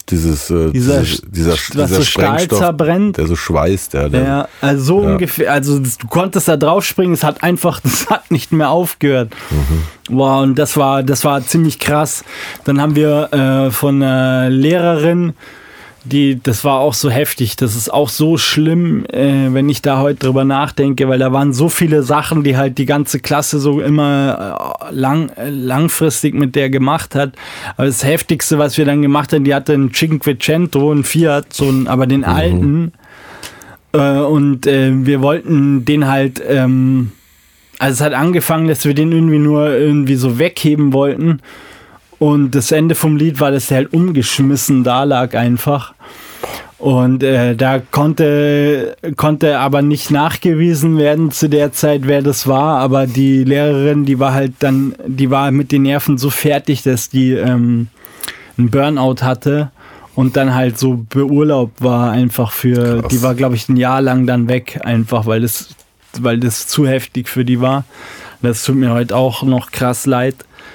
dieser so Stahl zerbrennt. Der so schweißt. Ja, also so ungefähr, also du konntest da drauf springen, das hat nicht mehr aufgehört. Wow, und das war ziemlich krass. Dann haben wir von einer Lehrerin, das war auch so heftig, das ist auch so schlimm, wenn ich da heute drüber nachdenke, weil da waren so viele Sachen, die halt die ganze Klasse so immer langfristig mit der gemacht hat. Aber das Heftigste, was wir dann gemacht haben, die hatte einen Cinquecento, einen Fiat, aber den alten. Und wir wollten den halt, also es hat angefangen, dass wir den irgendwie so wegheben wollten. Und das Ende vom Lied war, dass der halt umgeschmissen da lag einfach. Und da konnte aber nicht nachgewiesen werden zu der Zeit, wer das war. Aber die Lehrerin, die war mit den Nerven so fertig, dass die einen Burnout hatte und dann halt so beurlaubt war einfach die war, glaube ich, ein Jahr lang dann weg einfach, weil das zu heftig für die war. Das tut mir heute auch noch krass leid.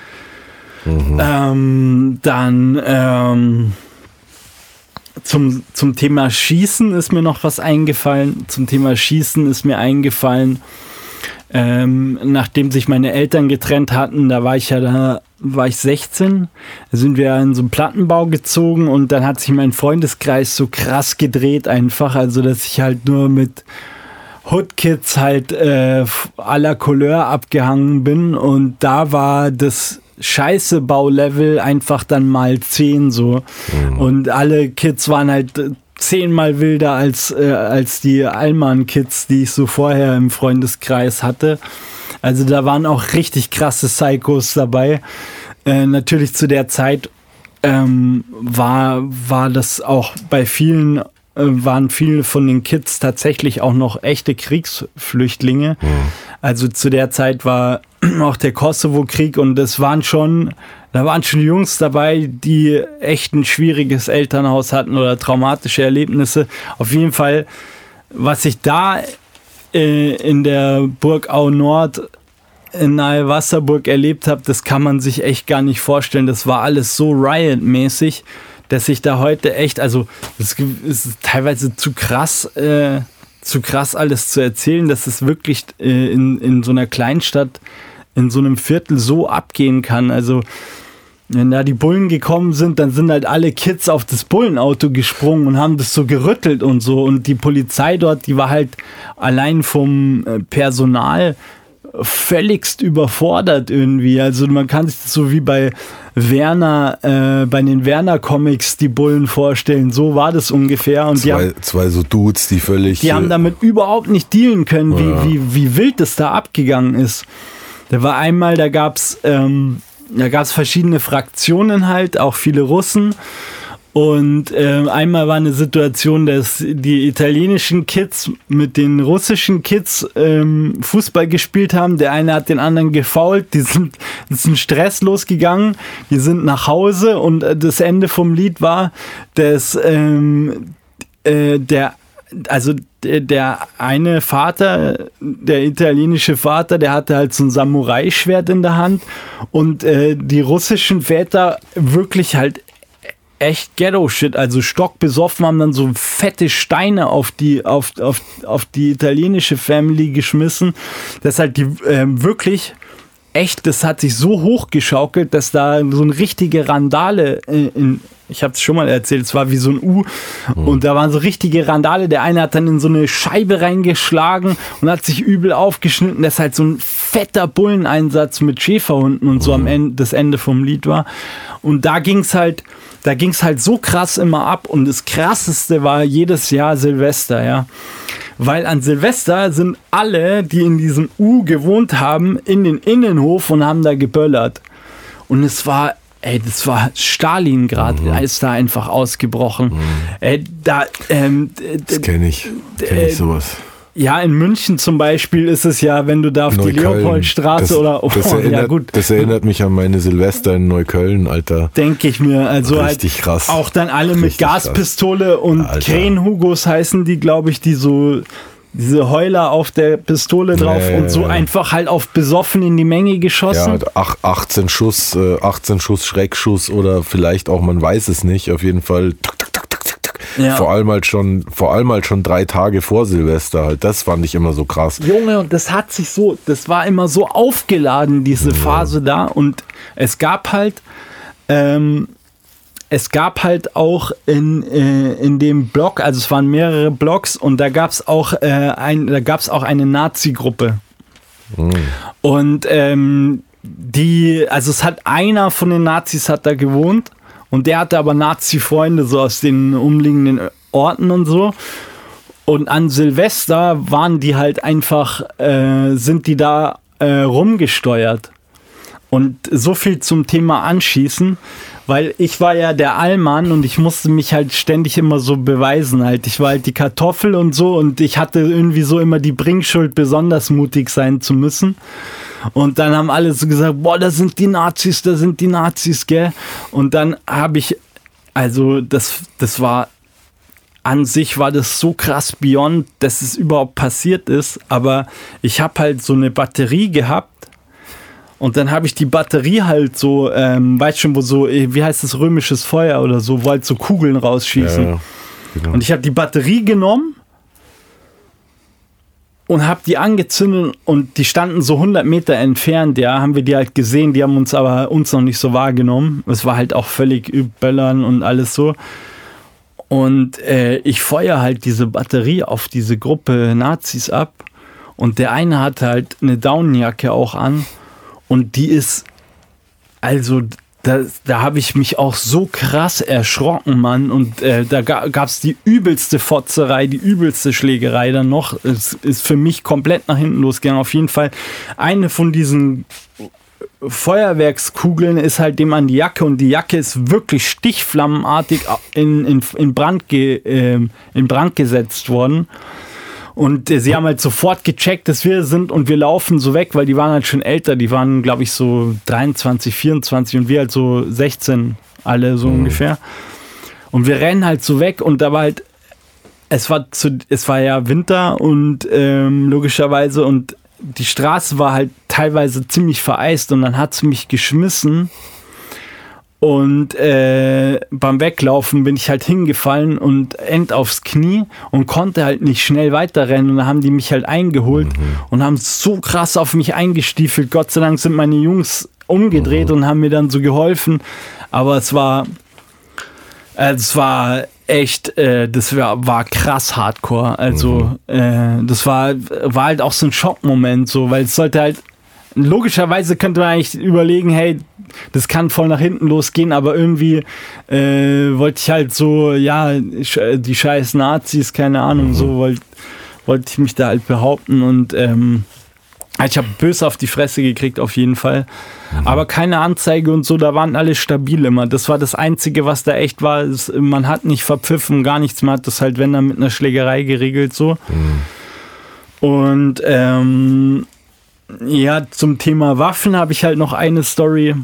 Dann zum Thema Schießen ist mir noch was eingefallen. Nachdem sich meine Eltern getrennt hatten, da war ich 16, da sind wir in so einen Plattenbau gezogen und dann hat sich mein Freundeskreis so krass gedreht einfach, also dass ich halt nur mit Hoodkids halt à la Couleur abgehangen bin und da war das scheiße Baulevel einfach dann mal 10 so. Und alle Kids waren halt 10-mal wilder als die Allmann-Kids, die ich so vorher im Freundeskreis hatte. Also da waren auch richtig krasse Psychos dabei. Natürlich zu der Zeit war das auch bei vielen, waren viele von den Kids tatsächlich auch noch echte Kriegsflüchtlinge. Also zu der Zeit war auch der Kosovo-Krieg und da waren schon Jungs dabei, die echt ein schwieriges Elternhaus hatten oder traumatische Erlebnisse. Auf jeden Fall, was ich da in der Burg Au-Nord nahe Wasserburg erlebt habe, das kann man sich echt gar nicht vorstellen. Das war alles so Riot-mäßig, dass ich da heute echt, also es ist teilweise zu krass alles zu erzählen, dass es wirklich in so einer Kleinstadt, in so einem Viertel so abgehen kann. Also wenn da die Bullen gekommen sind, dann sind halt alle Kids auf das Bullenauto gesprungen und haben das so gerüttelt und so. Und die Polizei dort, die war halt allein vom Personal völligst überfordert irgendwie. Also man kann sich das so wie bei bei den Werner-Comics die Bullen vorstellen. So war das ungefähr. Und zwei so Dudes, die haben damit überhaupt nicht dealen können, wie wild das da abgegangen ist. Da gab es verschiedene Fraktionen halt, auch viele Russen. Und einmal war eine Situation, dass die italienischen Kids mit den russischen Kids Fußball gespielt haben. Der eine hat den anderen gefoult. Es ist ein Stress losgegangen. Die sind nach Hause und das Ende vom Lied war, dass der eine Vater, der italienische Vater, der hatte halt so ein Samurai-Schwert in der Hand und die russischen Väter wirklich halt echt Ghetto-Shit, also stockbesoffen, haben dann so fette Steine auf die italienische Family geschmissen, dass halt die wirklich echt, das hat sich so hochgeschaukelt, dass da so eine richtige Randale ich habe es schon mal erzählt, es war wie so ein U und da waren so richtige Randale, der eine hat dann in so eine Scheibe reingeschlagen und hat sich übel aufgeschnitten, dass halt so ein fetter Bulleneinsatz mit Schäferhunden und so am Ende, das Ende vom Lied war und da ging's halt so krass immer ab und das Krasseste war jedes Jahr Silvester, ja. Weil an Silvester sind alle, die in diesem U gewohnt haben, in den Innenhof und haben da geböllert. Und das war Stalingrad, ist da einfach ausgebrochen. Das kenne ich sowas. Ja, in München zum Beispiel ist es ja, wenn du da auf Neukölln, die Leopoldstraße das erinnert mich an meine Silvester in Neukölln, Alter. Denke ich mir. Also richtig halt krass. Auch dann alle mit Gaspistole und Krähenhugos heißen die, glaube ich, die so diese Heuler auf der Pistole drauf und so einfach halt auf besoffen in die Menge geschossen. Ja, 18 Schuss Schreckschuss oder vielleicht auch, man weiß es nicht, auf jeden Fall ja. Vor allem halt schon 3 Tage vor Silvester halt, das fand ich immer so krass. Junge, und das war immer so aufgeladen, diese Phase da, und es gab halt auch in dem Block, also es waren mehrere Blocks, und da gab es auch eine Nazi-Gruppe. Und es hat einer von den Nazis hat da gewohnt, und der hatte aber Nazi-Freunde so aus den umliegenden Orten und so. Und an Silvester waren die halt einfach, sind die da rumgesteuert. Und so viel zum Thema Anschießen, weil ich war ja der Allmann und ich musste mich halt ständig immer so beweisen halt. Ich war halt die Kartoffel und so, und ich hatte irgendwie so immer die Bringschuld, besonders mutig sein zu müssen. Und dann haben alle so gesagt, boah, da sind die Nazis, gell? Und dann habe ich, also das war, an sich war das so krass beyond, dass es überhaupt passiert ist, aber ich habe halt so eine Batterie gehabt, und dann habe ich die Batterie halt so, weißt schon, wo so, wie heißt das, römisches Feuer oder so, wo halt so Kugeln rausschießen. Ja, genau. Und ich habe die Batterie genommen und habe die angezündet, und die standen so 100 Meter entfernt, ja, haben wir die halt gesehen, die haben uns noch nicht so wahrgenommen. Es war halt auch völlig Böllern und alles so. Und ich feuere halt diese Batterie auf diese Gruppe Nazis ab, und der eine hatte halt eine Daunenjacke auch an, und die ist, also da habe ich mich auch so krass erschrocken, Mann. Und da gab es die übelste Fotzerei, die übelste Schlägerei dann noch. Es ist für mich komplett nach hinten losgegangen. Auf jeden Fall, eine von diesen Feuerwerkskugeln ist halt dem an die Jacke, und die Jacke ist wirklich stichflammenartig in Brand gesetzt worden. Und sie haben halt sofort gecheckt, dass wir sind, und wir laufen so weg, weil die waren halt schon älter. Die waren, glaube ich, so 23, 24 und wir halt so 16, alle so ungefähr. Und wir rennen halt so weg, und da war halt, es war ja Winter, und logischerweise, und die Straße war halt teilweise ziemlich vereist, und dann hat sie mich geschmissen. Und beim Weglaufen bin ich halt hingefallen und aufs Knie und konnte halt nicht schnell weiterrennen. Und dann haben die mich halt eingeholt und haben so krass auf mich eingestiefelt. Gott sei Dank sind meine Jungs umgedreht und haben mir dann so geholfen. Aber es war echt, war krass hardcore. Also das war halt auch so ein Schockmoment, so, weil es sollte halt, logischerweise könnte man eigentlich überlegen, hey, das kann voll nach hinten losgehen, aber irgendwie wollte ich halt so, ja, die scheiß Nazis, keine Ahnung, so wollte ich mich da halt behaupten, und ich habe böse auf die Fresse gekriegt, auf jeden Fall. Aber keine Anzeige und so, da waren alle stabil immer. Das war das Einzige, was da echt war. Man hat nicht verpfiffen, gar nichts. Man hat das halt, wenn dann, mit einer Schlägerei geregelt, so. Und ja, zum Thema Waffen habe ich halt noch eine Story.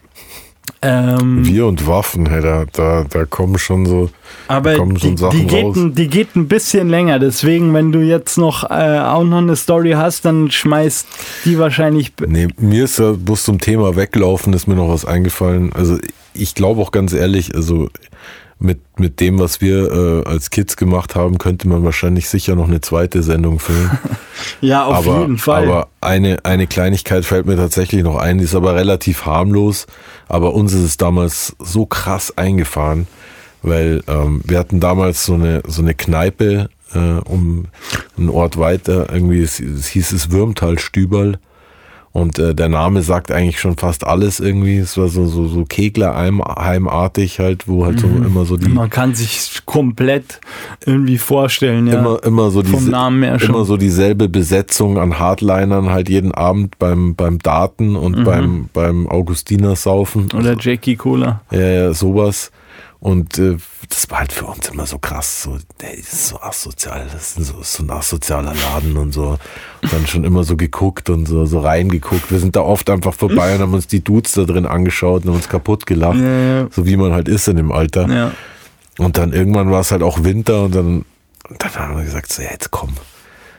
Wir und Waffen, hey, da kommen schon so, aber Sachen raus. Die geht ein bisschen länger, deswegen, wenn du jetzt noch auch noch eine Story hast, dann schmeißt die wahrscheinlich... Nee, mir ist ja bloß zum Thema Weglaufen ist mir noch was eingefallen. Also ich glaube auch ganz ehrlich, also mit dem, was wir als Kids gemacht haben, könnte man wahrscheinlich sicher noch eine zweite Sendung filmen. Ja, auf jeden Fall. Aber eine Kleinigkeit fällt mir tatsächlich noch ein, die ist aber relativ harmlos, aber uns ist es damals so krass eingefahren, weil wir hatten damals so eine Kneipe um einen Ort weiter, irgendwie, es hieß es Würmtal-Stüberl. Und der Name sagt eigentlich schon fast alles irgendwie. Es war so Keglerheimartig halt, wo halt so immer so die... Man kann sich komplett irgendwie vorstellen, ja. Immer so vom Namen her schon. Immer so dieselbe Besetzung an Hardlinern halt jeden Abend beim Daten und beim Augustinersaufen. Oder Jackie Cola. Ja, sowas. Und das war halt für uns immer so krass, so, das ist so asozial, das ist so ein asozialer Laden und so. Und dann schon immer so geguckt und so reingeguckt. Wir sind da oft einfach vorbei und haben uns die Dudes da drin angeschaut und haben uns kaputt gelacht, so wie man halt ist in dem Alter. Ja. Und dann irgendwann war es halt auch Winter, und dann haben wir gesagt, so, ja, jetzt komm,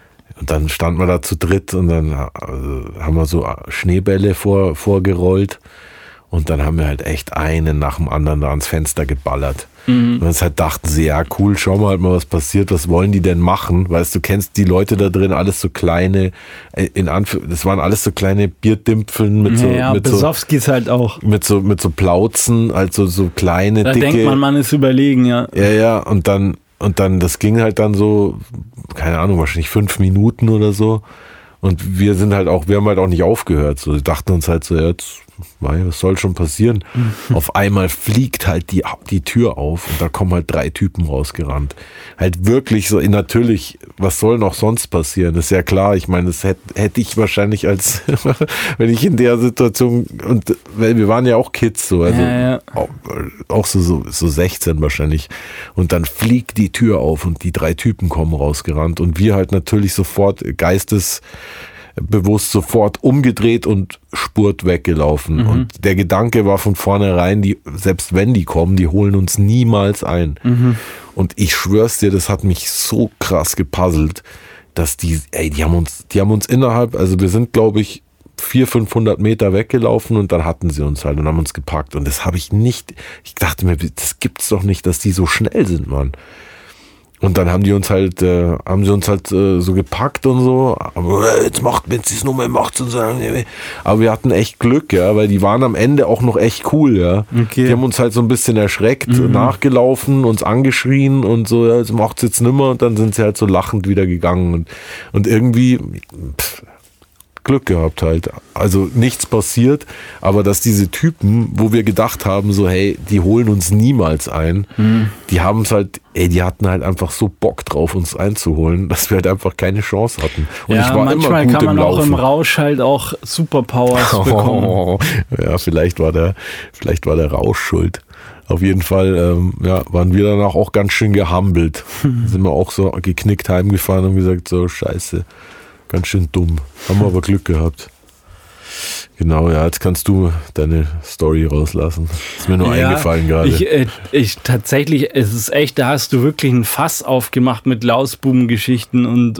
Und dann standen wir da zu dritt und dann haben wir so Schneebälle vorgerollt und dann haben wir halt echt einen nach dem anderen da ans Fenster geballert. Und dann halt dachten sie, ja cool, schau mal halt mal, was passiert, was wollen die denn machen? Weißt du, kennst die Leute da drin, alles so kleine, das waren alles so kleine Bierdimpfeln mit so... Ja, Besowskis halt auch. Mit so Plauzen, also so kleine, da dicke... Da denkt man ist überlegen, ja. Ja, und dann, das ging halt dann so, keine Ahnung, wahrscheinlich 5 Minuten oder so. Und wir haben halt auch nicht aufgehört. So, wir dachten uns halt so, ja, jetzt, was soll schon passieren? Auf einmal fliegt halt die Tür auf und da kommen halt 3 Typen rausgerannt. Halt wirklich so, natürlich, was soll noch sonst passieren? Ist ja klar, ich meine, das hätte ich wahrscheinlich wenn ich in der Situation, und weil wir waren ja auch Kids, so, also ja. Auch so 16 wahrscheinlich. Und dann fliegt die Tür auf und die 3 Typen kommen rausgerannt und wir halt natürlich sofort geistesbewusst sofort umgedreht und Spurt weggelaufen. Und der Gedanke war von vornherein, selbst wenn die kommen, die holen uns niemals ein. Und ich schwör's dir, das hat mich so krass gepuzzelt, dass die haben uns innerhalb, also wir sind, glaube ich, 400-500 Meter weggelaufen und dann hatten sie uns halt und haben uns gepackt. Und das habe ich dachte mir, das gibt's doch nicht, dass die so schnell sind, Mann. Und dann haben sie uns halt so gepackt und so. Aber jetzt wenn sie es nochmal macht und sagen. Aber wir hatten echt Glück, ja, weil die waren am Ende auch noch echt cool, ja. Okay. Die haben uns halt so ein bisschen erschreckt, nachgelaufen, uns angeschrien und so, ja, das macht's jetzt nimmer. Und dann sind sie halt so lachend wieder gegangen. Und irgendwie Glück gehabt halt. Also nichts passiert, aber dass diese Typen, wo wir gedacht haben, so hey, die holen uns niemals ein, die haben es halt, die hatten halt einfach so Bock drauf, uns einzuholen, dass wir halt einfach keine Chance hatten. Und ja, ich war manchmal immer gut kann man im auch Laufen. im Rausch halt auch Superpowers bekommen. Ja, vielleicht war der Rausch schuld. Auf jeden Fall waren wir danach auch ganz schön gehumbelt. Sind wir auch so geknickt heimgefahren und gesagt, so scheiße. Ganz schön dumm. Haben wir aber Glück gehabt. Genau, ja, jetzt kannst du deine Story rauslassen. Ist mir nur eingefallen gerade. Ich tatsächlich, es ist echt, da hast du wirklich ein Fass aufgemacht mit Lausbuben-Geschichten und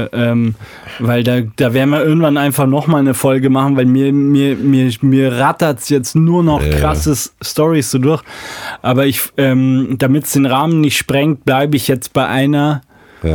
weil da werden wir irgendwann einfach nochmal eine Folge machen, weil mir rattert es jetzt nur noch krasse Storys so durch. Aber damit es den Rahmen nicht sprengt, bleibe ich jetzt bei einer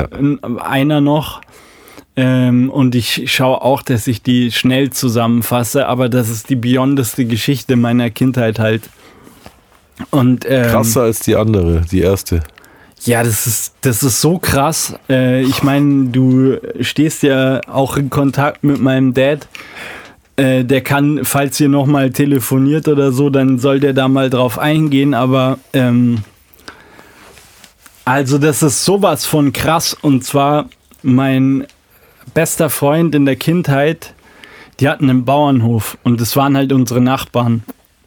noch. Und ich schaue auch, dass ich die schnell zusammenfasse, aber das ist die beyondeste Geschichte meiner Kindheit halt. Und, krasser als die andere, die erste. Ja, das ist so krass. Ich meine, du stehst ja auch in Kontakt mit meinem Dad. Der kann, falls ihr nochmal telefoniert oder so, dann soll der da mal drauf eingehen, aber also das ist sowas von krass, und zwar mein bester Freund in der Kindheit, die hatten einen Bauernhof und das waren halt unsere Nachbarn.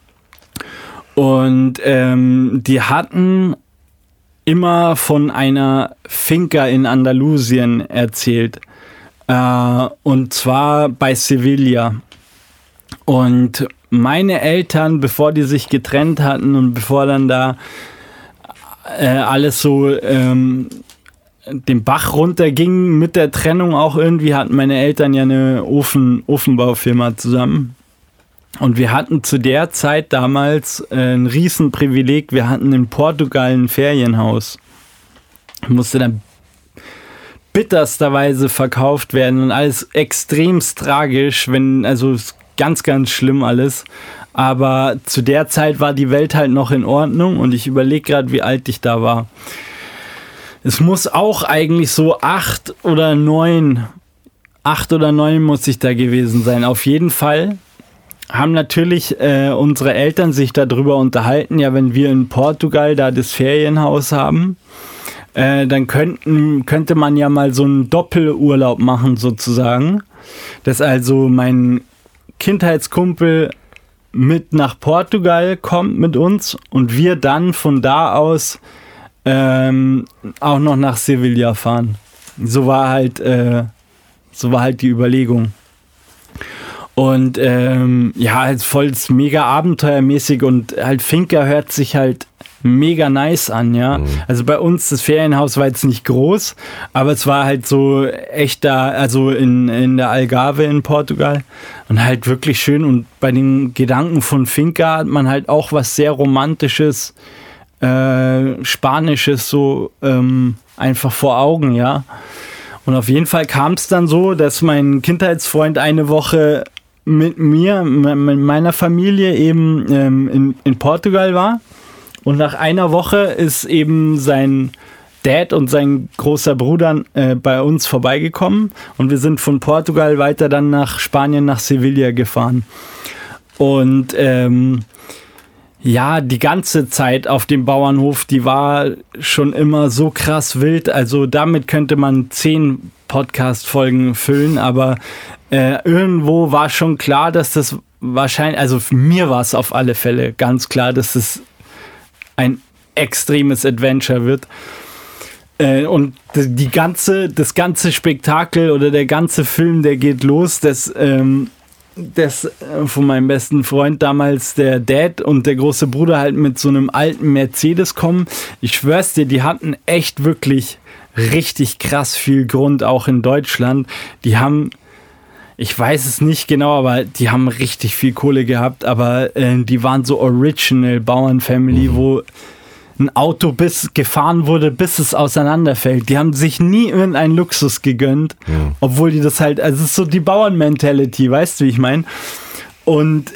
Und die hatten immer von einer Finca in Andalusien erzählt. Und zwar bei Sevilla. Und meine Eltern, bevor die sich getrennt hatten und bevor dann da alles so den Bach runterging mit der Trennung auch irgendwie, hatten meine Eltern ja eine Ofenbaufirma zusammen. Und wir hatten zu der Zeit damals ein Riesenprivileg. Wir hatten in Portugal ein Ferienhaus. Musste dann bittersterweise verkauft werden und alles extremst tragisch, also ganz, ganz schlimm alles. Aber zu der Zeit war die Welt halt noch in Ordnung und ich überlege gerade, wie alt ich da war. Es muss auch eigentlich so 8 oder 9 muss ich da gewesen sein. Auf jeden Fall haben natürlich unsere Eltern sich darüber unterhalten, ja, wenn wir in Portugal da das Ferienhaus haben, dann könnte man ja mal so einen Doppelurlaub machen sozusagen. Dass also mein Kindheitskumpel mit nach Portugal kommt mit uns und wir dann von da aus auch noch nach Sevilla fahren. So war halt die Überlegung. Und halt voll mega abenteuermäßig und halt Finca hört sich halt mega nice an, ja. Also bei uns, das Ferienhaus war jetzt nicht groß, aber es war halt so echt da, also in der Algarve in Portugal und halt wirklich schön. Und bei den Gedanken von Finca hat man halt auch was sehr Romantisches, Spanisches so einfach vor Augen, ja. Und auf jeden Fall kam es dann so, dass mein Kindheitsfreund eine Woche mit mir, mit meiner Familie eben in Portugal war. Und nach einer Woche ist eben sein Dad und sein großer Bruder bei uns vorbeigekommen. Und wir sind von Portugal weiter dann nach Spanien, nach Sevilla gefahren. Und ja, die ganze Zeit auf dem Bauernhof, die war schon immer so krass wild. Also damit könnte man 10 Podcast-Folgen füllen. Aber irgendwo war schon klar, dass das wahrscheinlich, also für mir war es auf alle Fälle ganz klar, dass es ein extremes Adventure wird. Und das ganze Spektakel oder der ganze Film, der geht los, das von meinem besten Freund damals, der Dad und der große Bruder halt mit so einem alten Mercedes kommen. Ich schwör's dir, die hatten echt wirklich richtig krass viel Grund, auch in Deutschland. Die haben, ich weiß es nicht genau, aber die haben richtig viel Kohle gehabt, aber die waren so Original Bauernfamily, wo ein Auto gefahren wurde, bis es auseinanderfällt. Die haben sich nie irgendeinen Luxus gegönnt, obwohl die das halt, also es ist so die Bauern-Mentality, weißt du, wie ich meine? Und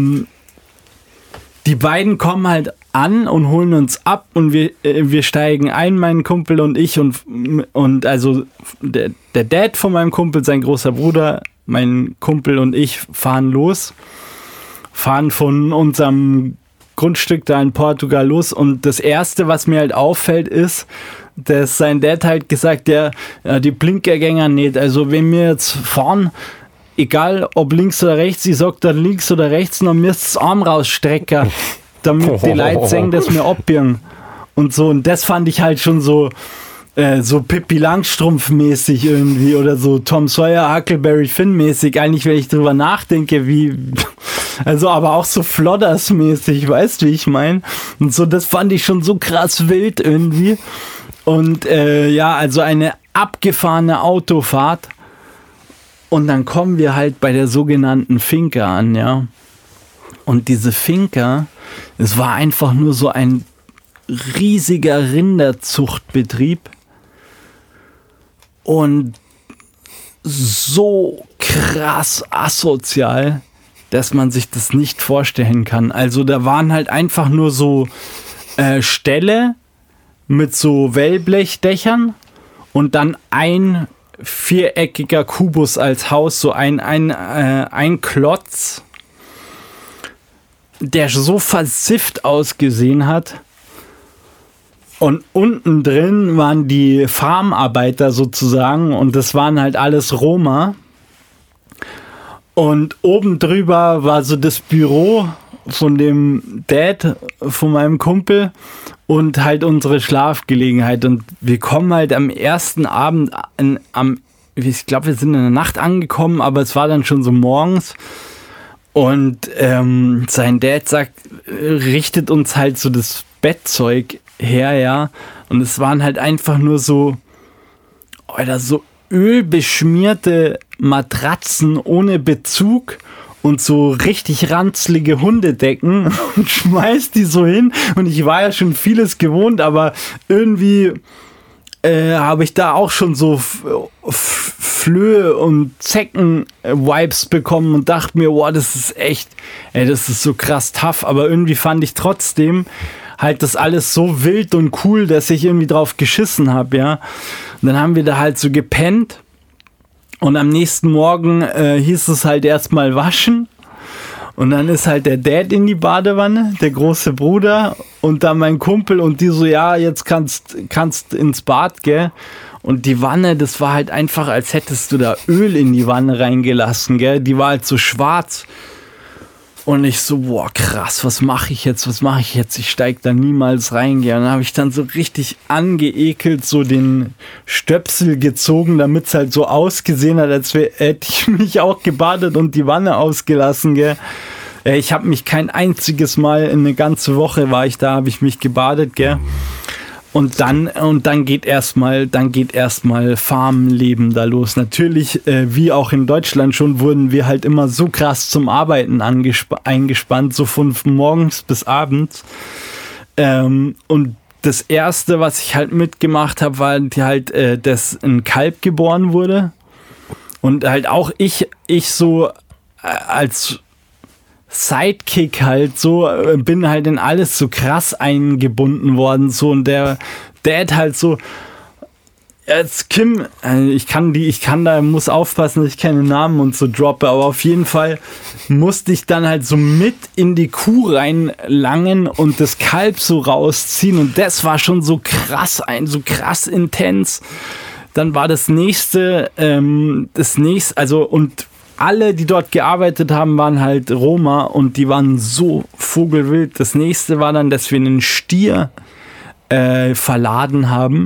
die beiden kommen halt an und holen uns ab und wir steigen ein, mein Kumpel und ich und also der Dad von meinem Kumpel, sein großer Bruder, mein Kumpel und ich fahren von unserem Grundstück da in Portugal los und das Erste, was mir halt auffällt, ist, dass sein Dad halt gesagt, die Blinkergänger nicht, also wenn wir jetzt fahren, egal ob links oder rechts, ich sag dann links oder rechts, dann müsst das Arm rausstrecken, damit die Leute sehen, dass wir abbiegen und so, und das fand ich halt schon so Pippi Langstrumpf-mäßig irgendwie oder so Tom Sawyer, Huckleberry Finn-mäßig, eigentlich, wenn ich drüber nachdenke, also aber auch so Flodders-mäßig, weißt du, wie ich meine? Und so, das fand ich schon so krass wild irgendwie. Und ja, also eine abgefahrene Autofahrt. Und dann kommen wir halt bei der sogenannten Finca an, ja. Und diese Finca, es war einfach nur so ein riesiger Rinderzuchtbetrieb. Und so krass asozial, dass man sich das nicht vorstellen kann. Also da waren halt einfach nur so Ställe mit so Wellblechdächern und dann ein viereckiger Kubus als Haus, so ein Klotz, der so versifft ausgesehen hat. Und unten drin waren die Farmarbeiter sozusagen und das waren halt alles Roma. Und oben drüber war so das Büro von dem Dad, von meinem Kumpel und halt unsere Schlafgelegenheit. Und wir kommen halt am ersten Abend, ich glaube, wir sind in der Nacht angekommen, aber es war dann schon so morgens. Und sein Dad richtet uns halt so das Bettzeug her, ja. Und es waren halt einfach nur so ölbeschmierte Matratzen ohne Bezug und so richtig ranzlige Hundedecken und schmeißt die so hin. Und ich war ja schon vieles gewohnt, aber irgendwie habe ich da auch schon so Flöhe und Zecken-Vibes bekommen und dachte mir, wow, das ist echt, das ist so krass tough. Aber irgendwie fand ich trotzdem halt das alles so wild und cool, dass ich irgendwie drauf geschissen habe, ja. Und dann haben wir da halt so gepennt und am nächsten Morgen hieß es halt erstmal waschen und dann ist halt der Dad in die Badewanne, der große Bruder und dann mein Kumpel und die so, ja, jetzt kannst ins Bad, gell. Und die Wanne, das war halt einfach, als hättest du da Öl in die Wanne reingelassen, gell. Die war halt so schwarz. Und ich so, boah, krass, was mache ich jetzt? Ich steige da niemals rein, gell. Und dann habe ich dann so richtig angeekelt so den Stöpsel gezogen, damit es halt so ausgesehen hat, als hätte ich mich auch gebadet und die Wanne ausgelassen, gell. Ich habe mich kein einziges Mal in eine ganze Woche habe ich mich gebadet, gell? Und dann geht erstmal Farmleben da los. Natürlich, wie auch in Deutschland schon, wurden wir halt immer so krass zum Arbeiten eingespannt, so von morgens bis abends. Und das erste, was ich halt mitgemacht habe, war halt, dass ein Kalb geboren wurde. Und halt auch ich so als Sidekick halt so, bin halt in alles so krass eingebunden worden, so, und der Dad halt so, jetzt Kim, muss aufpassen, dass ich keine Namen und so droppe, aber auf jeden Fall musste ich dann halt so mit in die Kuh reinlangen und das Kalb so rausziehen, und das war schon so krass intens. Dann war das nächste, also, und alle, die dort gearbeitet haben, waren halt Roma, und die waren so vogelwild. Das nächste war dann, dass wir einen Stier verladen haben,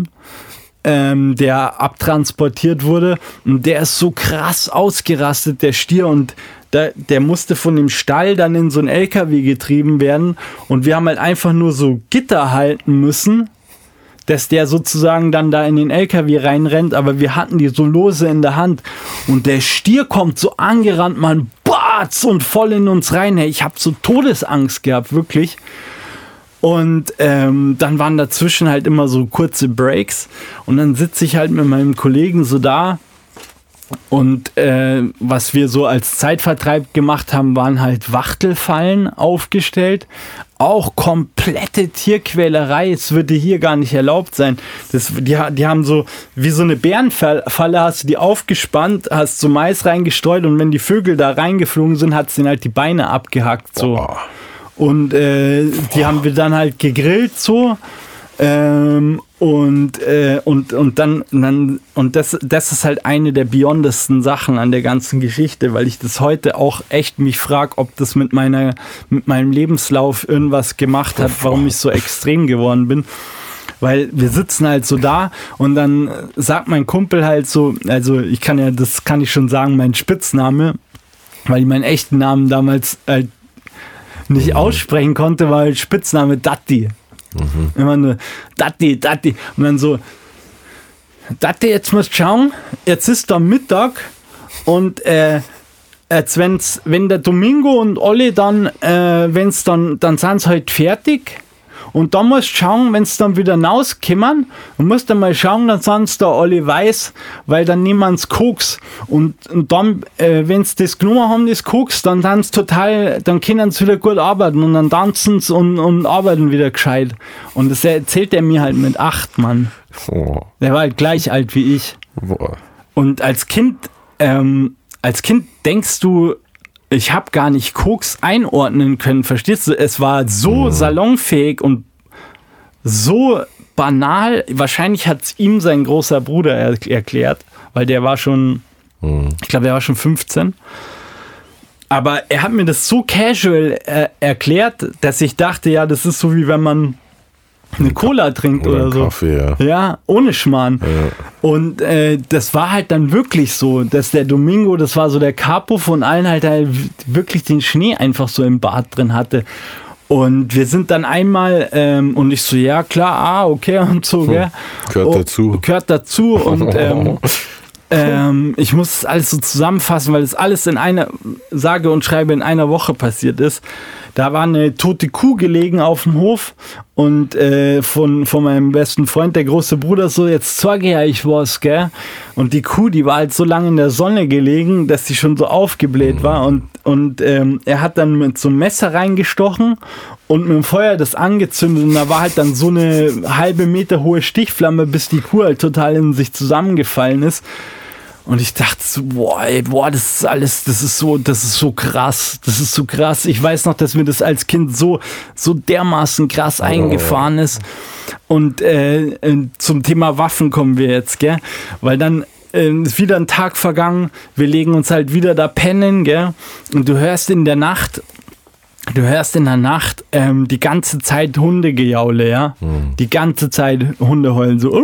der abtransportiert wurde, und der ist so krass ausgerastet, der Stier, und der musste von dem Stall dann in so einen LKW getrieben werden, und wir haben halt einfach nur so Gitter halten müssen, dass der sozusagen dann da in den LKW reinrennt, aber wir hatten die so lose in der Hand, und der Stier kommt so angerannt, man, batz, und voll in uns rein. Hey, ich habe so Todesangst gehabt, wirklich. Und dann waren dazwischen halt immer so kurze Breaks, und dann sitze ich halt mit meinem Kollegen so da, und was wir so als Zeitvertreib gemacht haben, waren halt Wachtelfallen aufgestellt. Auch komplette Tierquälerei. Es würde hier gar nicht erlaubt sein. Die haben so, wie so eine Bärenfalle, hast du die aufgespannt, hast so Mais reingestreut, und wenn die Vögel da reingeflogen sind, hat es denen halt die Beine abgehackt. So. Oh. Und die haben wir dann halt gegrillt so. Und das ist halt eine der beyondesten Sachen an der ganzen Geschichte, weil ich das heute auch echt mich frage, ob das mit meinem Lebenslauf irgendwas gemacht hat, warum ich so extrem geworden bin. Weil wir sitzen halt so da, und dann sagt mein Kumpel halt so, also das kann ich schon sagen, mein Spitzname, weil ich meinen echten Namen damals halt nicht aussprechen konnte, war halt Spitzname Datti. Immer nur Datti. Und dann so, Datti, jetzt musst du schauen, jetzt ist da Mittag, und wenn der Domingo und alle dann sind sie halt fertig, und dann musst du schauen, wenn sie dann wieder rauskommen, und musst dann mal schauen, dann sind sie da alle weiß, weil dann nehmen sie Koks, und dann, wenn sie das genommen haben, das Koks, dann dann können sie wieder gut arbeiten, und dann tanzen sie und arbeiten wieder gescheit. Und das erzählt er mir halt mit 8, Mann. Oh. Der war halt gleich alt wie ich. Boah. Und als Kind denkst du, ich habe gar nicht Koks einordnen können, verstehst du? Es war so salonfähig und so banal. Wahrscheinlich hat es ihm sein großer Bruder erklärt, weil der war schon, ich glaube, der war schon 15. Aber er hat mir das so casual erklärt, dass ich dachte, ja, das ist so, wie wenn man eine Cola trinkt oder so. Kaffee, ja. Ja, ohne Schmarrn. Ja. Und das war halt dann wirklich so, dass der Domingo, das war so der Capo von allen, halt wirklich den Schnee einfach so im Bad drin hatte. Und wir sind dann einmal, und ich so, ja klar, okay und so, gell. Gehört dazu. Und ich muss das alles so zusammenfassen, weil das alles in einer, sage und schreibe, in einer Woche passiert ist. Da war eine tote Kuh gelegen auf dem Hof, und von meinem besten Freund, der große Bruder, so, jetzt zeige ja ich was, gell. Und die Kuh, die war halt so lange in der Sonne gelegen, dass sie schon so aufgebläht war, und er hat dann mit so einem Messer reingestochen und mit dem Feuer das angezündet, und da war halt dann so eine halbe Meter hohe Stichflamme, bis die Kuh halt total in sich zusammengefallen ist. Und ich dachte so, das ist so krass. Ich weiß noch, dass mir das als Kind so dermaßen krass eingefahren ist. Und zum Thema Waffen kommen wir jetzt, gell? Weil dann ist wieder ein Tag vergangen, wir legen uns halt wieder da pennen, gell? Und du hörst in der Nacht die ganze Zeit Hundegejaule, ja? Die ganze Zeit Hunde heulen so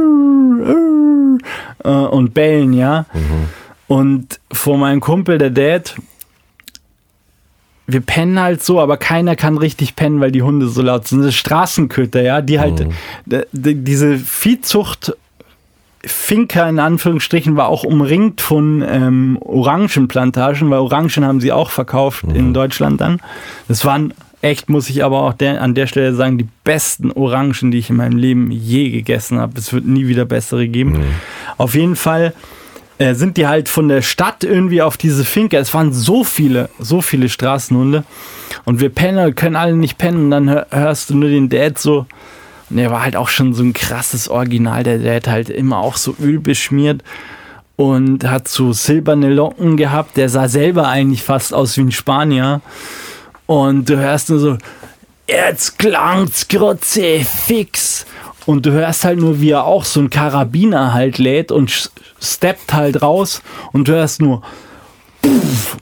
und bellen, ja. Und vor meinem Kumpel, der Dad, wir pennen halt so, aber keiner kann richtig pennen, weil die Hunde so laut sind. Das sind Straßenköter, ja, die halt, diese Viehzucht Finca in Anführungsstrichen war auch umringt von Orangenplantagen, weil Orangen haben sie auch verkauft in Deutschland dann. Das waren echt, muss ich aber auch an der Stelle sagen, die besten Orangen, die ich in meinem Leben je gegessen habe. Es wird nie wieder bessere geben. Auf jeden Fall sind die halt von der Stadt irgendwie auf diese Finca. Es waren so viele Straßenhunde. Und wir Penner können alle nicht pennen. Und dann hörst du nur den Dad so. Und der war halt auch schon so ein krasses Original. Der Dad halt immer auch so Öl beschmiert. Und hat so silberne Locken gehabt. Der sah selber eigentlich fast aus wie ein Spanier. Und du hörst nur so, jetzt klangt's Grotze, fix. Und du hörst halt nur, wie er auch so einen Karabiner halt lädt und steppt halt raus. Und du hörst nur puff,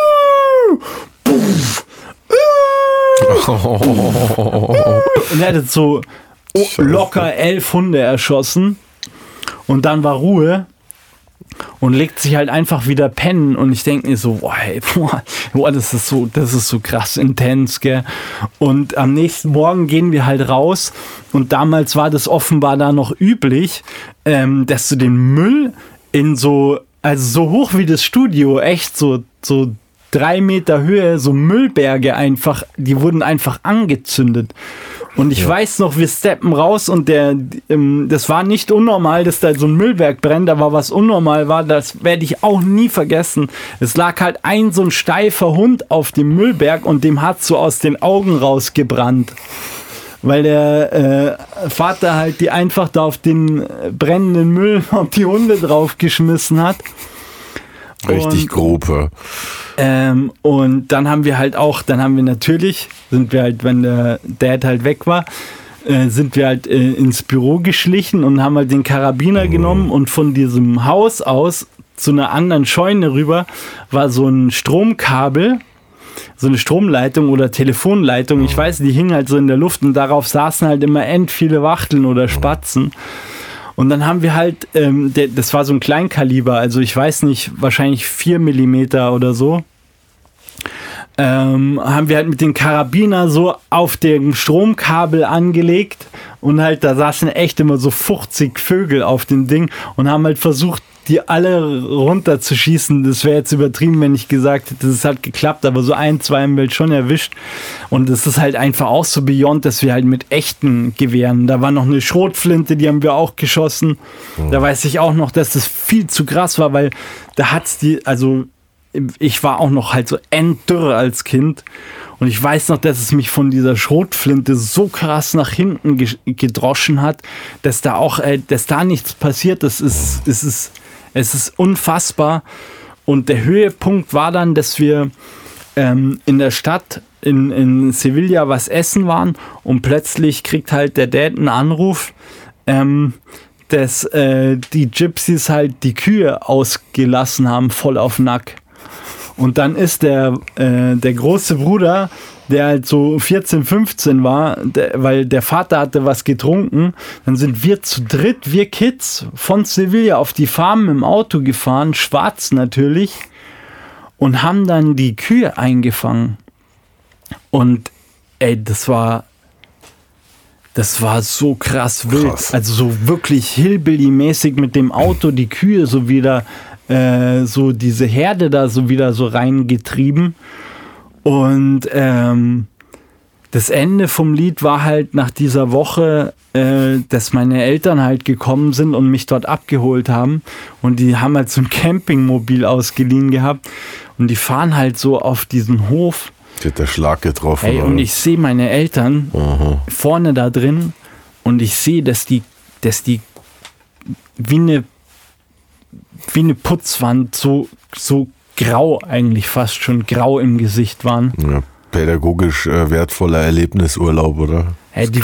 puff, und er hat so locker 11 Hunde erschossen. Und dann war Ruhe. Und legt sich halt einfach wieder pennen. Und ich denke mir so, boah, das ist so krass intens, gell. Und am nächsten Morgen gehen wir halt raus. Und damals war das offenbar da noch üblich, dass du den Müll in so hoch wie das Studio, echt so 3 Meter Höhe, so Müllberge einfach, die wurden einfach angezündet. Und ich weiß noch, wir steppen raus und das war nicht unnormal, dass da so ein Müllberg brennt, aber was unnormal war, das werde ich auch nie vergessen. Es lag halt so ein steifer Hund auf dem Müllberg und dem hat so aus den Augen rausgebrannt. Weil der Vater halt die einfach da auf den brennenden Müll auf die Hunde draufgeschmissen hat. Richtig grob. Und dann haben wir natürlich, wenn der Dad halt weg war, sind wir halt ins Büro geschlichen und haben halt den Karabiner genommen und von diesem Haus aus zu einer anderen Scheune rüber war so ein Stromkabel, so eine Stromleitung oder Telefonleitung, ich weiß, die hing halt so in der Luft und darauf saßen halt immer viele Wachteln oder Spatzen. Und dann haben wir halt, das war so ein Kleinkaliber, also ich weiß nicht, wahrscheinlich 4 Millimeter oder so, haben wir halt mit dem Karabiner so auf dem Stromkabel angelegt und halt da saßen echt immer so 50 Vögel auf dem Ding und haben halt versucht, die alle runterzuschießen. Das wäre jetzt übertrieben, wenn ich gesagt hätte, das hat geklappt, aber so 1, 2 haben wir halt schon erwischt. Und es ist halt einfach auch so beyond, dass wir halt mit echten Gewehren, da war noch eine Schrotflinte, die haben wir auch geschossen. Da weiß ich auch noch, dass das viel zu krass war, weil da hat's ich war auch noch halt so enddürre als Kind. Und ich weiß noch, dass es mich von dieser Schrotflinte so krass nach hinten gedroschen hat, dass da auch, dass da nichts passiert. Es ist unfassbar. Und der Höhepunkt war dann, dass wir in der Stadt in Sevilla was essen waren und plötzlich kriegt halt der Dad einen Anruf, dass die Gypsies halt die Kühe ausgelassen haben, voll auf Nack. Und dann ist der große Bruder, der halt so 14, 15 war, weil der Vater hatte was getrunken, dann sind wir zu dritt, wir Kids, von Sevilla auf die Farm im Auto gefahren, schwarz natürlich, und haben dann die Kühe eingefangen. Und das war so krass wild. Krass. Also so wirklich Hillbilly-mäßig mit dem Auto die Kühe so wieder so diese Herde da so wieder so reingetrieben. Und das Ende vom Lied war halt nach dieser Woche, dass meine Eltern halt gekommen sind und mich dort abgeholt haben. Und die haben halt so ein Campingmobil ausgeliehen gehabt. Und die fahren halt so auf diesen Hof. Die hat der Schlag getroffen. Und ich sehe meine Eltern vorne da drin und ich sehe, dass die wie eine Putzwand so grau eigentlich fast schon grau im Gesicht waren. Ja, pädagogisch wertvoller Erlebnisurlaub, oder? Die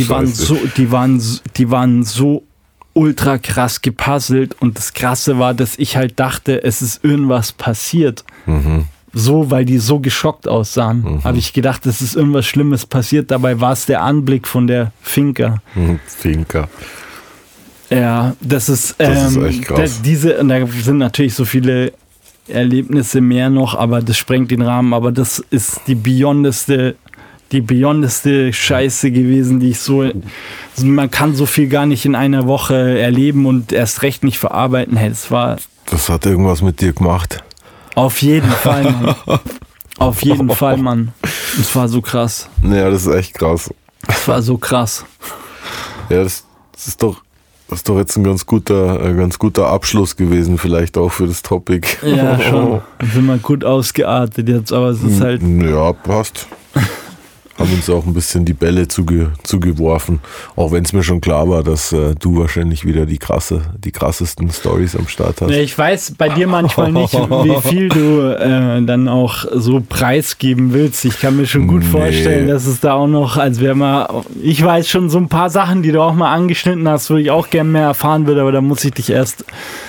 waren so ultra krass gepuzzelt und das Krasse war, dass ich halt dachte, es ist irgendwas passiert. So, weil die so geschockt aussahen. Habe ich gedacht, es ist irgendwas Schlimmes passiert. Dabei war es der Anblick von der Finca. Finca. Ja, das ist echt krass. und da sind natürlich so viele Erlebnisse mehr noch, aber das sprengt den Rahmen. Aber das ist die beyondeste Scheiße gewesen, die ich so, man kann so viel gar nicht in einer Woche erleben und erst recht nicht verarbeiten. Hey, das hat irgendwas mit dir gemacht. Auf jeden Fall, Mann. Auf jeden Fall, Mann. Das war so krass. Ja, das ist echt krass. Das war so krass. Ja, das ist doch jetzt ein ganz guter Abschluss gewesen, vielleicht auch für das Topic. Ja, schon. Dann sind wir gut ausgeartet jetzt, aber es ist halt... Ja, passt. Haben uns auch ein bisschen die Bälle zugeworfen. Auch wenn es mir schon klar war, dass du wahrscheinlich wieder die krassesten Storys am Start hast. Ja, ich weiß bei dir manchmal nicht, wie viel du dann auch so preisgeben willst. Ich kann mir schon gut vorstellen, dass es da auch noch, als wäre mal, ich weiß schon so ein paar Sachen, die du auch mal angeschnitten hast, wo ich auch gerne mehr erfahren würde, aber da muss ich dich erst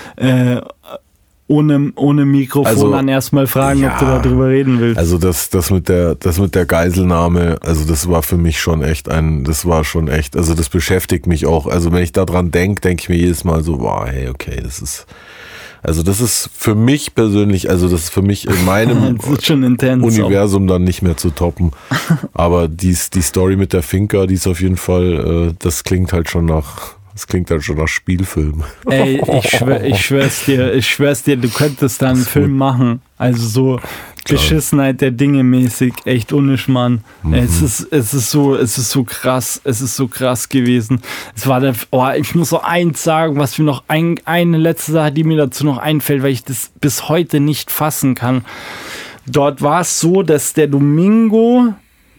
ohne Mikrofon dann erstmal fragen, ob du darüber reden willst. Also das mit der Geiselnahme, also das war für mich schon echt also das beschäftigt mich auch. Also wenn ich daran denke ich mir jedes Mal so, wow, hey, okay, das ist für mich persönlich, also das ist für mich in meinem Universum dann nicht mehr zu toppen. Aber die Story mit der Finca, die ist auf jeden Fall, das klingt halt schon nach Spielfilm. Ey, ich schwör's dir, du könntest da einen Film machen. Also so Beschissenheit der Dinge mäßig, echt Mann. Es ist so krass gewesen. Es war ich muss noch eins sagen, was mir noch eine letzte Sache, die mir dazu noch einfällt, weil ich das bis heute nicht fassen kann. Dort war es so, dass der Domingo,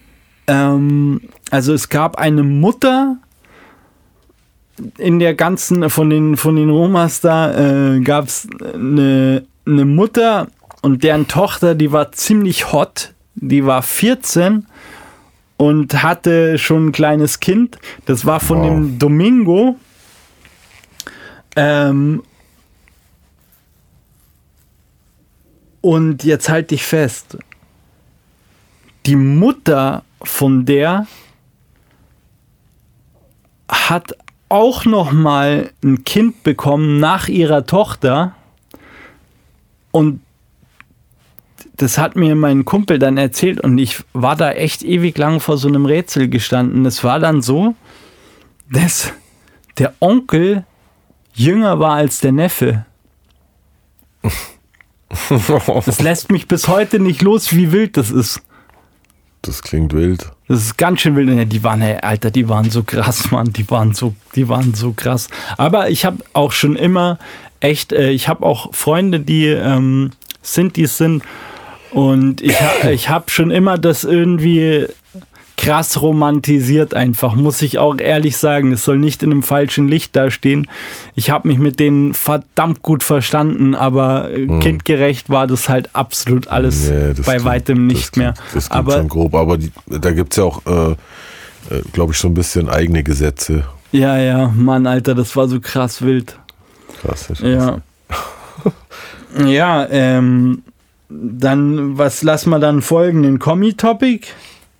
also es gab eine Mutter, in der ganzen, von den Romas da, gab es eine Mutter und deren Tochter, die war ziemlich hot, die war 14 und hatte schon ein kleines Kind. Das war von dem Domingo. Und jetzt halt dich fest. Die Mutter von der hat auch noch mal ein Kind bekommen nach ihrer Tochter und das hat mir mein Kumpel dann erzählt und ich war da echt ewig lang vor so einem Rätsel gestanden. Es war dann so, dass der Onkel jünger war als der Neffe. Das lässt mich bis heute nicht los, wie wild das ist. Das klingt wild. Das ist ganz schön wild. Ja, die waren so krass, Mann. Die waren so krass. Aber ich habe auch schon immer echt, ich habe auch Freunde, die Sintis sind. Und ich habe schon immer das irgendwie krass romantisiert einfach, muss ich auch ehrlich sagen. Es soll nicht in einem falschen Licht dastehen. Ich habe mich mit denen verdammt gut verstanden, aber kindgerecht war das halt absolut alles bei weitem nicht mehr. Das klingt schon grob, aber da gibt es ja auch, glaube ich, so ein bisschen eigene Gesetze. Ja, Mann, Alter, das war so krass wild. Krass. Ja. Ja, dann, was lassen wir dann folgen? Den Kommi-Topic?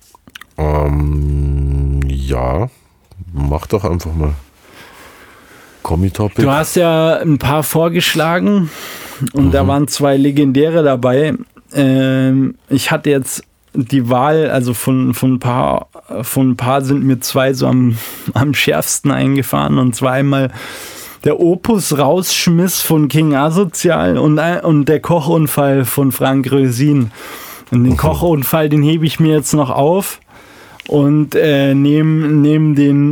Ja, mach doch einfach mal. Kommi-Topic. Du hast ja ein paar vorgeschlagen und da waren 2 legendäre dabei. Ich hatte jetzt die Wahl, also von ein paar sind mir 2 so am schärfsten eingefahren und zwar einmal der Opus-Rausschmiss von King Asozial und der Kochunfall von Frank Rösin. Und den Kochunfall, den hebe ich mir jetzt noch auf und neben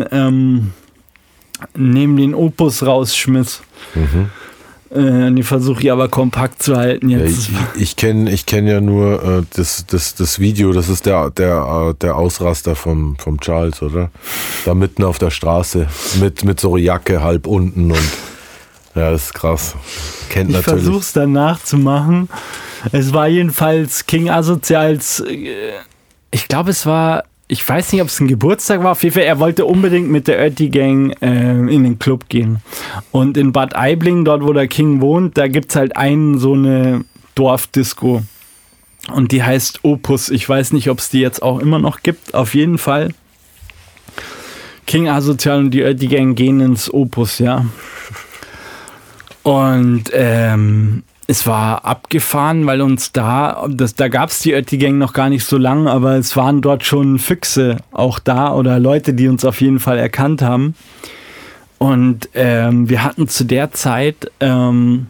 den Opus-Rausschmiss. Den versuche ich aber kompakt zu halten jetzt. Ja, ich kenn ja nur das Video, das ist der Ausraster vom Charles, oder? Da mitten auf der Straße mit so Jacke halb unten und ja, das ist krass. Kennt ich natürlich. Ich versuche es dann nachzumachen. Es war jedenfalls King Asozials, ich glaube ich weiß nicht, ob es ein Geburtstag war, auf jeden Fall, er wollte unbedingt mit der Ötti Gang in den Club gehen. Und in Bad Aibling, dort wo der King wohnt, da gibt es halt so eine Dorfdisco. Und die heißt Opus. Ich weiß nicht, ob es die jetzt auch immer noch gibt. Auf jeden Fall. King Asozial und die Ötti Gang gehen ins Opus, ja. Und es war abgefahren, weil uns da gab es die Ötti-Gang noch gar nicht so lang, aber es waren dort schon Füchse auch da oder Leute, die uns auf jeden Fall erkannt haben. Und wir hatten zu der Zeit ein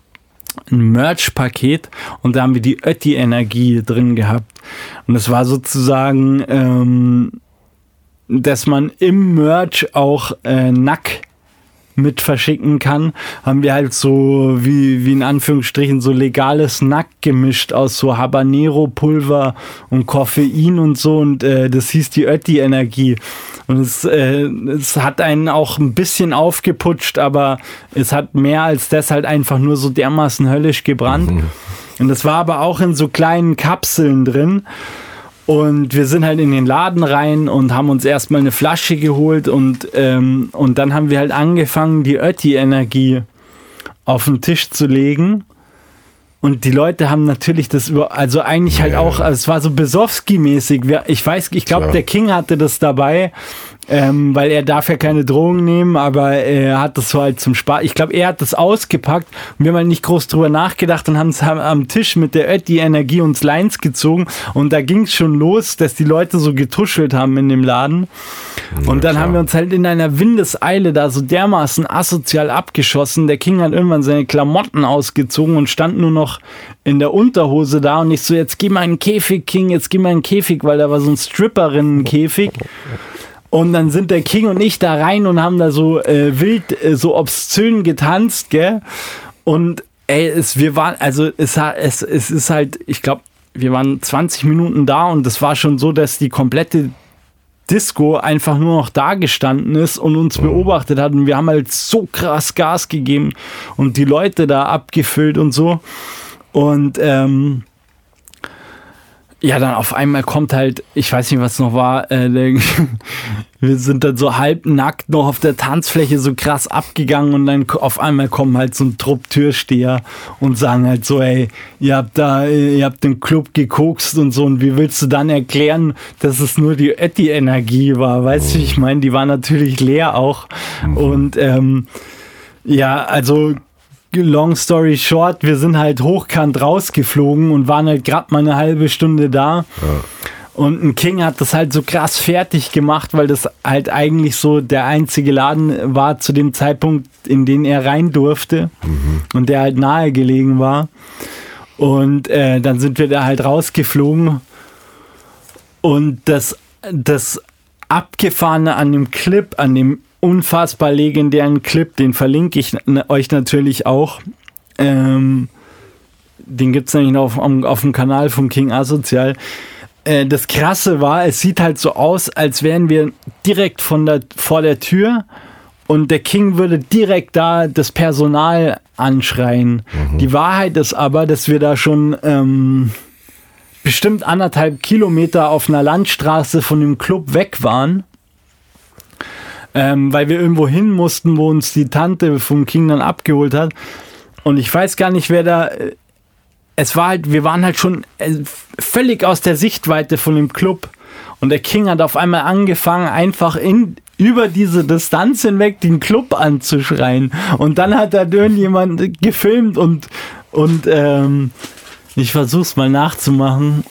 Merch-Paket und da haben wir die Ötti-Energie drin gehabt. Und es war sozusagen, dass man im Merch auch Nack mit verschicken kann, haben wir halt so wie in Anführungsstrichen so legales Nack gemischt aus so Habanero-Pulver und Koffein und so und das hieß die Ötti-Energie. Und es hat einen auch ein bisschen aufgeputscht, aber es hat mehr als das halt einfach nur so dermaßen höllisch gebrannt. Und das war aber auch in so kleinen Kapseln drin. Und wir sind halt in den Laden rein und haben uns erstmal eine Flasche geholt und dann haben wir halt angefangen, die Ötti-Energie auf den Tisch zu legen. Und die Leute haben natürlich also eigentlich halt auch, also es war so Besowski-mäßig. Ich glaube, der King hatte das dabei, weil er darf ja keine Drogen nehmen, aber er hat das so halt zum Spaß. Ich glaube, er hat das ausgepackt und wir haben halt nicht groß drüber nachgedacht und haben es am Tisch mit der Ötti-Energie uns Lines gezogen und da ging es schon los, dass die Leute so getuschelt haben in dem Laden. Und dann haben wir uns halt in einer Windeseile da so dermaßen asozial abgeschossen. Der King hat irgendwann seine Klamotten ausgezogen und stand nur noch in der Unterhose da und ich so, jetzt geh mal einen Käfig, King, jetzt geh mal einen Käfig, weil da war so ein Stripperinnen-Käfig. Und dann sind der King und ich da rein und haben da so wild, so obszön getanzt, gell? Und es ist halt, ich glaube, wir waren 20 Minuten da und es war schon so, dass die komplette Disco einfach nur noch da gestanden ist und uns beobachtet hat. Und wir haben halt so krass Gas gegeben und die Leute da abgefüllt und so. Und ja, dann auf einmal kommt halt, ich weiß nicht, was noch war, wir sind dann so halbnackt noch auf der Tanzfläche so krass abgegangen und dann auf einmal kommen halt so ein Trupp Türsteher und sagen halt so, ey, ihr habt den Club gekokst und so und wie willst du dann erklären, dass es nur die Ötti-Energie war, weißt du, ich meine, die war natürlich leer auch und ja, also long story short, wir sind halt hochkant rausgeflogen und waren halt gerade mal eine halbe Stunde da. Ja. Und ein King hat das halt so krass fertig gemacht, weil das halt eigentlich so der einzige Laden war zu dem Zeitpunkt, in den er rein durfte und der halt nahe gelegen war. Und dann sind wir da halt rausgeflogen und das Abgefahrene an dem Clip, an dem unfassbar legendären Clip, den verlinke ich euch natürlich auch. Den gibt es nämlich noch auf dem Kanal vom King Asozial. Das Krasse war, es sieht halt so aus, als wären wir direkt vor der Tür und der King würde direkt da das Personal anschreien. Die Wahrheit ist aber, dass wir da schon bestimmt 1,5 Kilometer auf einer Landstraße von dem Club weg waren. Weil wir irgendwo hin mussten, wo uns die Tante vom King dann abgeholt hat. Und ich weiß gar nicht, wer da... wir waren halt schon völlig aus der Sichtweite von dem Club. Und der King hat auf einmal angefangen, einfach über diese Distanz hinweg den Club anzuschreien. Und dann hat da irgendjemand gefilmt und ich versuch's mal nachzumachen.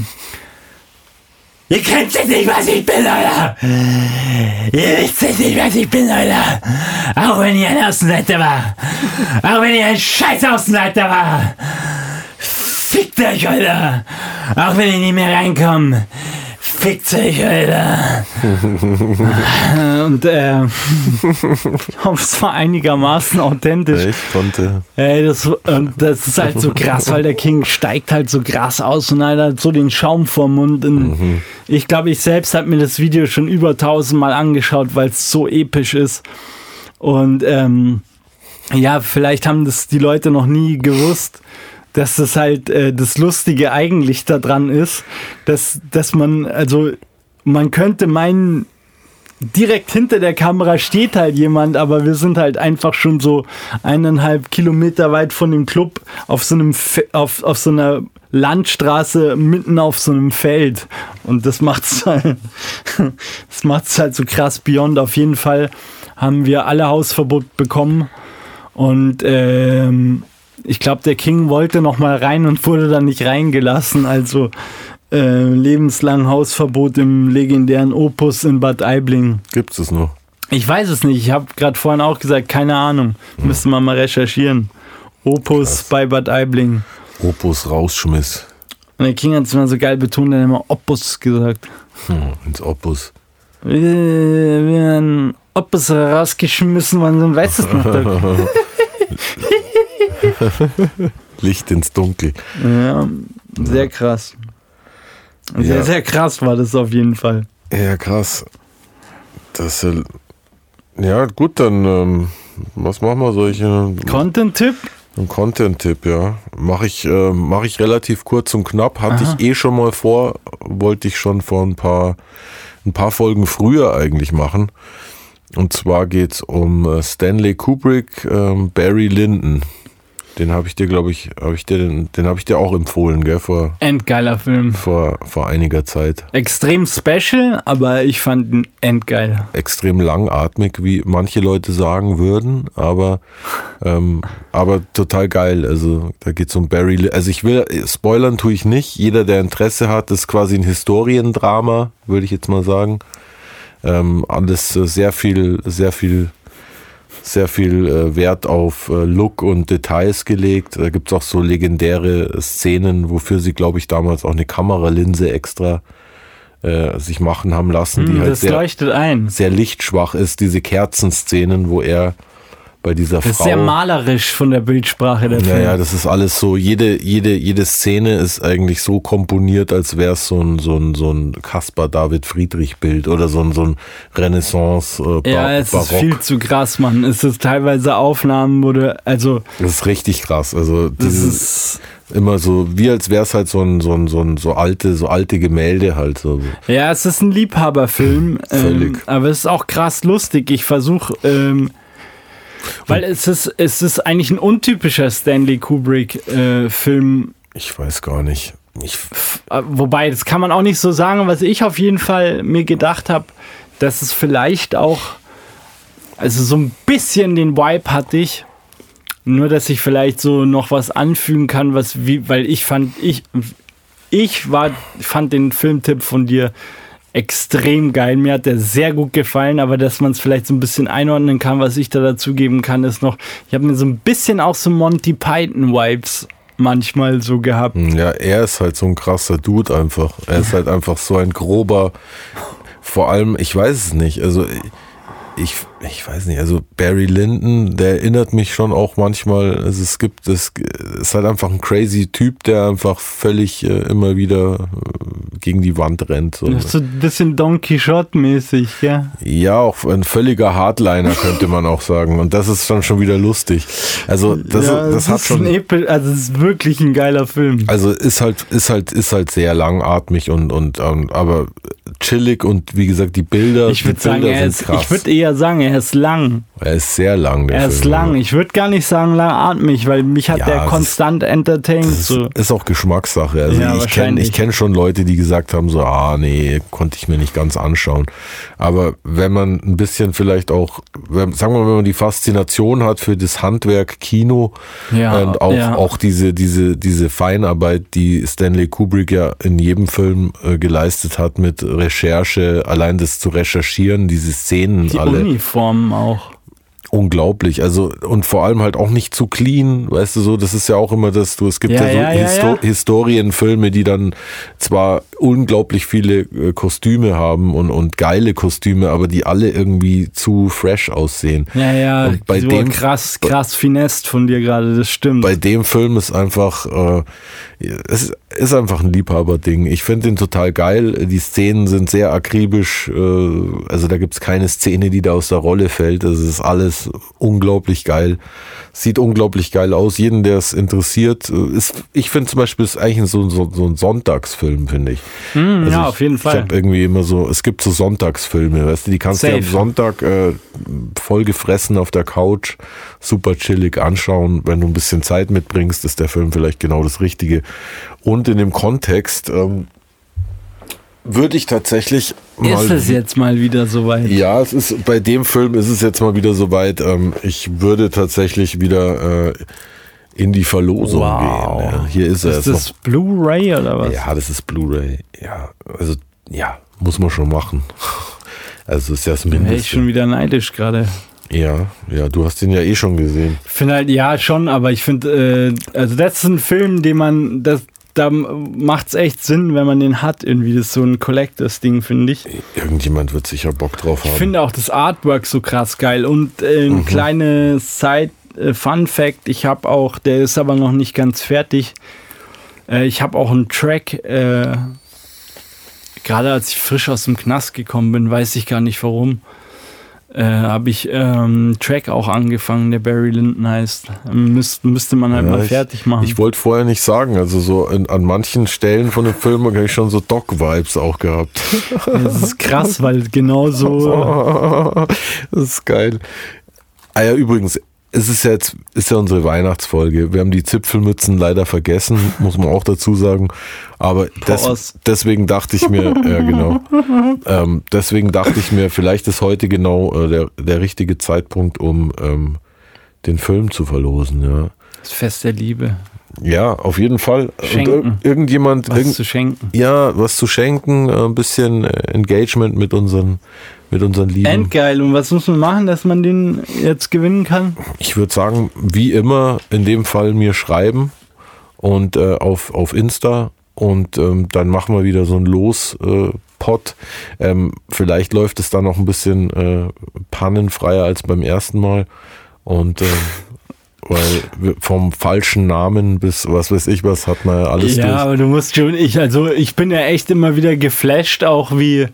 Ihr kennt nicht, was ich bin, Alter. Ihr wisst nicht, was ich bin, Alter. Auch wenn ihr ein Außenseiter war. Auch wenn ihr ein scheiß Außenseiter war. Fickt euch, Alter. Auch wenn ihr nicht mehr reinkommt. Fickt euch, Alter. Und ich hoffe, es war einigermaßen authentisch. Ich konnte. Das ist halt so krass, weil der King steigt halt so krass aus und hat so den Schaum vorm Mund. Und ich glaube, ich selbst habe mir das Video schon über 1000 Mal angeschaut, weil es so episch ist. Und ja, vielleicht haben das die Leute noch nie gewusst, dass das halt das Lustige eigentlich daran ist, dass man könnte meinen, direkt hinter der Kamera steht halt jemand, aber wir sind halt einfach schon so 1,5 Kilometer weit von dem Club auf so einer Landstraße mitten auf so einem Feld. Und das macht's halt so krass beyond. Auf jeden Fall haben wir alle Hausverbot bekommen und Ich glaube, der King wollte noch mal rein und wurde dann nicht reingelassen. Also lebenslang Hausverbot im legendären Opus in Bad Aibling. Gibt es noch? Ich weiß es nicht. Ich habe gerade vorhin auch gesagt, keine Ahnung. Müsste man mal recherchieren. Opus Krass. Bei Bad Aibling. Opus rausschmiss. Und der King hat es immer so geil betont, er hat immer Opus gesagt. Ins Opus. Wir haben Opus rausgeschmissen, man weiß es noch. Licht ins Dunkel. Ja, sehr krass. Sehr, sehr krass war das auf jeden Fall. Ja, krass. Das ja, gut, dann was machen wir solche Content-Tipp? Ein Content-Tipp, ja. Mach ich relativ kurz und knapp. Hatte ich schon mal vor, wollte ich schon vor ein paar Folgen früher eigentlich machen. Und zwar geht's um Stanley Kubrick, Barry Lyndon. Den habe ich dir, glaube ich, den habe ich dir auch empfohlen, gell? Endgeiler Film. Vor einiger Zeit. Extrem special, aber ich fand ihn endgeil. Extrem langatmig, wie manche Leute sagen würden, aber total geil. Also da geht's um Barry. Also spoilern tue ich nicht. Jeder, der Interesse hat, ist quasi ein Historiendrama, würde ich jetzt mal sagen. Alles sehr viel Wert auf Look und Details gelegt. Da gibt es auch so legendäre Szenen, wofür sie, glaube ich, damals auch eine Kameralinse extra sich machen haben lassen, die halt sehr lichtschwach ist. Diese Kerzenszenen, wo er bei dieser Frau... Das ist sehr malerisch von der Bildsprache der Film. Ja, das ist alles so, jede Szene ist eigentlich so komponiert, als wäre es so ein Caspar David Friedrich Bild oder so ein Renaissance Ja, es ist viel zu krass, Mann. Es ist teilweise Aufnahmen, das ist richtig krass. Also das ist immer so, wie als wäre es halt so alte Gemälde halt so. Ja, es ist ein Liebhaberfilm. Völlig. Aber es ist auch krass lustig. Ich versuche... weil es ist eigentlich ein untypischer Stanley Kubrick-Film. Ich weiß gar nicht. Wobei, das kann man auch nicht so sagen. Was ich auf jeden Fall mir gedacht habe, dass es vielleicht auch, also so ein bisschen den Vibe hatte ich, nur dass ich vielleicht so noch was anfügen kann, weil ich fand den Filmtipp von dir extrem geil. Mir hat der sehr gut gefallen, aber dass man es vielleicht so ein bisschen einordnen kann, was ich da dazugeben kann, ist noch, ich habe mir so ein bisschen auch so Monty Python-Vibes manchmal so gehabt. Ja, er ist halt so ein krasser Dude einfach. Er ist halt einfach so ein grober, vor allem, ich weiß es nicht, also ich weiß nicht, also Barry Lyndon, der erinnert mich schon auch manchmal, also es ist halt einfach ein crazy Typ, der einfach völlig immer wieder gegen die Wand rennt. So ein bisschen Don Quixote-mäßig, ja? Ja, auch ein völliger Hardliner, könnte man auch sagen. Und das ist dann schon wieder lustig. Also das hat schon... es ist wirklich ein geiler Film. Also ist halt sehr langatmig und aber chillig und wie gesagt, die Bilder sind krass. Ich würde eher sagen, er ist lang. Er ist sehr lang, der Film. Er ist lang. Ich würde gar nicht sagen langatmig, weil mich hat der konstant entertained. Ist auch Geschmackssache. Also ja, ich kenn schon Leute, die gesagt haben, so, nee, konnte ich mir nicht ganz anschauen. Aber wenn man ein bisschen vielleicht auch, wenn man die Faszination hat für das Handwerk Kino und auch diese Feinarbeit, die Stanley Kubrick ja in jedem Film geleistet hat mit Recherche, allein das zu recherchieren, diese Szenen die alle. Uniformen auch. Unglaublich, also und vor allem halt auch nicht zu clean, weißt du so, das ist ja auch immer es gibt Historienfilme, die dann zwar unglaublich viele Kostüme haben und geile Kostüme, aber die alle irgendwie zu fresh aussehen. Ja, und bei dem krass finest von dir gerade, das stimmt. Bei dem Film ist einfach, es ist einfach ein Liebhaberding. Ich finde den total geil, die Szenen sind sehr akribisch, also da gibt es keine Szene, die da aus der Rolle fällt, das ist alles unglaublich geil. Sieht unglaublich geil aus. Jeden, der es interessiert, ich finde zum Beispiel, ist eigentlich so ein Sonntagsfilm, finde ich. Ja, auf jeden Fall. Ich habe irgendwie immer so, es gibt so Sonntagsfilme, weißt du, die kannst du am Sonntag voll gefressen auf der Couch, super chillig anschauen. Wenn du ein bisschen Zeit mitbringst, ist der Film vielleicht genau das Richtige. Und in dem Kontext würde ich tatsächlich mal... Ist es jetzt mal wieder soweit? Ja, bei dem Film ist es jetzt mal wieder soweit. Ich würde tatsächlich wieder in die Verlosung gehen. Ja, hier ist er. Ist das Blu-ray oder was? Ja, das ist Blu-ray. Ja, also ja, muss man schon machen. Also ist ja das Mindeste. Bin ich schon wieder neidisch gerade. Ja, du hast den ja eh schon gesehen. Ich finde halt, ja schon, aber ich finde, also das ist ein Film, den man, da macht es echt Sinn, wenn man den hat irgendwie. Das ist so ein Collectors-Ding, finde ich. Irgendjemand wird sicher Bock drauf haben. Ich finde auch das Artwork so krass geil und ein kleines Side-Fun-Fact, ich habe auch, der ist aber noch nicht ganz fertig, ich habe auch einen Track, gerade als ich frisch aus dem Knast gekommen bin, weiß ich gar nicht warum, habe ich einen Track auch angefangen, der Barry Lyndon heißt. Müsste man halt mal fertig machen. Ich wollte vorher nicht sagen, also so an manchen Stellen von dem Film habe ich schon so Doc-Vibes auch gehabt. Das ist krass, weil genau so... Das ist geil. Ah ja, übrigens, ist ja unsere Weihnachtsfolge. Wir haben die Zipfelmützen leider vergessen, muss man auch dazu sagen. Aber deswegen dachte ich mir, ja genau, deswegen dachte ich mir, vielleicht ist heute genau der richtige Zeitpunkt, um den Film zu verlosen. Ja. Das Fest der Liebe. Ja, auf jeden Fall. Schenken. Und was zu schenken. Ja, was zu schenken, ein bisschen Engagement mit unseren Lieben. Endgeil. Und was muss man machen, dass man den jetzt gewinnen kann? Ich würde sagen, wie immer, in dem Fall mir schreiben und auf Insta und dann machen wir wieder so ein Los-Pot. Vielleicht läuft es dann noch ein bisschen pannenfreier als beim ersten Mal und weil vom falschen Namen bis was weiß ich was hat man ja alles durch. Ja, aber du musst schon, ich bin ja echt immer wieder geflasht, auch wie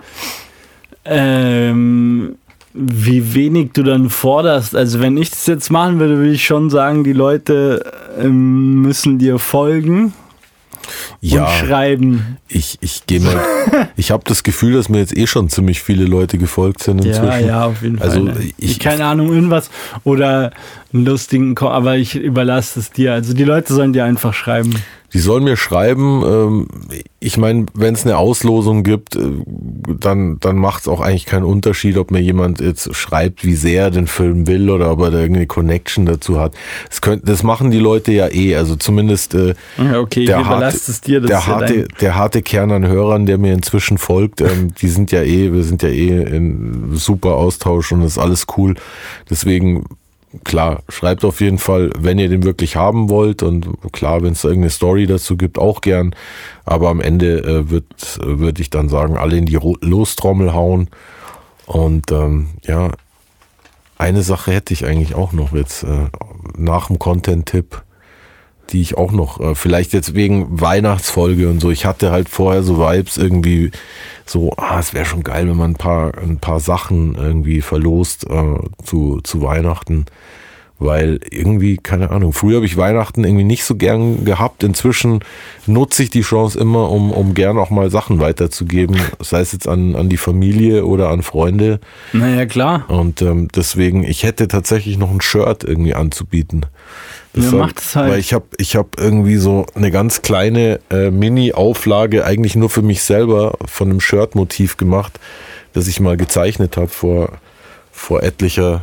wenig du dann forderst. Also wenn ich das jetzt machen würde, würde ich schon sagen, die Leute müssen dir folgen. Ja, und schreiben. Ich gehe mal. Ich habe das Gefühl, dass mir jetzt eh schon ziemlich viele Leute gefolgt sind inzwischen. Ja, auf jeden Fall. Also keine Ahnung, irgendwas oder einen lustigen, aber ich überlasse es dir. Also die Leute sollen dir einfach schreiben. Die sollen mir schreiben. Ich meine, wenn es eine Auslosung gibt, dann macht es auch eigentlich keinen Unterschied, ob mir jemand jetzt schreibt, wie sehr er den Film will oder ob er da irgendeine Connection dazu hat. Das machen die Leute ja eh. Also zumindest okay, ich überlasse es dir. Der harte Kern an Hörern, der mir inzwischen folgt, wir sind ja eh in super Austausch und das ist alles cool. Deswegen klar, schreibt auf jeden Fall, wenn ihr den wirklich haben wollt und klar, wenn es irgendeine Story dazu gibt, auch gern. Aber am Ende würde ich dann sagen, alle in die Lostrommel hauen. Und ja, eine Sache hätte ich eigentlich auch noch jetzt nach dem Content-Tipp, die ich auch noch, vielleicht jetzt wegen Weihnachtsfolge und so, ich hatte halt vorher so Vibes irgendwie so, es wäre schon geil, wenn man ein paar Sachen irgendwie verlost zu Weihnachten, weil irgendwie, keine Ahnung, früher habe ich Weihnachten irgendwie nicht so gern gehabt, inzwischen nutze ich die Chance immer, um gern auch mal Sachen weiterzugeben, sei es jetzt an die Familie oder an Freunde. Naja, klar. Und deswegen, ich hätte tatsächlich noch ein Shirt irgendwie anzubieten. Macht es halt. Weil ich hab irgendwie so eine ganz kleine Mini-Auflage eigentlich nur für mich selber von einem Shirt-Motiv gemacht, das ich mal gezeichnet habe vor etlicher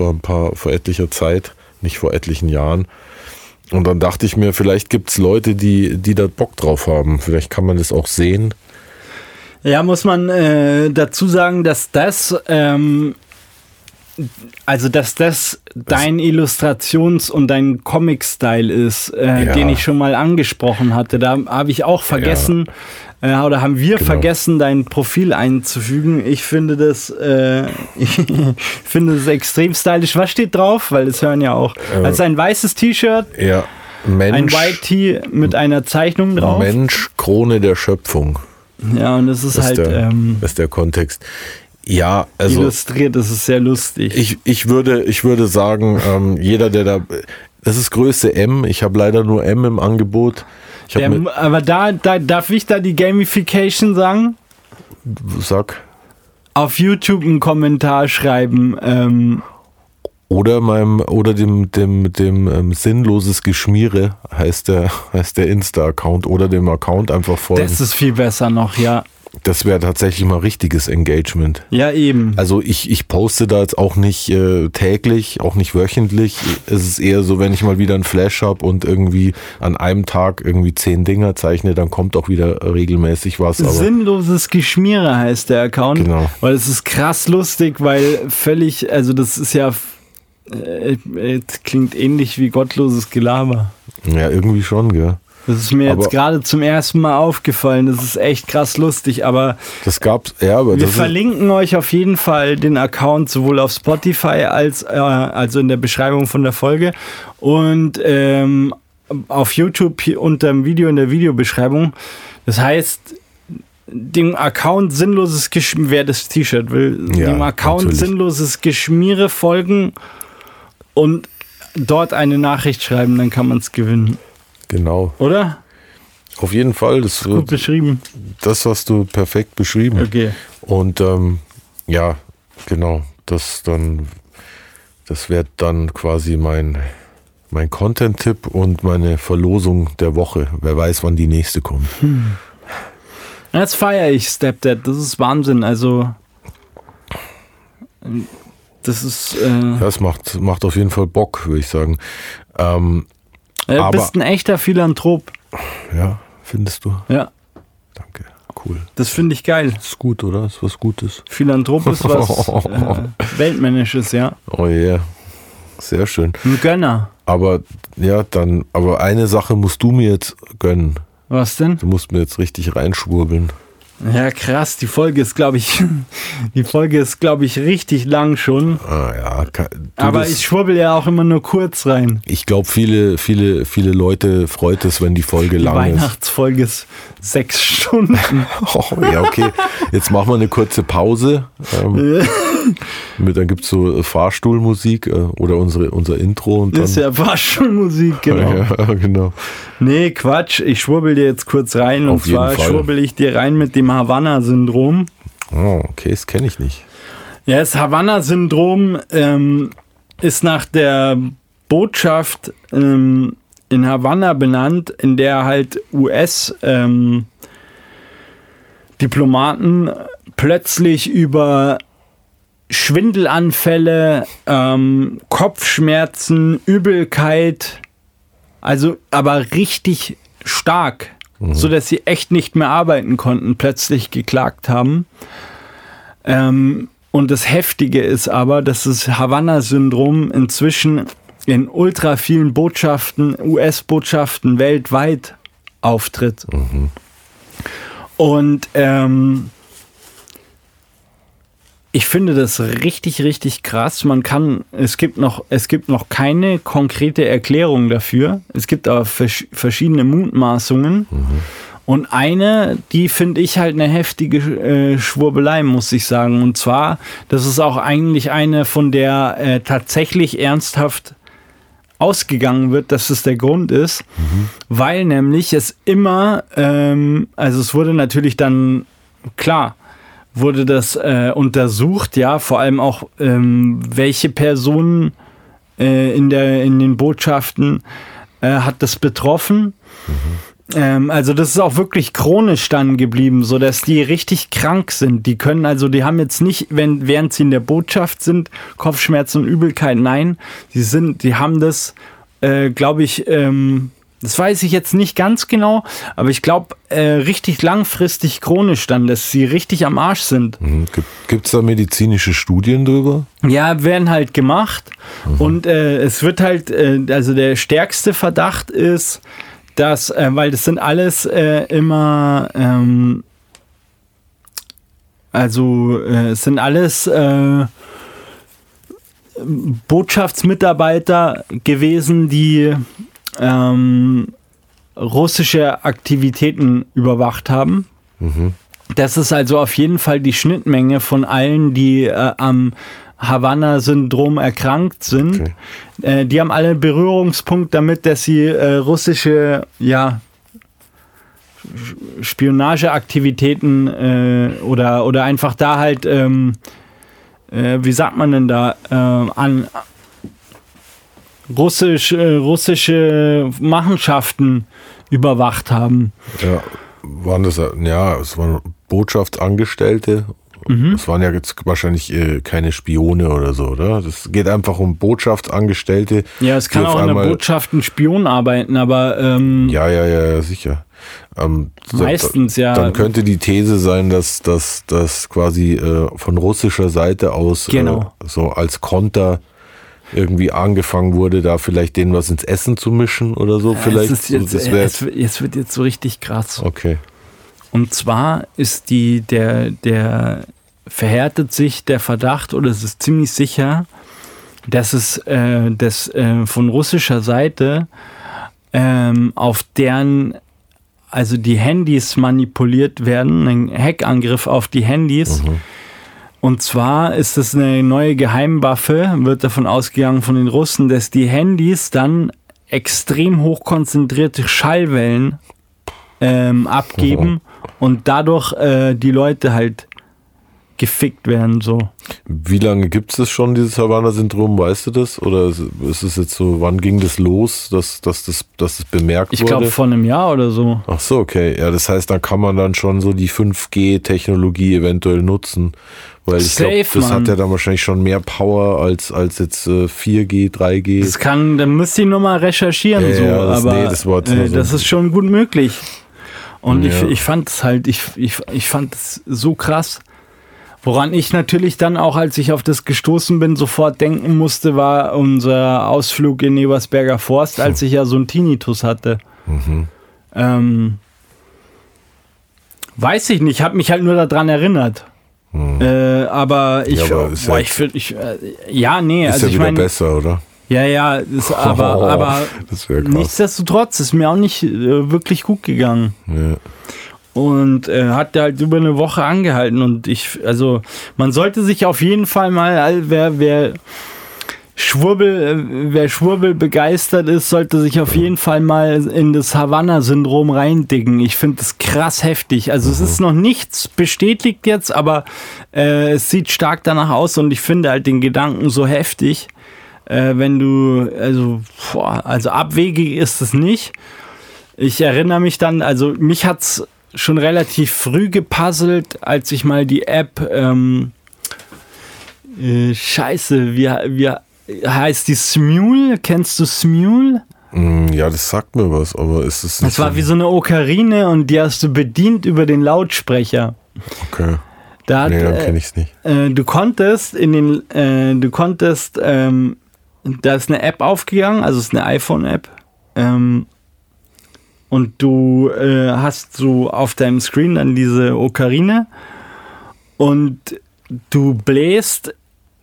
Zeit, nicht vor etlichen Jahren. Und dann dachte ich mir, vielleicht gibt es Leute, die da Bock drauf haben. Vielleicht kann man das auch sehen. Ja, muss man dazu sagen, dass das dein Illustrations- und dein Comic-Style ist, den ich schon mal angesprochen hatte. Da habe ich auch vergessen, oder haben wir vergessen, dein Profil einzufügen. Ich finde das extrem stylisch. Was steht drauf? Weil das hören ja auch. Also ein weißes T-Shirt, Mensch, ein White Tee mit einer Zeichnung drauf. Mensch, Krone der Schöpfung. Ja, und das ist halt... das ist der Kontext. Ja, also illustriert, das ist sehr lustig. Ich würde sagen, jeder, der da, das ist Größe M. Ich habe leider nur M im Angebot. Aber da darf ich da die Gamification sagen? Sag. Auf YouTube einen Kommentar schreiben. Oder dem sinnloses Geschmiere heißt der Insta-Account oder dem Account einfach folgen. Das ist viel besser noch, ja. Das wäre tatsächlich mal richtiges Engagement. Ja, eben. Also ich poste da jetzt auch nicht täglich, auch nicht wöchentlich. Es ist eher so, wenn ich mal wieder einen Flash habe und irgendwie an einem Tag irgendwie 10 Dinger zeichne, dann kommt auch wieder regelmäßig was. Aber Sinnloses Geschmiere heißt der Account. Genau. Weil es ist krass lustig, weil also das ist ja, klingt ähnlich wie gottloses Gelaber. ja, irgendwie schon, gell. Das ist mir jetzt gerade zum ersten Mal aufgefallen. Das ist echt krass lustig, aber das gab's, ja, aber wir das verlinken euch auf jeden Fall den Account sowohl auf Spotify als also in der Beschreibung von der Folge und auf YouTube unter dem Video in der Videobeschreibung. Das heißt, dem Account sinnloses Geschmiere, wer das T-Shirt will, Ja, dem Account natürlich. sinnloses Geschmiere folgen und dort eine Nachricht schreiben, dann kann man es gewinnen. genau. Oder? Auf jeden Fall, das Gut beschrieben. das hast du perfekt beschrieben. Okay. Und ja, genau, das wäre dann quasi mein Content-Tipp und meine Verlosung der Woche. Wer weiß, wann die nächste kommt. Jetzt feiere ich Stepdad. Das ist Wahnsinn. Also das ist Das macht auf jeden Fall Bock, würde ich sagen. du aber- bist ein echter Philanthrop. Ja, findest du? Ja, Danke. Cool. das finde ich geil. Ist gut, oder? Ist was Gutes. Philanthrop ist was Weltmännisches, ja. Oh yeah. Sehr schön. Ein Gönner. Aber ja, aber eine Sache musst du mir jetzt gönnen. Was denn? Du musst mir jetzt richtig reinschwurbeln. Ja, krass. Die Folge ist, glaube ich, richtig lang schon. Ah ja. Aber ich schwurbel ja auch immer nur kurz rein. Ich glaube, viele Leute freut es, wenn die Folge Die lang ist. Weihnachtsfolge ist 6 Stunden. Oh, ja, okay. Jetzt machen wir eine kurze Pause. Dann gibt es so Fahrstuhlmusik oder unser Intro. Und dann, Das ist ja Fahrstuhlmusik, genau. Ja, genau. Nee, Quatsch. Ich schwurbel dir jetzt kurz rein. Auf Und zwar jeden Fall. schwurbel ich dir rein mit dem Havanna-Syndrom. Oh, okay, das kenne ich nicht. Ja, das Havanna-Syndrom ist nach der Botschaft in Havanna benannt, in der halt US-Diplomaten plötzlich über Schwindelanfälle, Kopfschmerzen, Übelkeit, also aber richtig stark, sodass sie echt nicht mehr arbeiten konnten, plötzlich geklagt haben. Und das Heftige ist aber, dass das Havanna-Syndrom inzwischen in ultra vielen Botschaften, US-Botschaften weltweit auftritt. Und ich finde das richtig, richtig krass. Es gibt noch keine konkrete Erklärung dafür. Es gibt aber verschiedene Mutmaßungen. Und eine, die finde ich halt eine heftige Schwurbelei, muss ich sagen. Und zwar, das ist auch eigentlich eine, von der tatsächlich ernsthaft ausgegangen wird, dass es der Grund ist, weil nämlich es immer, also es wurde natürlich dann, klar, wurde das untersucht, ja, vor allem auch, welche Personen in den Botschaften hat das betroffen. Also das ist auch wirklich chronisch dann geblieben, sodass die richtig krank sind. Die haben jetzt nicht, während sie in der Botschaft sind, Kopfschmerzen und Übelkeit, nein, die haben das, glaube ich, das weiß ich jetzt nicht ganz genau, aber ich glaube, richtig langfristig chronisch dann, dass sie richtig am Arsch sind. Gibt es da medizinische Studien drüber? Ja, werden halt gemacht und es wird halt, also der stärkste Verdacht ist, dass, weil das sind alles immer, es sind alles Botschaftsmitarbeiter gewesen, die russische Aktivitäten überwacht haben. Das ist also auf jeden Fall die Schnittmenge von allen, die am Havanna-Syndrom erkrankt sind. Okay. Die haben alle einen Berührungspunkt damit, dass sie russische Spionageaktivitäten oder einfach da halt, wie sagt man denn da, an russische Machenschaften überwacht haben. Ja, es waren Botschaftsangestellte. Das waren ja jetzt wahrscheinlich keine Spione oder so, oder? Das geht einfach um Botschaftsangestellte. Ja, es kann auch in der Botschaft ein Spion arbeiten, aber ja, sicher. Meistens, ja. Dann könnte die These sein, dass quasi von russischer Seite aus so als Konter irgendwie angefangen wurde, da vielleicht denen was ins Essen zu mischen oder so. Vielleicht. Es wird jetzt so richtig krass. Okay. Und zwar ist verhärtet sich der Verdacht, oder es ist ziemlich sicher, dass es von russischer Seite auf deren, also die Handys manipuliert werden, ein Hackangriff auf die Handys. Und zwar ist es eine neue Geheimwaffe, wird davon ausgegangen von den Russen, dass die Handys dann extrem hochkonzentrierte Schallwellen abgeben und dadurch die Leute halt gefickt werden. So. Wie lange gibt es das schon, dieses Havanna-Syndrom? Weißt du das? Oder ist es jetzt so, wann ging das los, dass das bemerkt wurde? Ich glaube vor einem Jahr oder so. Ach so, okay. Ja, das heißt, dann kann man dann schon so die 5G-Technologie eventuell nutzen. Weil ich glaube, das hat ja dann wahrscheinlich schon mehr Power als jetzt 4G, 3G. Da müsst ihr nur mal recherchieren. Das ist schon gut möglich. Und ich fand es halt, ich fand es so krass. Woran ich natürlich dann auch, als ich auf das gestoßen bin, sofort denken musste, war unser Ausflug in Ebersberger Forst, als ich ja so einen Tinnitus hatte. Weiß ich nicht, habe mich halt nur daran erinnert. Aber ich meine, besser, oder? Ja, aber das wäre krass. Nichtsdestotrotz ist mir auch nicht wirklich gut gegangen. Ja. Und hat halt über eine Woche angehalten und man sollte sich auf jeden Fall mal, wer Schwurbel begeistert ist, sollte sich auf jeden Fall mal in das Havanna-Syndrom reindicken. Ich finde das krass heftig. Also es ist noch nichts bestätigt jetzt, aber es sieht stark danach aus und ich finde halt den Gedanken so heftig, wenn du, also abwegig ist es nicht. Ich erinnere mich dann, also mich hat's schon relativ früh gepuzzelt, als ich mal die App wie heißt die Smule? Kennst du Smule? Ja, das sagt mir was, aber ist es nicht. Das war wie so eine Okarine und die hast du bedient über den Lautsprecher. Okay. Dann kenne ich es nicht. Da ist eine App aufgegangen, also es ist eine iPhone-App. Und du hast so auf deinem Screen dann diese Okarine und du bläst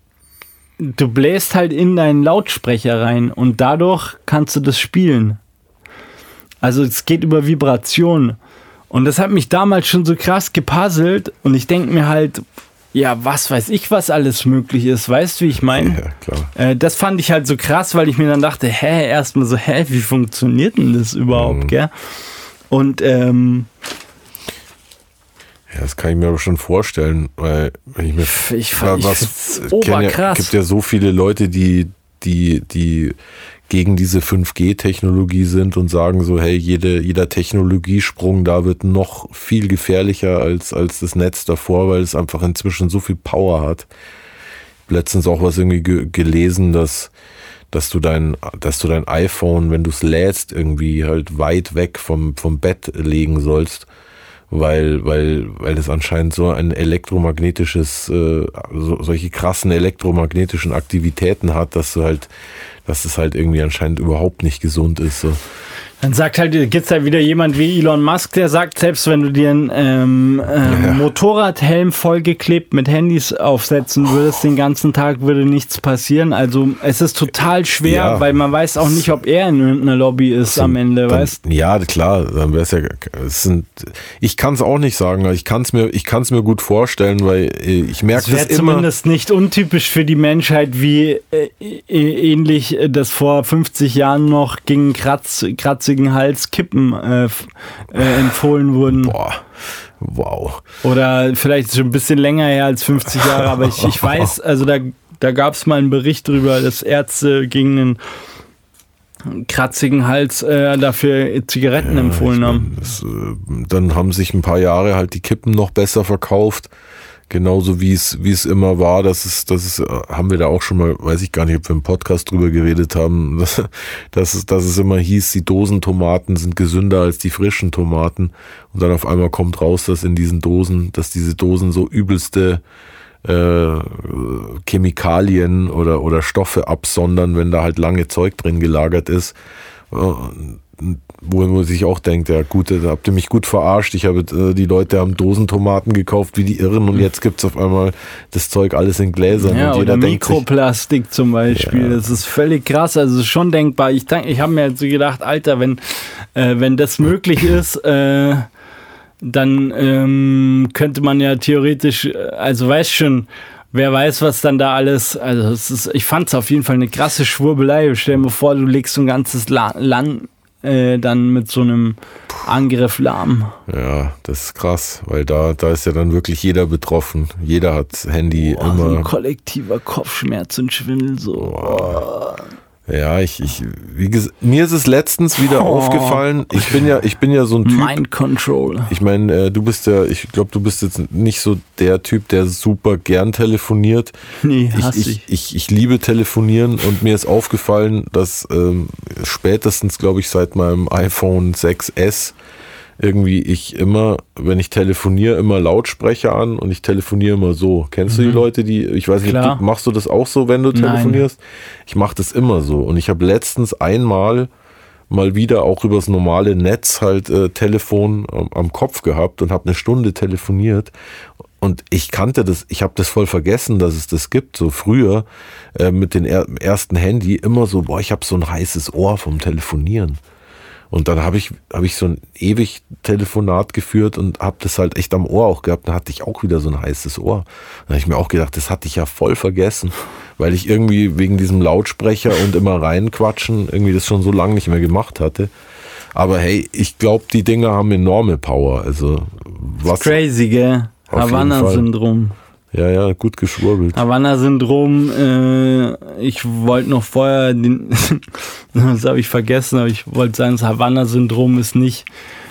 halt in deinen Lautsprecher rein und dadurch kannst du das spielen. Also es geht über Vibration. Und das hat mich damals schon so krass gepuzzelt und ich denke mir halt, ja, was weiß ich, was alles möglich ist. Weißt du, wie ich meine? Ja, klar. Das fand ich halt so krass, weil ich mir dann dachte, wie funktioniert denn das überhaupt, gell? Und, ja, das kann ich mir aber schon vorstellen, weil wenn ich mir oberkrass. Es gibt ja so viele Leute, die gegen diese 5G-Technologie sind und sagen so, hey, jeder Technologiesprung da wird noch viel gefährlicher als das Netz davor, weil es einfach inzwischen so viel Power hat. Ich habe letztens auch was irgendwie gelesen, dass du dein iPhone, wenn du es lädst, irgendwie halt weit weg vom Bett legen sollst, weil es anscheinend so ein elektromagnetisches, solche krassen elektromagnetischen Aktivitäten hat, dass es halt irgendwie anscheinend überhaupt nicht gesund ist. So. Dann gibt's halt wieder jemand wie Elon Musk, der sagt, selbst wenn du dir einen Motorradhelm vollgeklebt mit Handys aufsetzen würdest, den ganzen Tag würde nichts passieren. Also es ist total schwer, weil man weiß auch nicht, ob er in irgendeiner Lobby ist am Ende, weißt du? Ja, klar, dann wäre es ja. Ich kann es auch nicht sagen, ich kann es mir gut vorstellen, weil ich merke das immer. Zumindest nicht untypisch für die Menschheit, wie ähnlich das vor 50 Jahren noch gegen kratzigen Hals Kippen empfohlen wurden. Boah, wow. Oder vielleicht schon ein bisschen länger her als 50 Jahre, aber ich weiß, also da gab es mal einen Bericht drüber, dass Ärzte gegen einen kratzigen Hals dafür Zigaretten empfohlen haben. Dann haben sich ein paar Jahre halt die Kippen noch besser verkauft. Genauso wie es immer war, haben wir da auch schon mal, weiß ich gar nicht, ob wir im Podcast drüber geredet haben, dass es immer hieß, die Dosentomaten sind gesünder als die frischen Tomaten. Und dann auf einmal kommt raus, dass diese Dosen so übelste Chemikalien oder Stoffe absondern, wenn da halt lange Zeug drin gelagert ist. Wo man sich auch denkt, ja gut, da habt ihr mich gut verarscht. Die Leute haben Dosentomaten gekauft wie die Irren und jetzt gibt's auf einmal das Zeug alles in Gläsern. Ja, und jeder oder denkt Mikroplastik sich, zum Beispiel. Ja. Das ist völlig krass. Also es ist schon denkbar. Ich habe mir jetzt so gedacht, Alter, wenn das möglich ist, dann könnte man ja theoretisch, also weißt schon, wer weiß, was dann da alles, also ich fand es auf jeden Fall eine krasse Schwurbelei. Stell dir mal vor, du legst so ein ganzes Land dann mit so einem Angriff lahm. Ja, das ist krass, weil da ist ja dann wirklich jeder betroffen. Jeder hat Handy immer. So ein kollektiver Kopfschmerz und Schwindel so. Ja, wie gesagt, mir ist es letztens wieder aufgefallen. Ich bin ja so ein Typ. Mind Control. Ich meine, ich glaube, du bist jetzt nicht so der Typ, der super gern telefoniert. Nee, hasse ich. Ich liebe telefonieren und mir ist aufgefallen, dass spätestens, glaube ich, seit meinem iPhone 6S irgendwie ich immer, wenn ich telefoniere, immer Lautsprecher an und ich telefoniere immer so. Kennst du die Leute, ich weiß nicht, machst du das auch so, wenn du telefonierst? Nein. Ich mache das immer so und ich habe letztens einmal mal wieder auch übers normale Netz halt Telefon am Kopf gehabt und habe eine Stunde telefoniert und ich kannte das, ich habe das voll vergessen, dass es das gibt, so früher mit dem ersten Handy immer so, ich habe so ein heißes Ohr vom Telefonieren. Und dann habe ich so ein ewig Telefonat geführt und habe das halt echt am Ohr auch gehabt. Da hatte ich auch wieder so ein heißes Ohr. Da habe ich mir auch gedacht, das hatte ich ja voll vergessen, weil ich irgendwie wegen diesem Lautsprecher und immer reinquatschen irgendwie das schon so lange nicht mehr gemacht hatte. Aber hey, ich glaube, die Dinger haben enorme Power. Also was crazy, gell? Havanna-Syndrom. Ja, gut geschwurbelt. Havanna-Syndrom, ich wollte noch vorher, das habe ich vergessen, aber ich wollte sagen, das Havanna-Syndrom ist nicht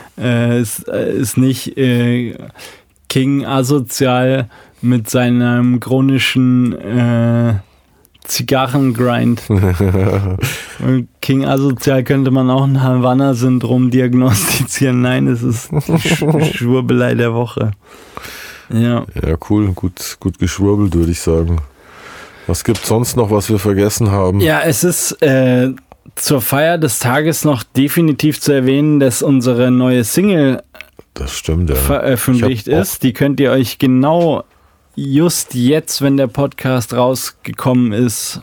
King Asozial mit seinem chronischen Zigarrengrind. King Asozial könnte man auch ein Havanna-Syndrom diagnostizieren. Nein, es ist die Schwurbelei der Woche. Ja, cool, gut geschwurbelt, würde ich sagen. Was gibt sonst noch, was wir vergessen haben? Ja, es ist zur Feier des Tages noch definitiv zu erwähnen, dass unsere neue Single veröffentlicht ist. Die könnt ihr euch genau just jetzt, wenn der Podcast rausgekommen ist,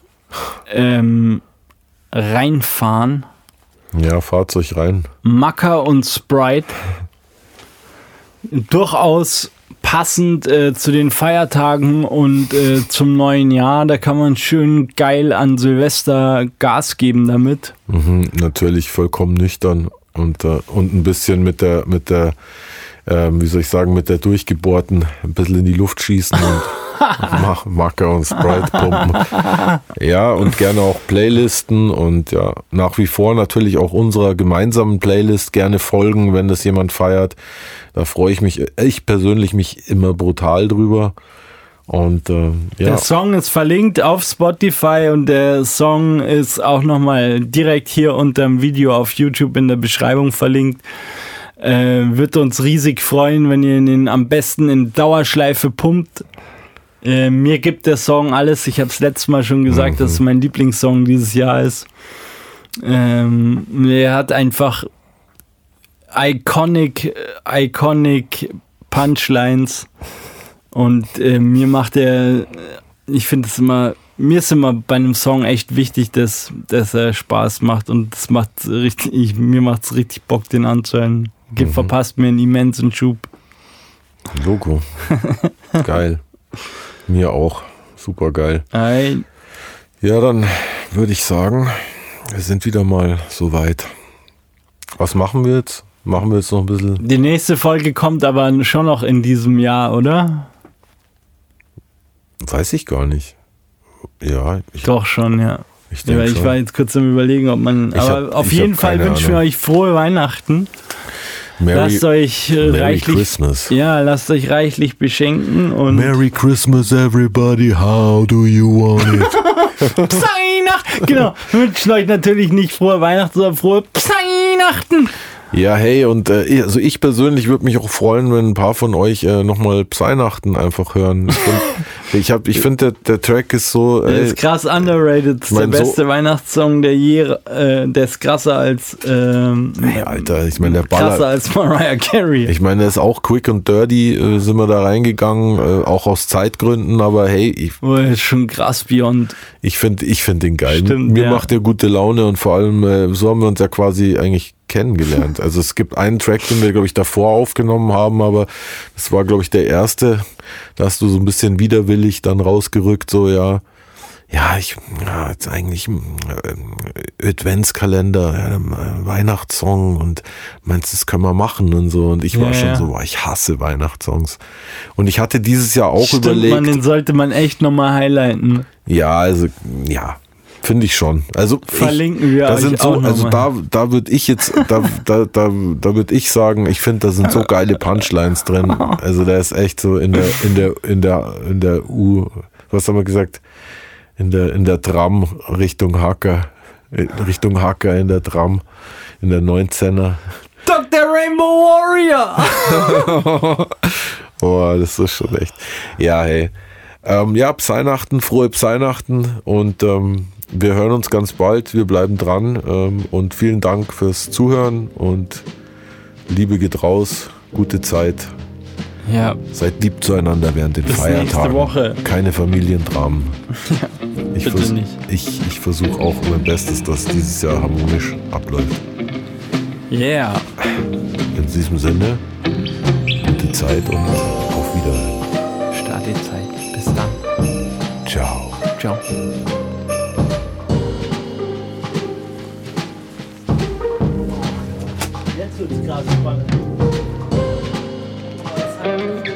reinfahren. Ja, fahrt euch rein. Macker und Sprite. Durchaus passend zu den Feiertagen und zum neuen Jahr. Da kann man schön geil an Silvester Gas geben damit. Natürlich vollkommen nüchtern und ein bisschen mit der wie soll ich sagen, mit der Durchgebohrten ein bisschen in die Luft schießen und Macker und Sprite pumpen. Ja, und gerne auch Playlisten und ja, nach wie vor natürlich auch unserer gemeinsamen Playlist gerne folgen, wenn das jemand feiert. Da freue ich persönlich mich immer brutal drüber. Und Der Song ist verlinkt auf Spotify und der Song ist auch nochmal direkt hier unter dem Video auf YouTube in der Beschreibung verlinkt. Wird uns riesig freuen, wenn ihr ihn am besten in Dauerschleife pumpt. Mir gibt der Song alles. Ich habe es letztes Mal schon gesagt, dass es mein Lieblingssong dieses Jahr ist. Er hat einfach iconic Punchlines und ich finde es immer, mir ist immer bei einem Song echt wichtig, dass er Spaß macht und mir macht es richtig Bock, den anzuhören. Verpasst mir einen immensen Schub. Logo. Geil. Mir auch. Super geil. Ja, dann würde ich sagen, wir sind wieder mal soweit. Was machen wir jetzt? Machen wir jetzt noch ein bisschen? Die nächste Folge kommt aber schon noch in diesem Jahr, oder? Weiß ich gar nicht. Ja. Doch schon, ja. Ich war jetzt kurz am Überlegen, ob man. Aber auf jeden Fall wünschen wir euch frohe Weihnachten. Lasst euch reichlich. Christmas. Ja, lasst euch reichlich beschenken. Und Merry Christmas, everybody. How do you want it? Weihnachten! Genau. Wir wünschen euch natürlich nicht frohe Weihnachten, sondern frohe Weihnachten! Ja, hey, und also ich persönlich würde mich auch freuen, wenn ein paar von euch nochmal Weihnachten einfach hören. Ich finde, der Track ist so... Der ist krass underrated. Das ist der beste Weihnachtssong, der ist krasser als... hey, Alter, ich meine, der Baller... Krasser als Mariah Carey. Ich meine, der ist auch quick und dirty, sind wir da reingegangen, auch aus Zeitgründen, aber hey... ist schon krass beyond. Ich find den geil. Stimmt, Mir macht der gute Laune und vor allem, so haben wir uns ja quasi eigentlich kennengelernt. Also es gibt einen Track, den wir, glaube ich, davor aufgenommen haben, aber das war, glaube ich, der erste. Da hast du so ein bisschen widerwillig dann rausgerückt, so jetzt eigentlich Adventskalender, Weihnachtssong und meinst, das können wir machen und so. Und ich war schon so, ich hasse Weihnachtssongs. Und ich hatte dieses Jahr auch überlegt. Den sollte man echt nochmal highlighten. Ja, also, ja. Finde ich schon. Also verlinken wir da euch sind auch so, also da würde ich jetzt, da würde ich sagen, ich finde, da sind so geile Punchlines drin. Also der ist echt so in der was haben wir gesagt? In der Tram Richtung Hacker in der Tram, in der 19er. Dr. Rainbow Warrior! Oh, das ist schon echt. Ja, hey. Weihnachten, frohe Weihnachten und wir hören uns ganz bald, wir bleiben dran und vielen Dank fürs Zuhören und Liebe geht raus, gute Zeit. Ja. Seid lieb zueinander während den Bis Feiertagen. nächste Woche. Keine Familiendramen. Ja, bitte nicht. Ich versuche auch mein Bestes, dass dieses Jahr harmonisch abläuft. Yeah. In diesem Sinne, gute Zeit und auf Wiedersehen. Start die Zeit. Bis dann. Ciao. Ciao. Jetzt wird's krass spannend.